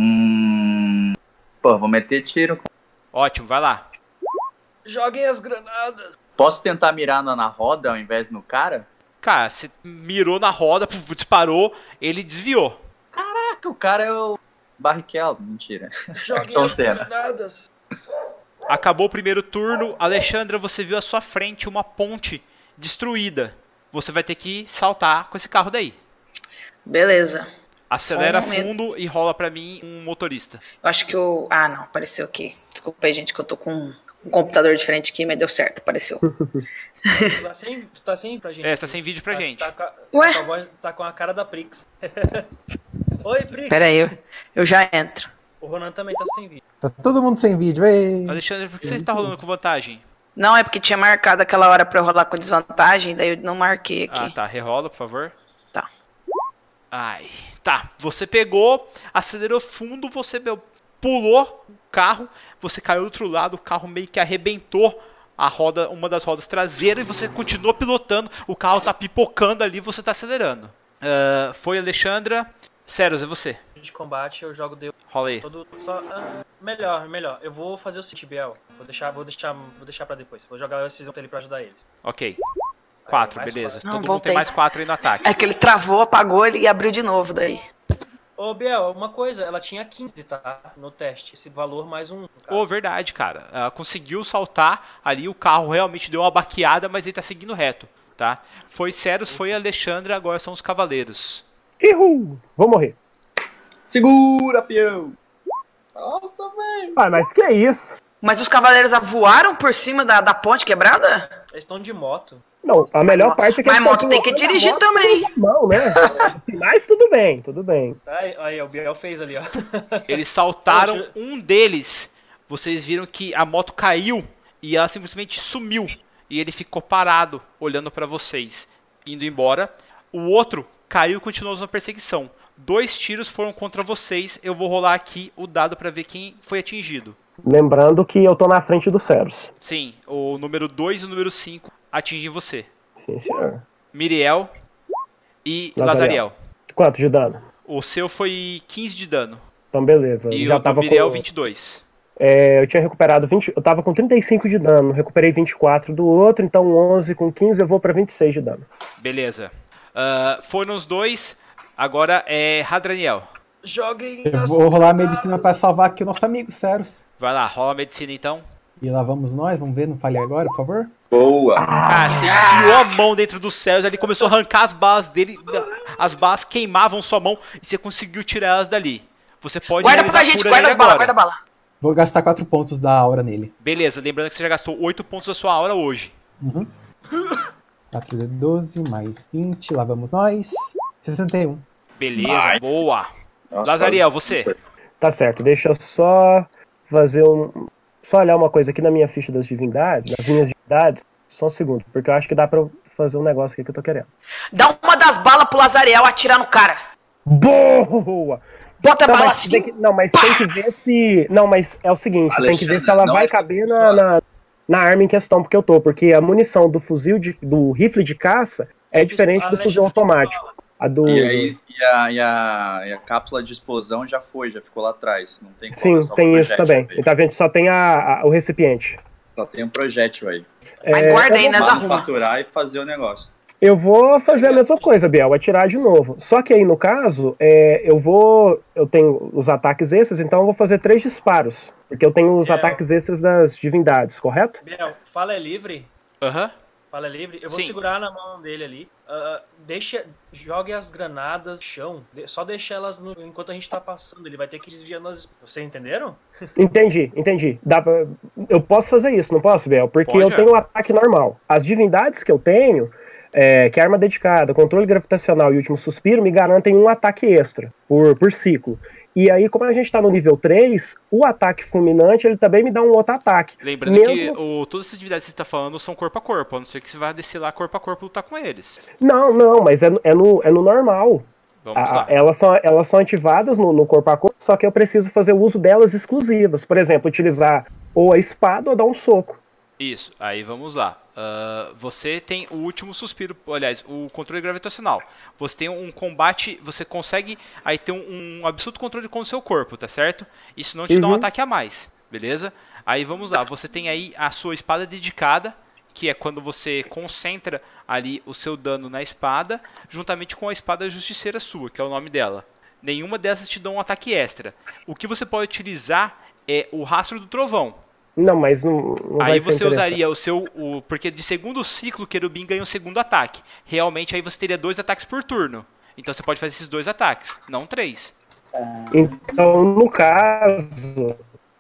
Pô, vou meter tiro. Ótimo, vai lá. Joguem as granadas! Posso tentar mirar na roda ao invés no cara? Cara, você mirou na roda, disparou, ele desviou. Caraca, o cara é o Barrichello. Mentira. Joguem as granadas! Acabou o primeiro turno. Alexandra, você viu à sua frente uma ponte destruída. Você vai ter que saltar com esse carro daí. Beleza. Acelera fundo e rola pra mim um motorista. Eu acho que eu... Ah, não. Apareceu aqui. Desculpa aí, gente, que eu tô com um computador diferente aqui, mas deu certo. Apareceu. Tu tá sem pra gente? É, você tá sem vídeo pra gente. Ué? A voz tá com a cara da Prix. Oi, Prix. Pera aí, eu já entro. O Ronan também tá sem vídeo. Tá todo mundo sem vídeo, ei. Alexandre, por que você tá rolando com vantagem? Não, é porque tinha marcado aquela hora pra eu rolar com desvantagem, daí eu não marquei aqui. Ah, tá. Rerola, por favor. Tá. Ai. Tá. Você pegou, acelerou fundo, você pulou o carro, você caiu do outro lado, o carro meio que arrebentou a roda, uma das rodas traseiras, e você continuou pilotando, o carro tá pipocando ali, você tá acelerando. Foi Alexandra. Ceros, é você. De combate, eu jogo Deus. Rola aí. Melhor. Eu vou fazer o seguinte, Biel. Vou deixar pra depois. Vou jogar esses outros ali pra ajudar eles. Ok. 4, beleza. Não, todo voltei. mundo tem mais 4 aí no ataque. É que ele travou, apagou e abriu de novo daí. Ô, Biel, uma coisa. Ela tinha 15, tá? No teste. Esse valor mais um. Verdade, cara. Ela conseguiu saltar ali, o carro realmente deu uma baqueada, mas ele tá seguindo reto, tá? Foi Ceros, foi Alexandra, agora são os cavaleiros. Ihu! Vou morrer. Segura, peão! Nossa, velho! Ah, mas que é isso? Mas os cavaleiros voaram por cima da ponte quebrada? Eles estão de moto. Não, a melhor parte é que... Mas moto tem que dirigir também. Não, né? Mas tudo bem, tudo bem. Aí, o Biel fez ali, ó. Eles saltaram, um deles, vocês viram que a moto caiu e ela simplesmente sumiu. E ele ficou parado, olhando pra vocês, indo embora. O outro caiu e continuou na perseguição. 2 tiros foram contra vocês. Eu vou rolar aqui o dado pra ver quem foi atingido. Lembrando que eu tô na frente do Ceros. Sim, o número 2 e o número 5 atingem você. Sim, senhor. Miriel e Lazariel. Quanto de dano? O seu foi 15 de dano. Então, beleza. E já o tava do Miriel, com... 22. Eu tinha recuperado 20... Eu tava com 35 de dano. Recuperei 24 do outro, então 11 com 15 eu vou pra 26 de dano. Beleza. Foram os 2. Agora é Hadraniel. Joguem. Eu vou rolar a medicina pra salvar aqui o nosso amigo, Ceros. Vai lá, rola a medicina então. E lá vamos nós, vamos ver, não falhe agora, por favor. Boa! Cara, você enfiou a mão dentro dos céus, ele começou a arrancar as balas dele, as balas queimavam sua mão e você conseguiu tirar elas dali. Você pode guarda pra gente, guarda as balas, guarda a bala. Vou gastar 4 pontos da aura nele. Beleza, lembrando que você já gastou 8 pontos da sua aura hoje. 4 de 12, mais 20, lá vamos nós. 61. Beleza, nice. Boa. Nossa, Lazariel, você. Tá certo, deixa eu só fazer só olhar uma coisa aqui na minha ficha das divindades, das minhas divindades. Só um segundo, porque eu acho que dá pra eu fazer um negócio aqui que eu tô querendo. Dá uma das balas pro Lazariel atirar no cara. Boa! Bota a bala assim. Mas tem que ver se... Não, mas é o seguinte, Alexandre, tem que ver se ela vai caber na arma em questão que eu tô, porque a munição do fuzil, do rifle de caça é diferente do fuzil automático. E a cápsula de explosão já ficou lá atrás. Não tem como. Sim, tem isso também. Então a gente só tem o recipiente. Só tem um projétil aí. Mas guarda aí, nós arrumamos. Manufaturar e fazer o negócio. Eu vou fazer a mesma coisa, Biel, atirar de novo. Só que aí, no caso, eu tenho os ataques extras, então eu vou fazer 3 disparos. Porque eu tenho os ataques extras das divindades, correto? Biel, fala é livre. Fala é livre. Eu vou segurar na mão dele ali. Jogue as granadas no chão. Só deixa elas enquanto a gente tá passando. Ele vai ter que desviar nas... Vocês entenderam? Entendi. Eu posso fazer isso, não posso, Biel? Porque eu tenho um ataque normal. As divindades que eu tenho... que é arma dedicada, controle gravitacional e último suspiro me garantem um ataque extra por ciclo. E aí, como a gente tá no nível 3, o ataque fulminante, ele também me dá um outro ataque. Lembrando que todas essas atividades que você tá falando são corpo a corpo, a não ser que você vá descer lá corpo a corpo e lutar com eles. Não, mas é no normal. Vamos lá. Elas são ativadas no corpo a corpo, só que eu preciso fazer o uso delas exclusivas. Por exemplo, utilizar ou a espada ou dar um soco. Isso, aí vamos lá. Você tem o último suspiro, aliás, o controle gravitacional. Você tem um combate, você consegue aí ter um absoluto controle com o seu corpo, tá certo? Isso não te dá um ataque a mais, beleza? Aí vamos lá, você tem aí a sua espada dedicada, que é quando você concentra ali o seu dano na espada, juntamente com a espada justiceira sua, que é o nome dela. Nenhuma dessas te dá um ataque extra. O que você pode utilizar é o rastro do trovão. Não, mas não aí você usaria porque de segundo ciclo, o querubim ganha um segundo ataque. Realmente aí você teria 2 ataques por turno. Então você pode fazer esses 2 ataques, não 3. Então, no caso,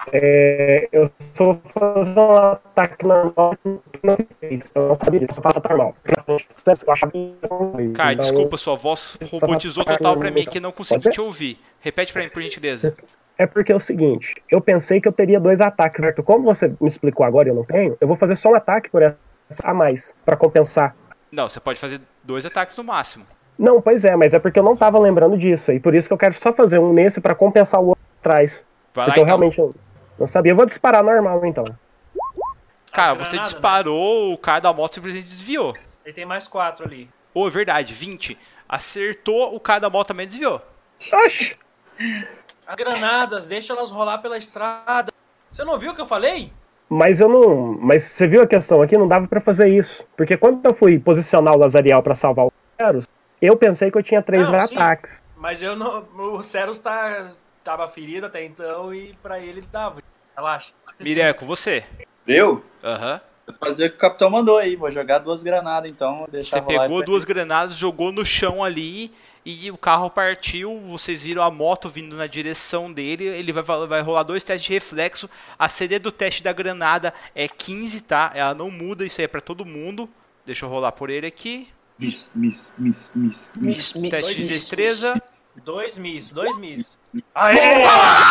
eu só vou fazer um ataque normal. Eu não sabia disso, eu faço ataque normal. Cara, desculpa, sua voz robotizou total pra mim que não consegui te ouvir. Repete pra mim, por gentileza. É porque é o seguinte, eu pensei que eu teria 2 ataques, certo? Como você me explicou agora e eu não tenho, eu vou fazer só um ataque por essa a mais, pra compensar. Não, você pode fazer 2 ataques no máximo. Não, pois é, mas é porque eu não tava lembrando disso, e por isso que eu quero só fazer um nesse pra compensar o outro atrás. Vai porque lá, eu realmente não sabia. Eu vou disparar normal, então. Cara, você disparou, o cara da moto simplesmente desviou. Ele tem mais 4 ali. É verdade, 20. Acertou, o cara da moto também desviou. Oxi! As granadas, deixa elas rolar pela estrada. Você não viu o que eu falei? Mas você viu a questão aqui? Não dava pra fazer isso. Porque quando eu fui posicionar o Lazariel pra salvar o Ceros, eu pensei que eu tinha 3 ataques. Sim, mas eu não. O Ceros tava ferido até então e pra ele dava. Relaxa. Miriam, com você. Eu? Aham. Vou fazer o que o capitão mandou aí. Vou jogar 2 granadas então. Você pegou 2 granadas, jogou no chão ali. E o carro partiu, vocês viram a moto vindo na direção dele, ele vai rolar 2 testes de reflexo, a CD do teste da granada é 15, tá? Ela não muda, isso aí é pra todo mundo. Deixa eu rolar por ele aqui. Miss. Teste de destreza. 2 miss. Aê!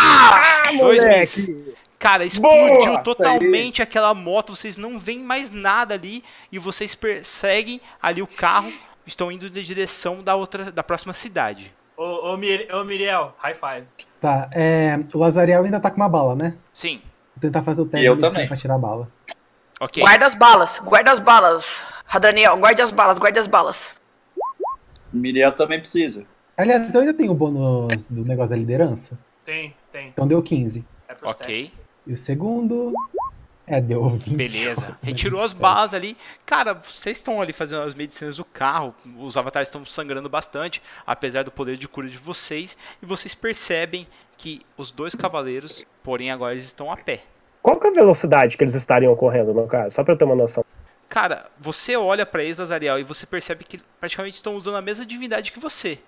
2 miss. Cara, explodiu totalmente aquela moto, vocês não veem mais nada ali, e vocês perseguem ali o carro. Estão indo na direção da próxima cidade. Ô Miriel, high five. Tá, o Lazariel ainda tá com uma bala, né? Sim. Vou tentar fazer o teste pra tirar a bala. Ok. Guarda as balas. Radaniel, guarde as balas. Miriel também precisa. Aliás, eu ainda tenho o bônus do negócio da liderança? Tem. Então deu 15. Ok. E o segundo... deu 20. Beleza. Retirou as balas ali. Cara, vocês estão ali fazendo as medicinas do carro. Os avatares estão sangrando bastante, apesar do poder de cura de vocês. E vocês percebem que os 2 cavaleiros, porém agora eles estão a pé. Qual que é a velocidade que eles estariam correndo, no caso? Só pra eu ter uma noção. Cara, você olha pra eles, Lazariel, e você percebe que praticamente estão usando a mesma divindade que você.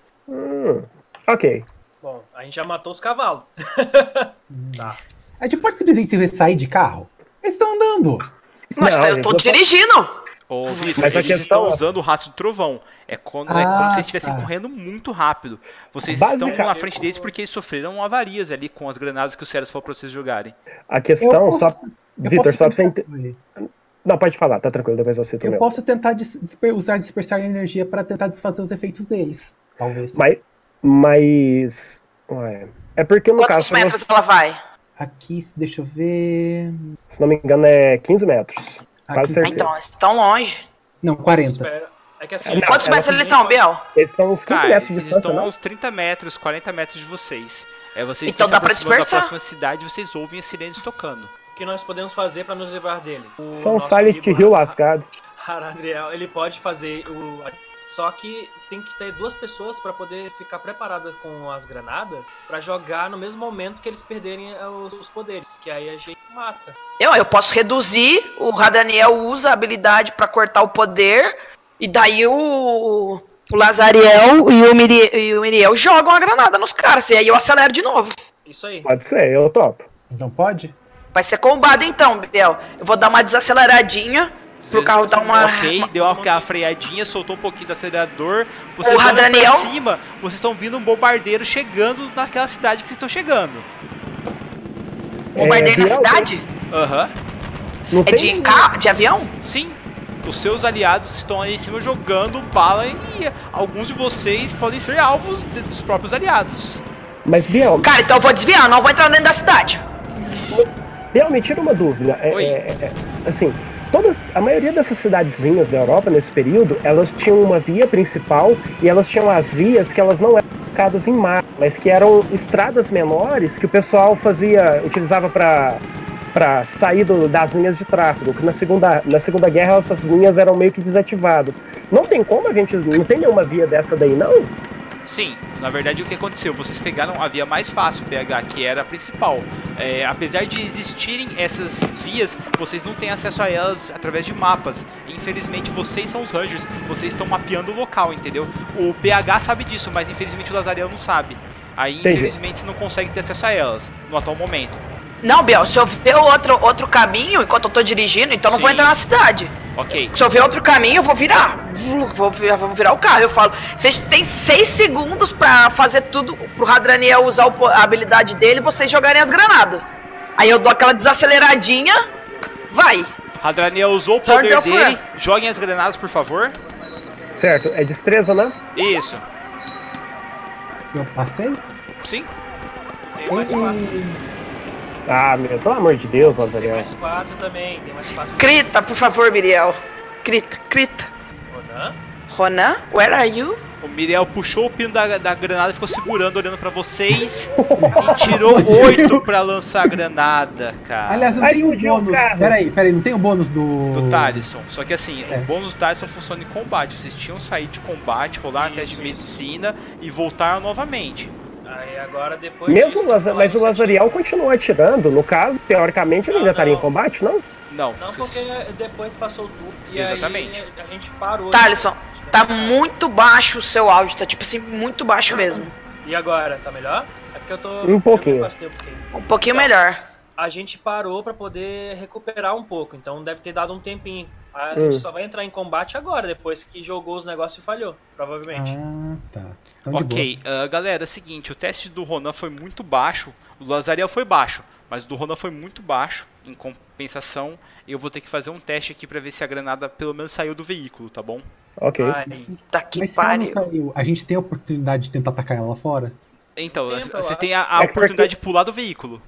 Ok. Bom, a gente já matou os cavalos. Tá. A gente pode simplesmente sair de carro? Eles estão andando. Mas eu tô dirigindo. Ô, Vitor, eles estão usando o rastro do trovão. É como se eles estivessem correndo muito rápido. Vocês estão na frente deles porque eles sofreram avarias ali com as granadas que o Ceros falou pra vocês jogarem. A questão, Vitor, só pra você entender. Não, pode falar, tá tranquilo, depois eu cito. Eu posso tentar usar dispersar energia pra tentar desfazer os efeitos deles, talvez. Mas... é porque no Quantos caso... metros ela vai? Aqui, deixa eu ver... Se não me engano é 15 metros. Quase certeza. Então, eles estão longe. Não, 40. Quantos metros eles estão, Biel? Eles estão uns 15 metros de eles distância, estão uns 30 metros, 40 metros de vocês. Vocês então estão dá pra dispersar? da próxima cidade, vocês ouvem as sirenes tocando. O que nós podemos fazer pra nos livrar dele? São Silent Hill lascado. Haradriel, ele pode fazer Só que tem que ter 2 pessoas pra poder ficar preparada com as granadas pra jogar no mesmo momento que eles perderem os poderes, que aí a gente mata. Eu posso reduzir, o Radaniel usa a habilidade pra cortar o poder, e daí o Lazariel e o Miriel jogam a granada nos caras, e aí eu acelero de novo. Isso aí. Pode ser, eu topo. Então pode? Vai ser combado então, Biel. Eu vou dar uma desaceleradinha. Pro carro dar uma... Ok, deu uma freadinha, soltou um pouquinho do acelerador. Vocês Porra, vão Daniel. pra cima, vocês estão vindo um bombardeiro chegando naquela cidade que vocês estão chegando. Bombardeiro na cidade? Aham. É de carro? De avião? Sim. Os seus aliados estão aí em cima jogando bala e alguns de vocês podem ser alvos dos próprios aliados. Mas, Biel... Cara, então eu vou desviar, não vou entrar dentro da cidade. Biel, me tira uma dúvida. Assim, a maioria dessas cidadezinhas da Europa, nesse período, elas tinham uma via principal e elas tinham as vias que elas não eram colocadas em mar, mas que eram estradas menores que o pessoal utilizava para sair das linhas de tráfego, que na segunda guerra essas linhas eram meio que desativadas. Não tem como não tem nenhuma via dessa daí, não? Sim, na verdade o que aconteceu? Vocês pegaram a via mais fácil, PH, que era a principal. Apesar de existirem essas vias, vocês não têm acesso a elas através de mapas. Infelizmente vocês são os Rangers, vocês estão mapeando o local, entendeu? O PH sabe disso, mas infelizmente o Lazariel não sabe. Aí infelizmente você não consegue ter acesso a elas no atual momento. Não, Biel, se eu ver outro caminho enquanto eu tô dirigindo, então não vou entrar na cidade. Ok. Se eu ver outro caminho, eu vou virar. Vou virar o carro. Eu falo, vocês têm 6 segundos pra fazer tudo, pro Hadraniel usar a habilidade dele e vocês jogarem as granadas. Aí eu dou aquela desaceleradinha, vai. Hadraniel usou o poder dele, joguem as granadas, por favor. Certo, é destreza, né? Isso. Eu passei? Sim. Ah, pelo amor de Deus, Lazariel. Tem mais 4 também, tem mais 4. Crita, por favor, Miriel. Crita. Ronan, where are you? O Miriel puxou o pino da granada e ficou segurando, olhando pra vocês. E tirou 8 pra lançar a granada, cara. Aliás, não tem um bônus. Peraí, não tem o bônus do Talisson. Só que assim, o bônus do Talisson funciona em combate. Vocês tinham saído de combate, rolaram teste de medicina e voltaram novamente. Aí agora depois... Mas o Lazariel continuou atirando. No caso, teoricamente, ele ainda estaria em combate, não? Não, porque depois passou tudo e exatamente. Aí a gente parou. Talisson, tá muito baixo o seu áudio, tá tipo assim, muito baixo mesmo. E agora, tá melhor? É porque eu tô... Um pouquinho. Um pouquinho melhor. A gente parou pra poder recuperar um pouco, então deve ter dado um tempinho. A gente só vai entrar em combate agora, depois que jogou os negócios e falhou, provavelmente. Ah, tá. Então, ok, galera, é o seguinte, o teste do Ronan foi muito baixo, o Lazariel foi baixo, mas o do Ronan foi muito baixo. Em compensação, eu vou ter que fazer um teste aqui pra ver se a granada pelo menos saiu do veículo, tá bom? Ok. Tá que mas pariu. Se ela não saiu, a gente tem a oportunidade de tentar atacar ela lá fora? Então, vocês têm a oportunidade de pular do veículo.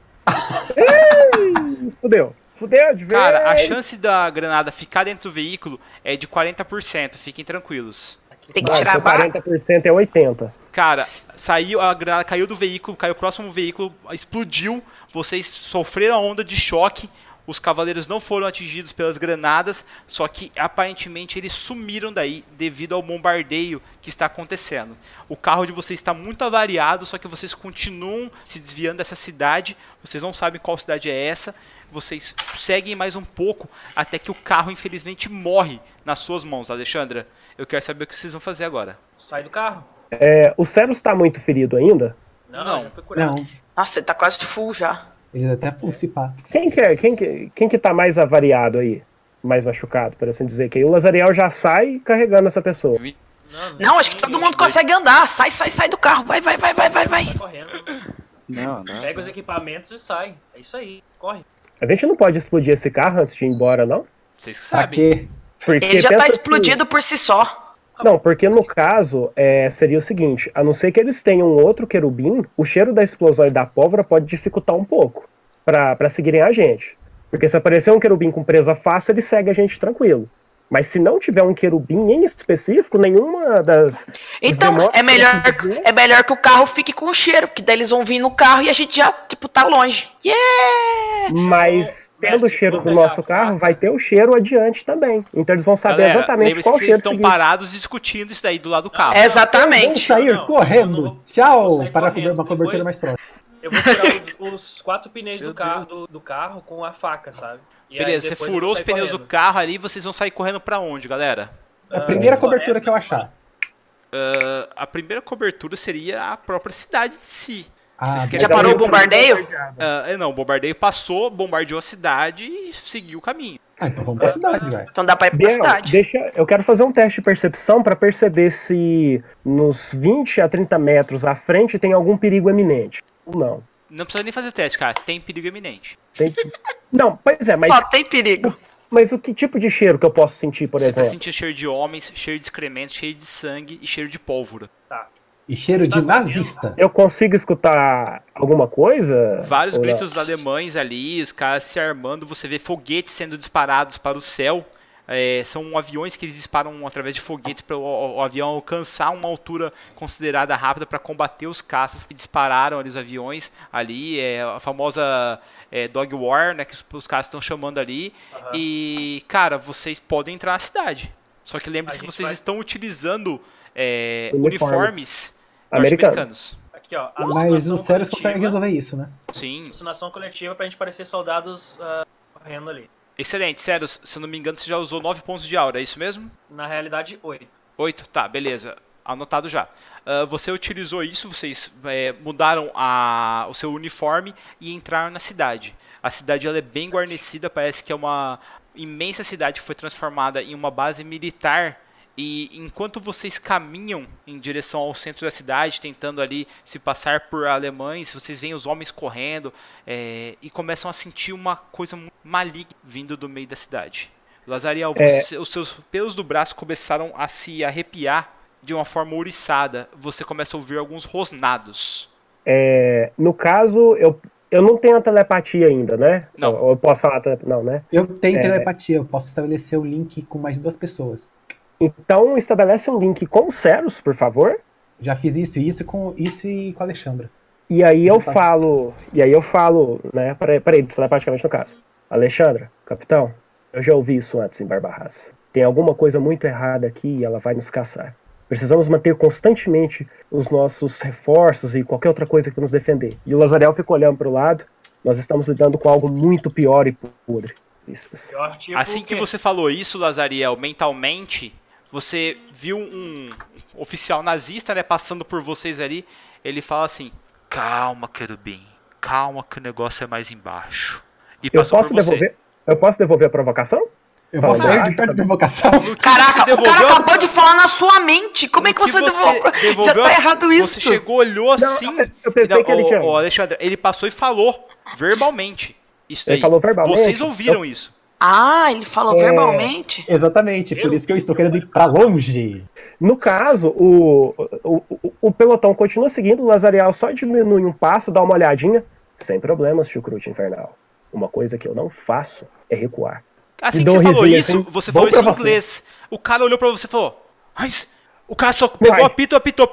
Fudeu de vez. Cara, a chance da granada ficar dentro do veículo é de 40%, fiquem tranquilos. Tem que tirar a barra. 40% é 80%. Cara, a granada caiu do veículo, caiu próximo ao veículo, explodiu, vocês sofreram a onda de choque, os cavaleiros não foram atingidos pelas granadas, só que aparentemente eles sumiram daí devido ao bombardeio que está acontecendo. O carro de vocês está muito avariado, só que vocês continuam se desviando dessa cidade, vocês não sabem qual cidade é essa, vocês seguem mais um pouco até que o carro infelizmente morre nas suas mãos. Alexandra, eu quero saber o que vocês vão fazer agora. Sai do carro. O Ceros tá muito ferido ainda? Não. Foi curado. Não. Nossa, ele tá quase full já. Eles até pulsipar. Quem que tá mais avariado aí? Mais machucado, por assim dizer. Que o Lazariel já sai carregando essa pessoa. Não, acho que todo mundo consegue andar. Sai do carro. Vai. Vai correndo. Não. Pega os equipamentos e sai. É isso aí. Corre. A gente não pode explodir esse carro antes de ir embora, não? Vocês que Pra sabem. quê? Porque ele já tá explodido por si só. Não, porque no caso, seria o seguinte, a não ser que eles tenham outro querubim, o cheiro da explosão e da pólvora pode dificultar um pouco pra seguirem a gente. Porque se aparecer um querubim com presa fácil, ele segue a gente tranquilo. Mas se não tiver um querubim em específico, nenhuma das... Então, é melhor que o carro fique com cheiro, que daí eles vão vir no carro e a gente já, tá longe. Yeah! Mas, tendo o cheiro do nosso carro, vai ter o cheiro adiante também. Então eles vão saber exatamente qual que cheiro vocês estão parados discutindo isso daí do lado do carro. Exatamente. Vamos sair correndo. Tchau, para uma cobertura mais próxima. Eu vou tirar os 4 pneus do carro com a faca, sabe? E beleza, você furou os pneus do carro ali, vocês vão sair correndo pra onde, galera? A primeira cobertura que eu achar. A primeira cobertura seria a própria cidade em si. Já parou o bombardeio? Não, o bombardeio passou, bombardeou a cidade e seguiu o caminho. Então vamos pra cidade, velho. Então dá pra ir pra cidade. Eu quero fazer um teste de percepção pra perceber se nos 20 a 30 metros à frente tem algum perigo eminente. Ou não. Não precisa nem fazer o teste, cara. Tem perigo iminente. Não, pois é, mas... Só tem perigo. Mas o que tipo de cheiro que eu posso sentir, por exemplo? Você vai sentir cheiro de homens, cheiro de excremento, cheiro de sangue e cheiro de pólvora. Tá. E cheiro de nazista. Eu consigo escutar alguma coisa? Vários gritos alemães ali, os caras se armando, você vê foguetes sendo disparados para o céu. São aviões que eles disparam através de foguetes para o avião alcançar uma altura considerada rápida para combater os caças que dispararam ali os aviões ali, a famosa Dog War, né, que os caras estão chamando ali. E, cara, vocês podem entrar na cidade. Só que lembre-se que vocês estão utilizando uniformes norte-americanos. Aqui, ó, mas os sérios conseguem resolver isso, né? Sim. Alucinação coletiva pra gente parecer soldados correndo ali. Excelente, sério, se eu não me engano você já usou 9 pontos de aura, é isso mesmo? Na realidade, 8. 8? Tá, beleza. Anotado já. Você utilizou isso, vocês mudaram o seu uniforme e entraram na cidade. A cidade ela é bem guarnecida, parece que é uma imensa cidade que foi transformada em uma base militar. E enquanto vocês caminham em direção ao centro da cidade, tentando ali se passar por alemães, vocês veem os homens correndo e começam a sentir uma coisa maligna vindo do meio da cidade. Lazariel, os seus pelos do braço começaram a se arrepiar de uma forma ouriçada. Você começa a ouvir alguns rosnados. No caso, eu não tenho a telepatia ainda, né? Não. Eu posso falar... Não, né? Eu tenho telepatia, eu posso estabelecer o link com mais 2 pessoas. Então, estabelece um link com o Ceros, por favor. Já fiz isso e com a Alexandra. E aí eu falo, né, para eles, telepaticamente no caso. Alexandra, capitão, eu já ouvi isso antes em Barbarraça. Tem alguma coisa muito errada aqui e ela vai nos caçar. Precisamos manter constantemente os nossos reforços e qualquer outra coisa que nos defender. E o Lazariel fica olhando para o lado. Nós estamos lidando com algo muito pior e podre. Assim que você falou isso, Lazariel, mentalmente... Você viu um oficial nazista, né, passando por vocês ali. Ele fala assim: calma, querubim. Calma que o negócio é mais embaixo. E passou por você. Eu posso devolver a provocação? Eu posso sair de perto da provocação? Caraca, o cara acabou de falar na sua mente. Como é que você devolveu? Já tá errado isso. Você chegou, olhou assim... Eu pensei que ele tinha... Alexandre, ele passou e falou verbalmente. Isso daí. Ele falou verbalmente? Vocês ouviram isso. Ah, ele falou verbalmente? Exatamente, por isso que eu estou querendo ir pra longe. No caso, o pelotão continua seguindo, o Lazariel só diminui um passo, dá uma olhadinha. Sem problemas, Chucrute Infernal. Uma coisa que eu não faço é recuar. Assim que você falou isso, você falou isso em inglês. O cara olhou pra você e falou: mas o cara só pegou o apito, apitou.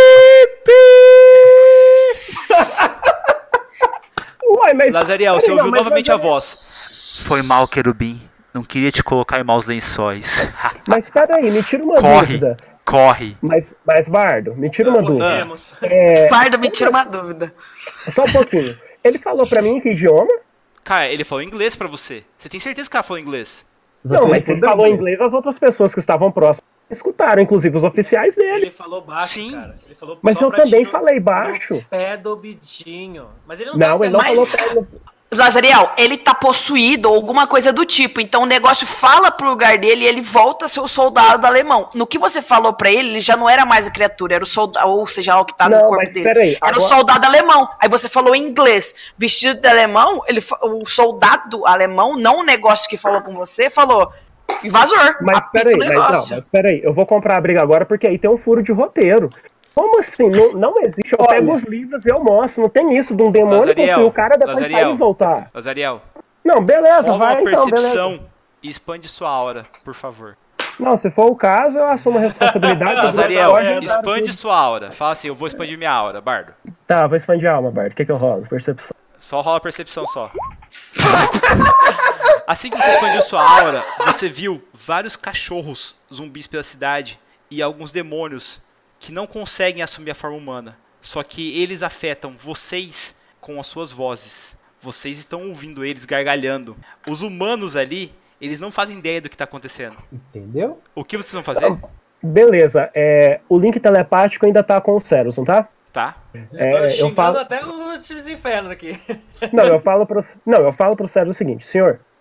Uai, mas... Lazariel, você ouviu novamente a voz. Foi mal, querubim. Não queria te colocar em maus lençóis. Mas peraí, me tira uma dúvida. Corre. Mas Bardo, me tira uma dúvida. Bardo, me tira uma dúvida. Só um pouquinho. Ele falou pra mim em que idioma? Cara, ele falou inglês pra você. Você tem certeza que o cara falou inglês? Não, mas se ele falou inglês, as outras pessoas que estavam próximas escutaram, inclusive os oficiais dele. Ele falou baixo, sim, cara. Ele falou mas eu também falei baixo. Pé do bidinho. Mas ele não falou pé do... Lazariel, ele tá possuído ou alguma coisa do tipo. Então o negócio fala pro lugar dele e ele volta a ser o soldado alemão. No que você falou pra ele, ele já não era mais a criatura, era o soldado, ou seja, lá o que tá no corpo dele. Peraí, era o soldado alemão. Aí você falou em inglês, vestido de alemão, o soldado alemão, não o negócio que falou com você, falou invasor. Mas peraí, eu vou comprar a briga agora porque aí tem um furo de roteiro. Como assim? Não existe. Eu pego os livros e eu mostro. Não tem isso de um demônio possuir o cara depois sair e voltar. Lazariel. Não, beleza, vai então, percepção beleza. E expande sua aura, por favor. Não, se for o caso, eu assumo a responsabilidade. Lazariel, expande sua aura. Fala assim, eu vou expandir minha aura, Bardo. Tá, vou expandir a alma, Bardo. O que eu rolo? Percepção. Só rola percepção, só. Assim que você expandiu sua aura, você viu vários cachorros zumbis pela cidade e alguns demônios que não conseguem assumir a forma humana. Só que eles afetam vocês com as suas vozes. Vocês estão ouvindo eles gargalhando. Os humanos ali, eles não fazem ideia do que está acontecendo. Entendeu? O que vocês vão fazer? Beleza, o link telepático ainda tá com o Ceros, não tá? Tá. Eu tô xingando até o time dos infernos aqui. Não, eu falo pro Ceros o seguinte: senhor,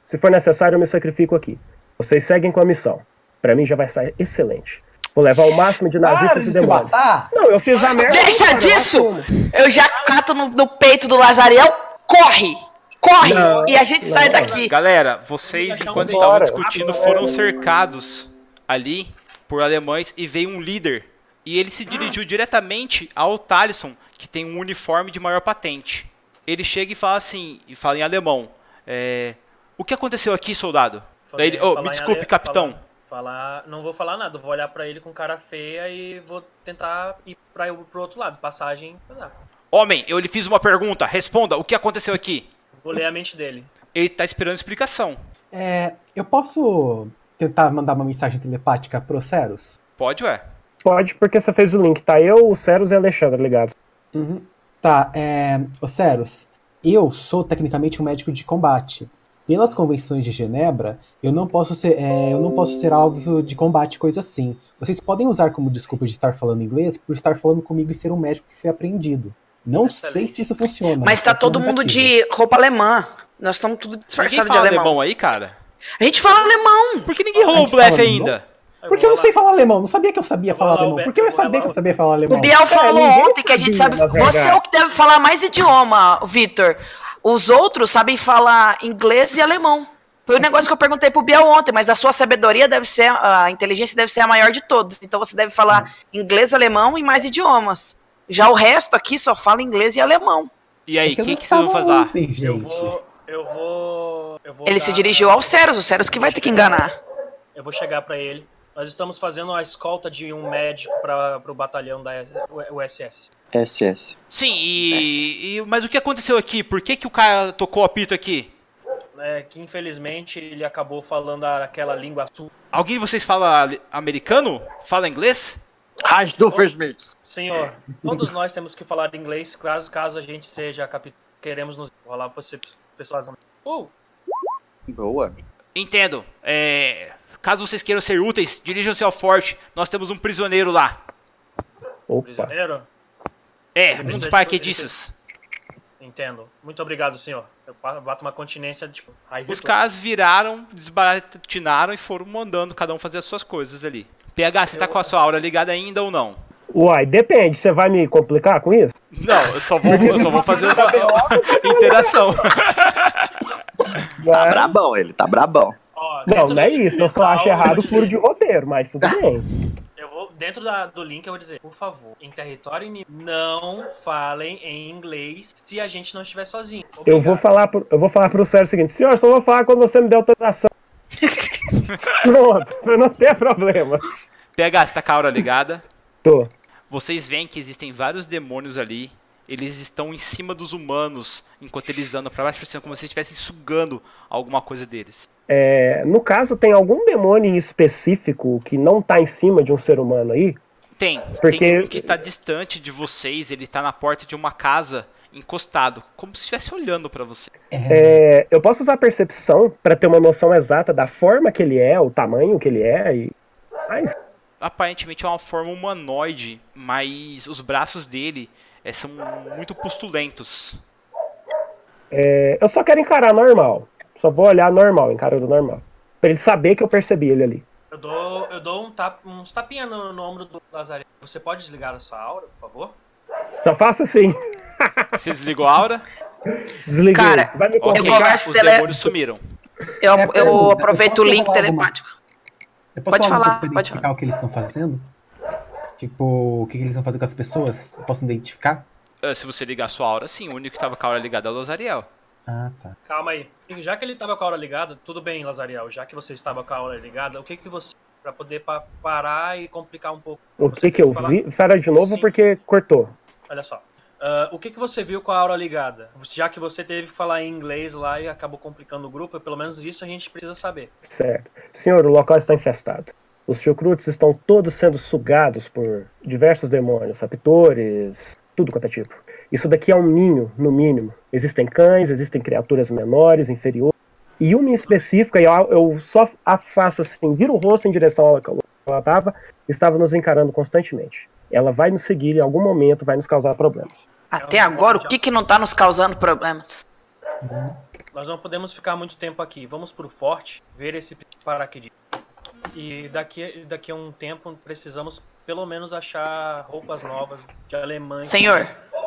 Se for necessário, eu me sacrifico aqui. Vocês seguem com a missão. Pra mim já vai sair excelente. Vou levar o máximo de nazistas e demônios. Não, eu fiz a merda. Deixa disso! Eu já cato no peito do Lazariel. Corre! Corre! E a gente sai daqui. Galera, vocês, enquanto estavam discutindo, foram cercados ali por alemães e veio um líder. E ele se dirigiu diretamente ao Talisson, que tem um uniforme de maior patente. Ele chega e fala assim, e fala em alemão. O que aconteceu aqui, soldado? Daí ele, me desculpe, capitão. Não vou falar nada, vou olhar pra ele com cara feia e vou tentar ir pro outro lado, passagem. Homem, eu lhe fiz uma pergunta, responda, o que aconteceu aqui? Vou ler a mente dele. Ele tá esperando explicação. Eu posso tentar mandar uma mensagem telepática pro Ceros? Pode, ué. Pode, porque você fez o link, tá? Eu, o Ceros e a Alexandra ligados. Uhum. Tá, ô Ceros, eu sou tecnicamente um médico de combate. Pelas convenções de Genebra, eu não posso ser alvo de combate, coisa assim. Vocês podem usar como desculpa de estar falando inglês por estar falando comigo e ser um médico que foi apreendido. Não sei se isso funciona. Mas tá todo mundo de roupa alemã. Nós estamos tudo disfarçado de alemão. Aí, cara? A gente fala alemão. Por que ninguém rolou o blefe ainda? Porque eu não sei falar alemão. Não sabia que eu sabia falar alemão. Por que eu ia saber que eu sabia falar alemão? O Biel falou ontem que a gente sabe. Você é o que deve falar mais idioma, Vitor. Os outros sabem falar inglês e alemão. Foi o negócio que eu perguntei pro Biel ontem, mas a sua sabedoria a inteligência deve ser a maior de todos. Então você deve falar inglês, alemão e mais idiomas. Já o resto aqui só fala inglês e alemão. E aí, o que vocês vão fazer lá? Eu vou Ele se dirigiu ao Ceros, o Ceros que vai ter que enganar. Eu vou chegar pra ele. Nós estamos fazendo a escolta de um médico para o batalhão da USS. SS. Sim, mas o que aconteceu aqui? Por que o cara tocou o apito aqui? Que infelizmente ele acabou falando aquela língua sul. Alguém de vocês fala americano? Fala inglês? Senhor, todos nós temos que falar inglês caso a gente seja capitão. Queremos nos rolar para pessoas. Boa. Entendo. Caso vocês queiram ser úteis, dirijam-se ao forte. Nós temos um prisioneiro lá. Opa. Prisioneiro? Um dos paraquedistas. Entendo. Muito obrigado, senhor. Eu bato uma continência, tipo... Os caras viraram, desbaratinaram e foram mandando cada um fazer as suas coisas ali. PH, você tá com a sua aura ligada ainda ou não? Uai, depende. Você vai me complicar com isso? Não, eu só vou fazer uma interação. Tá brabão, ele tá brabão. Não é isso. Eu só acho errado o furo de roteiro, mas tudo bem. Dentro do link eu vou dizer, por favor, em território inimigo, não falem em inglês se a gente não estiver sozinho. Obrigado. Eu vou falar pro Sérgio o seguinte, senhor, só vou falar quando você me der autorização. Pronto, pra não ter problema. PH, você tá com a aura ligada? Tô. Vocês veem que existem vários demônios ali. Eles estão em cima dos humanos, enquanto eles andam pra baixo, como se estivessem sugando alguma coisa deles. No caso, tem algum demônio em específico que não tá em cima de um ser humano aí? Tem um que tá distante de vocês, ele tá na porta de uma casa, encostado, como se estivesse olhando pra você. Eu posso usar a percepção pra ter uma noção exata da forma que ele é, o tamanho que ele é Aparentemente é uma forma humanoide, mas os braços dele são muito pustulentos. Eu só quero encarar normal. Só vou olhar normal, encarando normal. Pra ele saber que eu percebi ele ali. Eu dou uns tapinhas no ombro do Lazareno. Você pode desligar a sua aura, por favor? Só faço assim. Você desligou a aura? Desliguei. Cara, vai me os demônios sumiram. Eu aproveito o link telepático. Eu posso pode falar, pra pode identificar falar. O que eles estão fazendo? Tipo, o que eles vão fazer com as pessoas? Eu posso identificar? Se você ligar a sua aura, sim. O único que tava com a aura ligada é o Lazariel. Ah, tá. Calma aí. Já que ele tava com a aura ligada, tudo bem, Lazariel. Já que você estava com a aura ligada, o que você... Pra poder parar e complicar um pouco. O que eu vi? Fala de novo. Sim. Porque cortou. Olha só. O que você viu com a aura ligada? Já que você teve que falar em inglês lá e acabou complicando o grupo, pelo menos isso a gente precisa saber. Certo. Senhor, o local está infestado. Os chucrutes estão todos sendo sugados por diversos demônios, raptores, tudo quanto é tipo. Isso daqui é um ninho, no mínimo. Existem cães, existem criaturas menores, inferiores. E uma em específica, eu só a faço assim, viro o rosto em direção ao que ela estava nos encarando constantemente. Ela vai nos seguir em algum momento, vai nos causar problemas. Até agora, o que não tá nos causando problemas? Nós não podemos ficar muito tempo aqui. Vamos pro forte, ver esse paraquedista. E daqui a um tempo precisamos pelo menos achar roupas novas de alemães. Senhor.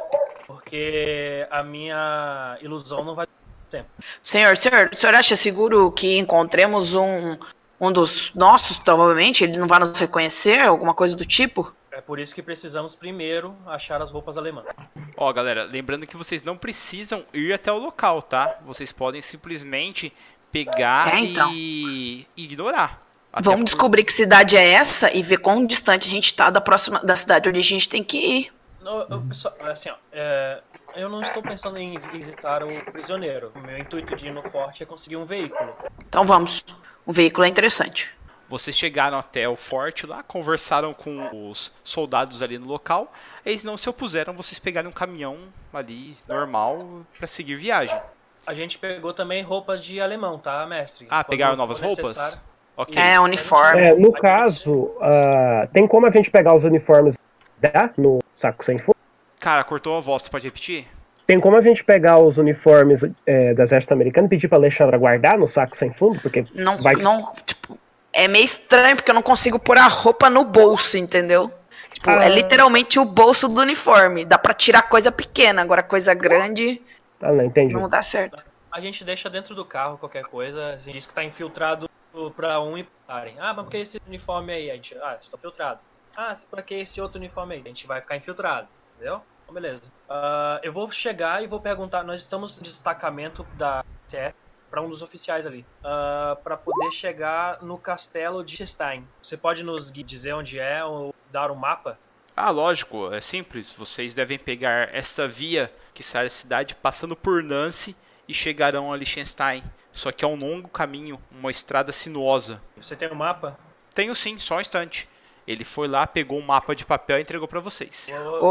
Porque a minha ilusão não vai ter tempo. Senhor, o senhor acha seguro que encontremos um dos nossos, provavelmente? Ele não vai nos reconhecer, alguma coisa do tipo? É por isso que precisamos primeiro achar as roupas alemãs. Ó, galera, lembrando que vocês não precisam ir até o local, tá? Vocês podem simplesmente pegar e ignorar. Vamos descobrir que cidade é essa e ver quão distante a gente tá da cidade onde a gente tem que ir. Assim, ó, eu não estou pensando em visitar o prisioneiro. O meu intuito de ir no forte é conseguir um veículo. Então vamos. Um veículo é interessante. Vocês chegaram até o forte lá, conversaram com os soldados ali no local. Eles não se opuseram, vocês pegaram um caminhão ali, normal, para seguir viagem. A gente pegou também roupas de alemão, tá, mestre? Ah, pegaram novas roupas? Okay. É, uniforme. No caso, tem como a gente pegar os uniformes no saco sem fundo? Cara, cortou a voz, você pode repetir? Tem como a gente pegar os uniformes do exército americano e pedir pra Alexandra guardar no saco sem fundo? Porque tipo, é meio estranho, porque eu não consigo pôr a roupa no bolso, entendeu? Tipo, é literalmente o bolso do uniforme. Dá pra tirar coisa pequena, agora coisa grande não, entendi. Não dá certo. A gente deixa dentro do carro qualquer coisa, a gente diz que tá infiltrado pra e parem. Ah, mas por que esse uniforme aí? A gente, estão filtrados. Ah, pra que esse outro uniforme aí? A gente vai ficar infiltrado, entendeu? Então, beleza. Eu vou chegar e vou perguntar, nós estamos no destacamento da TS para um dos oficiais ali, para poder chegar no castelo de Stein. Você pode nos dizer onde é ou dar um mapa? Ah, lógico, é simples. Vocês devem pegar essa via que sai da cidade, passando por Nancy e chegarão a Liechtenstein. Só que é um longo caminho, uma estrada sinuosa. Você tem um mapa? Tenho sim, só um instante. Ele foi lá, pegou um mapa de papel e entregou pra vocês.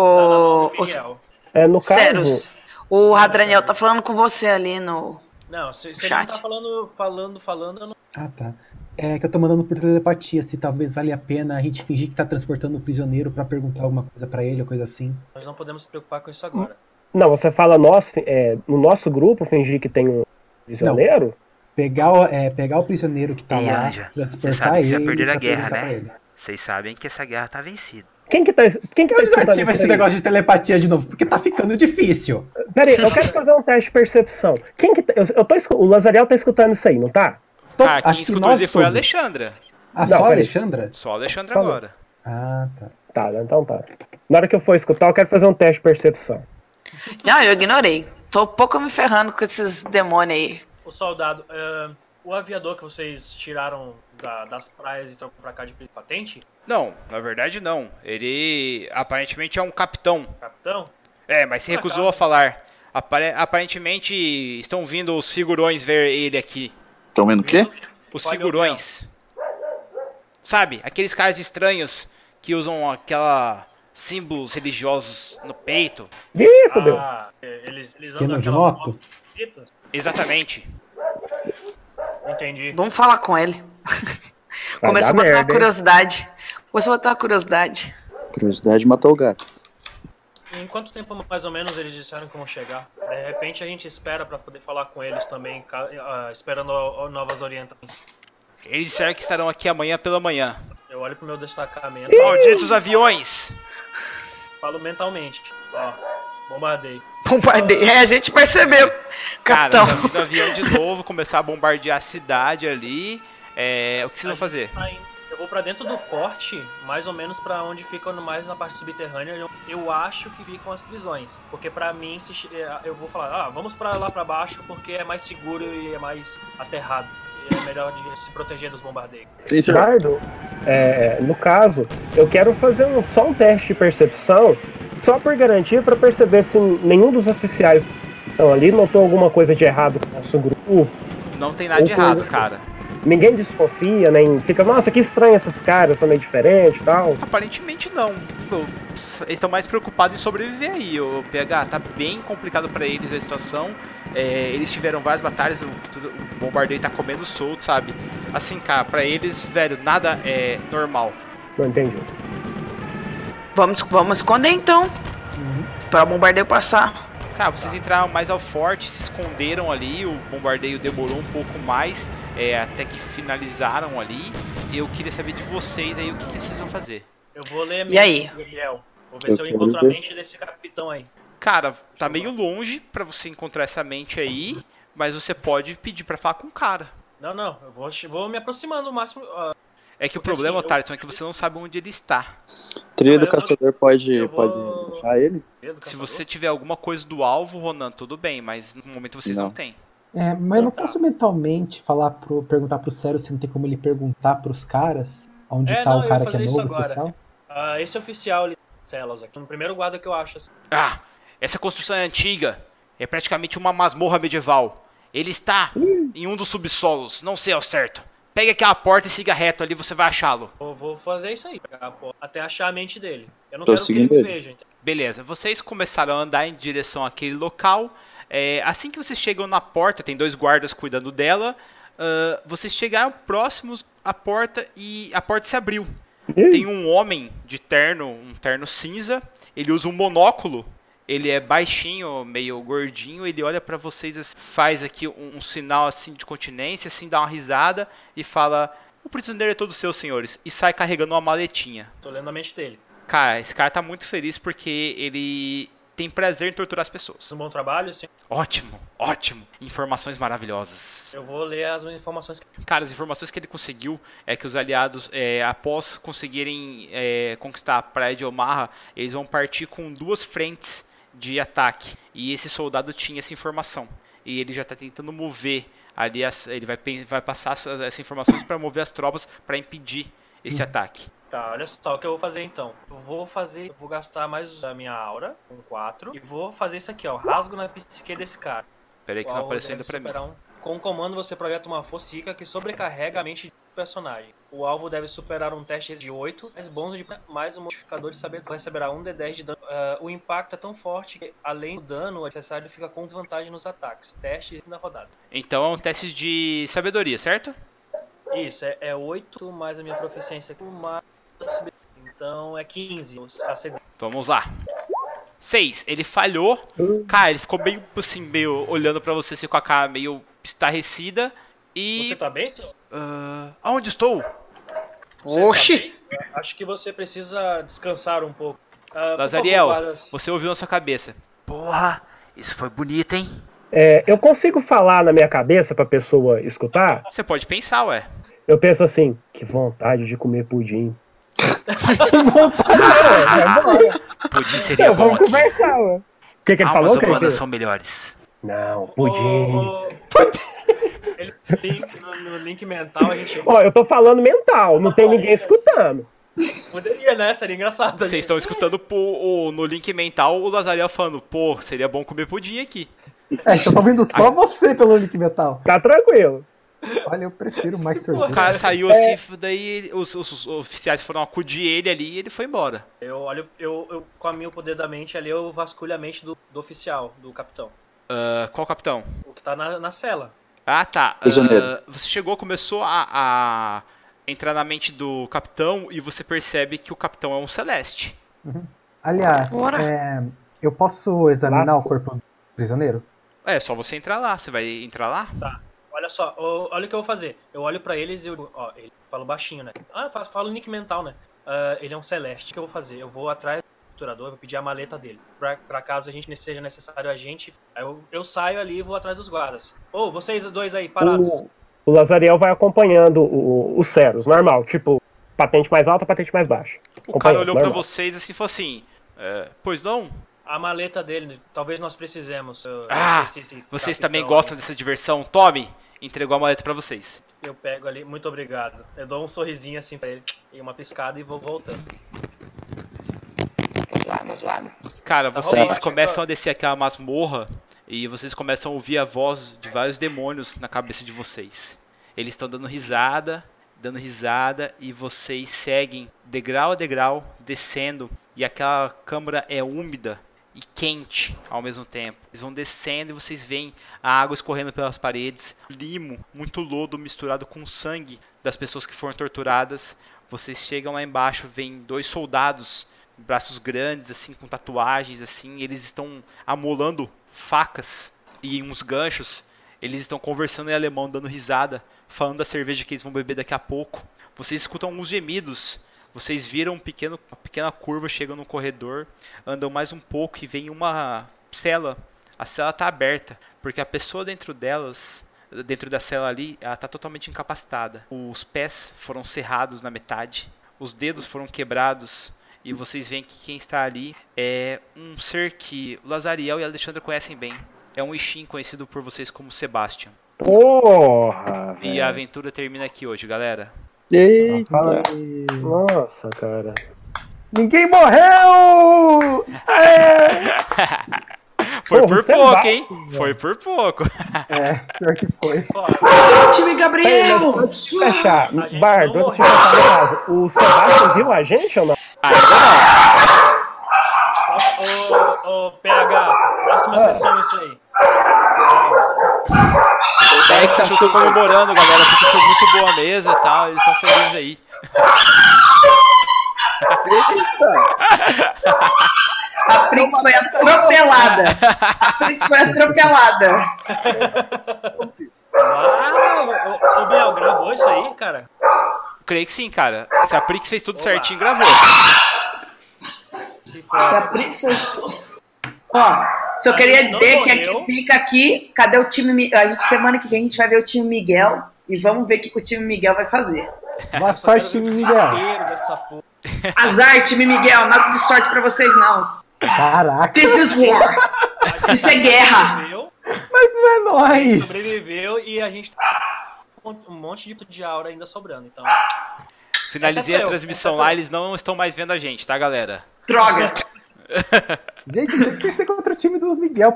No caso... O Hadraniel tá falando com você ali no... Não, se ele não tá falando, eu não... Ah, tá. É que eu tô mandando por telepatia, se talvez valha a pena a gente fingir que tá transportando o prisioneiro pra perguntar alguma coisa pra ele ou coisa assim. Nós não podemos se preocupar com isso agora. Não, você fala no nosso grupo, fingir que tem um prisioneiro? Não. Pegar o prisioneiro que tá lá, Anja, transportar ele... Vocês sabem que já perderam a guerra, né? Vocês sabem que essa guerra tá vencida. Quem que tá desativa esse negócio de telepatia de novo, porque tá ficando difícil. Peraí, eu quero fazer um teste de percepção. O Lazariel tá escutando isso aí, não tá? Quem escutou dizer foi a Alexandra. Só a Alexandra? Só a Alexandra agora. Ah, tá. Tá, então tá. Na hora que eu for escutar, eu quero fazer um teste de percepção. Não, eu ignorei. Tô um pouco me ferrando com esses demônios aí. O soldado, o aviador que vocês tiraram das praias e trocam pra cá de patente? Não, na verdade não. Ele aparentemente é um capitão. Capitão? É, mas se recusou a falar. Aparentemente estão vindo os figurões ver ele aqui. Estão vendo o quê? Os figurões. Sabe, aqueles caras estranhos que usam símbolos religiosos no peito. Isso, meu. Eles andam de moto? Exatamente. Entendi. Vamos falar com ele. Começou a matar uma curiosidade. Curiosidade matou o gato. Em quanto tempo mais ou menos eles disseram que vão chegar? De repente a gente espera pra poder falar com eles também, esperando novas orientações. Eles disseram que estarão aqui amanhã pela manhã. Eu olho pro meu destacamento. Malditos aviões! Falo mentalmente. Ó, bombardeio. A gente percebeu. Cara, o avião de novo, começar a bombardear a cidade ali. O que vocês vão fazer? Eu vou pra dentro do forte, mais ou menos pra onde fica mais na parte subterrânea. Eu acho que ficam as prisões. Porque pra mim, eu vou falar, vamos pra lá pra baixo porque é mais seguro e é mais aterrado. E é melhor de se proteger dos bombardeios. Eduardo, no caso, eu quero fazer só um teste de percepção, só por garantia, pra perceber se nenhum dos oficiais que estão ali notou alguma coisa de errado com o nosso grupo. Não tem nada de errado, cara. Ninguém desconfia, nem fica, nossa, que estranho esses caras, são meio diferentes e tal. Aparentemente não. Eles estão mais preocupados em sobreviver aí, o PH. Tá bem complicado pra eles a situação. Eles tiveram várias batalhas, o bombardeio tá comendo solto, sabe? Assim, cara, pra eles, velho, nada é normal. Não entendi. Vamos esconder então. Pra o bombardeio passar. Cara, vocês entraram mais ao forte, se esconderam ali, o bombardeio demorou um pouco mais, até que finalizaram ali. Eu queria saber de vocês aí o que vocês vão fazer. Eu vou ler a minha, Gabriel. Vou ver se eu encontro a mente desse capitão aí. Cara, tá meio longe pra você encontrar essa mente aí, mas você pode pedir pra falar com o cara. Não, eu vou me aproximando o máximo. É que o problema, Thaleson, é que você não sabe onde ele está. Trilha do caçador pode achar ele? Se você tiver alguma coisa do alvo, Ronan, tudo bem, mas no momento vocês não têm. Mas eu não posso mentalmente perguntar pro Cero se não tem como ele perguntar pros caras onde tá o cara que é novo, especial? Esse oficial ali, celas aqui, no primeiro guarda que eu acho. Assim. Essa construção é antiga. É praticamente uma masmorra medieval. Ele está em um dos subsolos, não sei ao certo. Pegue aquela porta e siga reto ali, você vai achá-lo. Eu vou fazer isso aí, pegar a porta, até achar a mente dele. Eu não quero que ele me veja. Então. Beleza, vocês começaram a andar em direção àquele local. Assim que vocês chegam na porta, tem 2 guardas cuidando dela. Vocês chegaram próximos à porta e a porta se abriu. Tem um homem de terno, um terno cinza. Ele usa um monóculo. Ele é baixinho, meio gordinho, ele olha pra vocês, faz aqui um sinal assim de continência, assim, dá uma risada e fala: o prisioneiro é todo seu, senhores, e sai carregando uma maletinha. Tô lendo a mente dele. Cara, esse cara tá muito feliz porque ele tem prazer em torturar as pessoas. Um bom trabalho, sim. Ótimo. Informações maravilhosas. Eu vou ler as informações. Cara, as informações que ele conseguiu é que os aliados, após conseguirem conquistar a praia de Omaha, eles vão partir com 2 frentes de ataque, e esse soldado tinha essa informação, e ele já está tentando mover ali, ele vai passar essas informações para mover as tropas para impedir esse ataque. Tá, olha só o que eu vou fazer então. Eu vou gastar mais a minha aura, com 4, e vou fazer isso aqui, ó, rasgo na psique desse cara. Peraí que não apareceu ainda pra mim. Com o comando você projeta uma força psíquica que sobrecarrega a mente do personagem. O alvo deve superar um teste de 8, mais bônus de mais um modificador de sabedoria. Receberá 1d10 de dano. O impacto é tão forte que, além do dano, o adversário fica com desvantagem nos ataques. Teste na rodada. Então é um teste de sabedoria, certo? Isso, é 8 mais a minha proficiência aqui, mais então é 15. Vamos lá. 6, ele falhou. Cara, ele ficou meio assim, meio olhando pra você assim, com a cara meio estarrecida. E... Você tá bem, senhor? Aonde estou? Oxi! Tá, acho que você precisa descansar um pouco. Lazariel, você ouviu na sua cabeça: porra, isso foi bonito, hein? Eu consigo falar na minha cabeça pra pessoa escutar? Você pode pensar, ué. Eu penso assim: que vontade de comer pudim. Pudim seria bom vamos conversar, ué. O que ele falou? As humanas são melhores. Não, pudim. No link mental a gente... eu tô falando mental, não tem ninguém escutando. Poderia, né? Seria engraçado. Vocês estão escutando no link mental o Lazariel falando: pô, seria bom comer pudim aqui. Eu tô ouvindo só você pelo link mental. Tá tranquilo. Olha, eu prefiro mais sorvete. O cara saiu assim, daí os oficiais foram acudir ele ali e ele foi embora. Eu com o poder da mente ali, eu vasculho a mente do oficial, do capitão. Qual capitão? O que tá na cela. Ah, tá. Você chegou, começou a entrar na mente do capitão e você percebe que o capitão é um celeste. Uhum. Aliás, eu posso examinar o corpo do prisioneiro? É só você entrar lá. Você vai entrar lá? Tá. Olha só, olha o que eu vou fazer. Eu olho pra eles e eu falo baixinho, né? Falo nick mental, né? Ele é um celeste. O que eu vou fazer? Eu vou atrás do capturador, vou pedir a maleta dele. Pra caso a gente seja necessário a gente. Aí eu saio ali e vou atrás dos guardas. Vocês dois aí, parados. O Lazariel vai acompanhando o Ceros, normal. Tipo, patente mais alta, patente mais baixa. O cara olhou normal pra vocês assim e falou assim: pois não? A maleta dele, talvez nós precisemos. Vocês também gostam dessa diversão? Tome! Entregou a maleta pra vocês. Eu pego ali, muito obrigado. Eu dou um sorrisinho assim pra ele, e uma piscada e vou voltando. Vamos lá. Cara, vocês começam a descer aquela masmorra e vocês começam a ouvir a voz de vários demônios na cabeça de vocês. Eles estão dando risada, e vocês seguem degrau a degrau, descendo, e aquela câmara é úmida e quente ao mesmo tempo. Eles vão descendo e vocês veem a água escorrendo pelas paredes, limo, muito lodo misturado com sangue das pessoas que foram torturadas. Vocês chegam lá embaixo, veem 2 soldados, braços grandes, assim, com tatuagens, assim, eles estão amolando facas e uns ganchos. Eles estão conversando em alemão, dando risada, falando da cerveja que eles vão beber daqui a pouco. Vocês escutam alguns gemidos. Vocês viram uma pequena curva chegando no corredor, andam mais um pouco e vem uma cela. A cela está aberta, porque a pessoa dentro da cela ali, ela está totalmente incapacitada. Os pés foram serrados na metade, os dedos foram quebrados, e vocês veem que quem está ali é um ser que o Lazariel e a Alexandra conhecem bem. É um Ishin conhecido por vocês como Sebastian. Porra! E a aventura termina aqui hoje, galera. Eita! Nossa, cara. Ninguém morreu! Foi por pouco, hein? Foi por pouco. Pior que foi. Time Gabriel! Fechar. Bardo, antes de passar no caso, o Sebastião viu a gente ou não? Ainda não. Ô, PH, próxima sessão isso aí. O Dex achou que eu tô comemorando, galera, porque foi muito boa a mesa e tal, eles estão felizes aí. A Prix foi atropelada. Ô, Biel, gravou isso aí, cara? Creio que sim, cara. Se a Prix fez tudo certinho, gravou. Se a Prix fez tudo... Ó, só queria dizer que aqui fica aqui, cadê o time... semana que vem a gente vai ver o time Miguel e vamos ver o que o time Miguel vai fazer. Boa sorte, time Miguel. Azar, time Miguel, nada de sorte pra vocês, não. Caraca. This is war. Isso é guerra. Mas não é nóis. Sobreviveu e a gente tá com um monte de aura ainda sobrando, então... Finalizei a transmissão lá, eles não estão mais vendo a gente, tá, galera? Droga. Gente, o que vocês têm contra o time do Miguel?